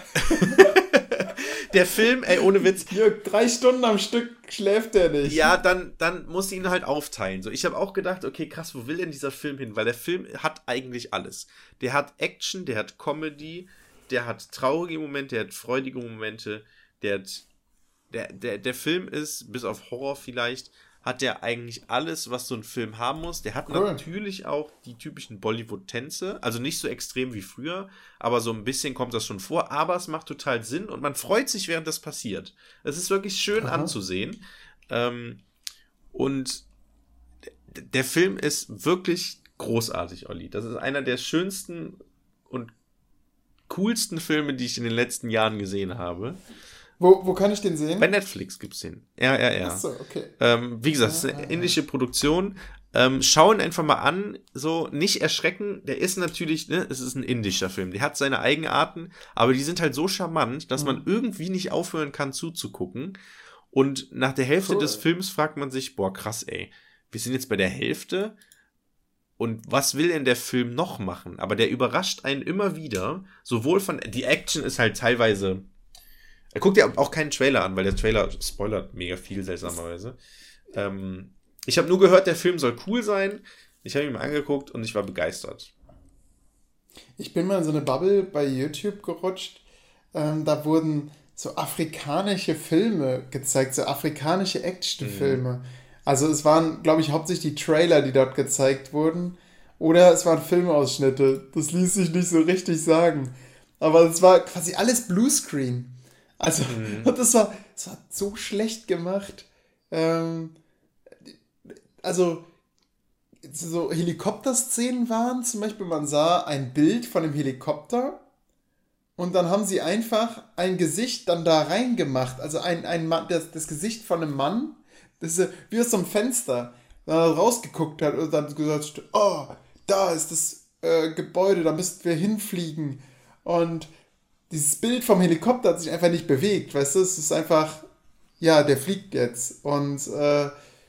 der Film, ey, ohne Witz. Jörg, drei Stunden am Stück schläft der nicht. Ja, dann, dann muss ich ihn halt aufteilen. So, ich habe auch gedacht, okay, krass, wo will denn dieser Film hin? Weil der Film hat eigentlich alles. Der hat Action, der hat Comedy, der hat traurige Momente, der hat freudige Momente, der hat, der, der, der Film ist, bis auf Horror vielleicht, hat der eigentlich alles, was so ein Film haben muss. Der hat Cool. natürlich auch die typischen Bollywood-Tänze, also nicht so extrem wie früher, aber so ein bisschen kommt das schon vor, aber es macht total Sinn und man freut sich, während das passiert. Es ist wirklich schön Aha. anzusehen. Ähm, und d- der Film ist wirklich großartig, Olli. Das ist einer der schönsten und coolsten Filme, die ich in den letzten Jahren gesehen habe. Wo, wo kann ich den sehen? Bei Netflix gibt's den. R R R. Ach so, okay. Ähm, wie gesagt, es ist eine indische Produktion. Ähm, schauen einfach mal an, so nicht erschrecken. Der ist natürlich, ne, es ist ein indischer Film. Der hat seine Eigenarten, aber die sind halt so charmant, dass man irgendwie nicht aufhören kann zuzugucken. Und nach der Hälfte Cool. des Films fragt man sich, boah, krass, ey, wir sind jetzt bei der Hälfte. Und was will denn der Film noch machen? Aber der überrascht einen immer wieder. Sowohl von, die Action ist halt teilweise. Er guckt ja auch keinen Trailer an, weil der Trailer spoilert mega viel, seltsamerweise. Ähm, ich habe nur gehört, der Film soll cool sein. Ich habe ihn mal angeguckt und ich war begeistert. Ich bin mal in so eine Bubble bei YouTube gerutscht. Ähm, da wurden so afrikanische Filme gezeigt, so afrikanische Actionfilme. Mhm. Also es waren, glaube ich, hauptsächlich die Trailer, die dort gezeigt wurden. Oder es waren Filmausschnitte. Das ließ sich nicht so richtig sagen. Aber es war quasi alles Bluescreen. Also, Mhm. und das war, das war so schlecht gemacht. Ähm, also, so Helikopterszenen waren zum Beispiel, man sah ein Bild von dem Helikopter und dann haben sie einfach ein Gesicht dann da reingemacht. Also ein, ein Mann, das, das Gesicht von einem Mann, das ist wie aus so einem Fenster, wenn er rausgeguckt hat und dann gesagt, oh, da ist das äh, Gebäude, da müssten wir hinfliegen. Und dieses Bild vom Helikopter hat sich einfach nicht bewegt, weißt du, es ist einfach, ja, der fliegt jetzt und äh,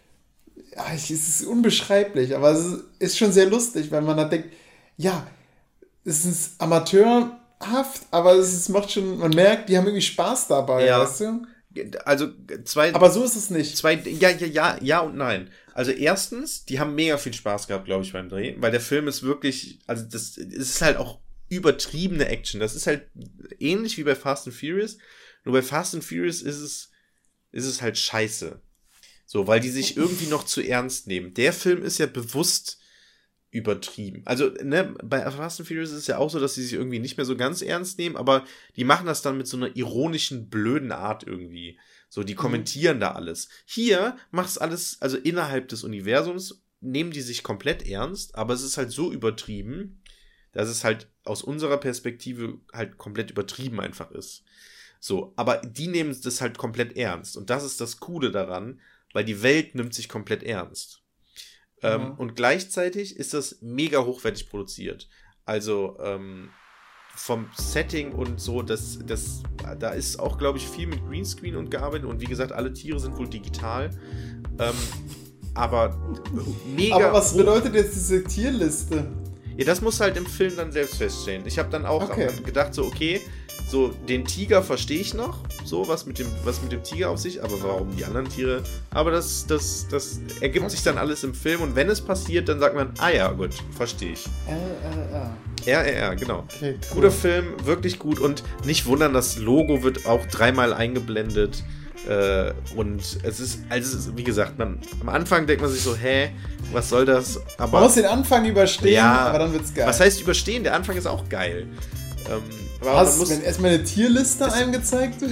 ja, es ist unbeschreiblich, aber es ist schon sehr lustig, weil man da denkt, ja, es ist amateurhaft, aber es ist, macht schon, man merkt, die haben irgendwie Spaß dabei, Ja. weißt du? Also zwei, Aber so ist es nicht. zwei, ja, ja, ja, ja und nein. Also erstens, die haben mega viel Spaß gehabt, glaube ich, beim Dreh, weil der Film ist wirklich, also das ist halt auch übertriebene Action. Das ist halt ähnlich wie bei Fast and Furious. Nur bei Fast and Furious ist es, ist es halt scheiße. So, weil die sich irgendwie noch zu ernst nehmen. Der Film ist ja bewusst übertrieben. Also, ne, bei Fast and Furious ist es ja auch so, dass sie sich irgendwie nicht mehr so ganz ernst nehmen, aber die machen das dann mit so einer ironischen, blöden Art irgendwie. So, die kommentieren mhm. da alles. Hier macht's alles, also innerhalb des Universums nehmen die sich komplett ernst, aber es ist halt so übertrieben, dass es halt aus unserer Perspektive halt komplett übertrieben einfach ist. So, aber die nehmen das halt komplett ernst. Und das ist das Coole daran, weil die Welt nimmt sich komplett ernst. Mhm. Ähm, und gleichzeitig ist das mega hochwertig produziert. Also ähm, vom Setting und so, das, das, da ist auch, glaube ich, viel mit Greenscreen und gearbeitet. Und wie gesagt, alle Tiere sind wohl digital. Ähm, aber mega. Aber was hoch- bedeutet jetzt diese Tierliste? Ja, das musst du halt im Film dann selbst feststellen. Ich habe dann auch Okay. gedacht, so, okay, so den Tiger verstehe ich noch, so was mit dem, was mit dem Tiger auf sich, aber warum die anderen Tiere? Aber das, das, das ergibt sich dann alles im Film und wenn es passiert, dann sagt man, ah ja, gut, verstehe ich. R R R. R R R, genau. Okay, cool. Guter Film, wirklich gut und nicht wundern, das Logo wird auch dreimal eingeblendet. Äh, und es ist, also es ist, wie gesagt, man, am Anfang denkt man sich so, hä, was soll das? Aber Man muss den Anfang überstehen, Ja, aber dann wird's geil. was heißt überstehen? Der Anfang ist auch geil. Ähm, aber Was, man muss, wenn erstmal eine Tierliste einem gezeigt wird?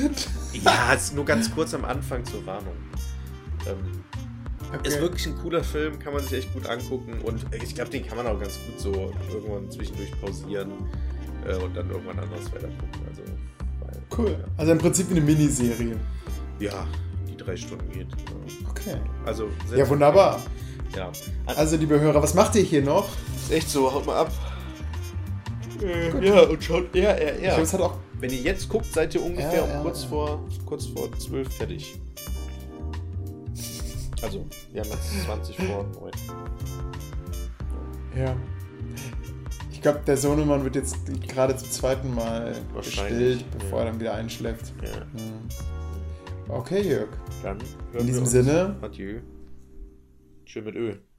Ja, ist nur ganz kurz am Anfang zur Warnung. Ähm, Okay. Ist wirklich ein cooler Film, kann man sich echt gut angucken und ich glaube, den kann man auch ganz gut so irgendwann zwischendurch pausieren äh, und dann irgendwann anders weiter gucken. Also, weil, Cool. Also im Prinzip eine Miniserie. Ja, die drei Stunden geht. Ja. Okay. Also, Ja, wunderbar. Ja. Also, liebe Hörer, was macht ihr hier noch? Ist echt so, haut mal ab. Äh, ja, und schaut eher, eher, Ich eher. glaube, es hat auch. Wenn ihr jetzt guckt, seid ihr ungefähr Ja, um ja, kurz, ja. Vor, kurz vor zwölf fertig. Also, wir haben jetzt zwanzig vor neun. Ja. Ich glaube, der Sohnemann wird jetzt gerade zum zweiten Mal Wahrscheinlich, gestillt, bevor ja. er dann wieder einschläft. Ja. Hm. Okay, Jörg. Dann In hören diesem wir uns. Sinne. Adieu. Schön mit Öl.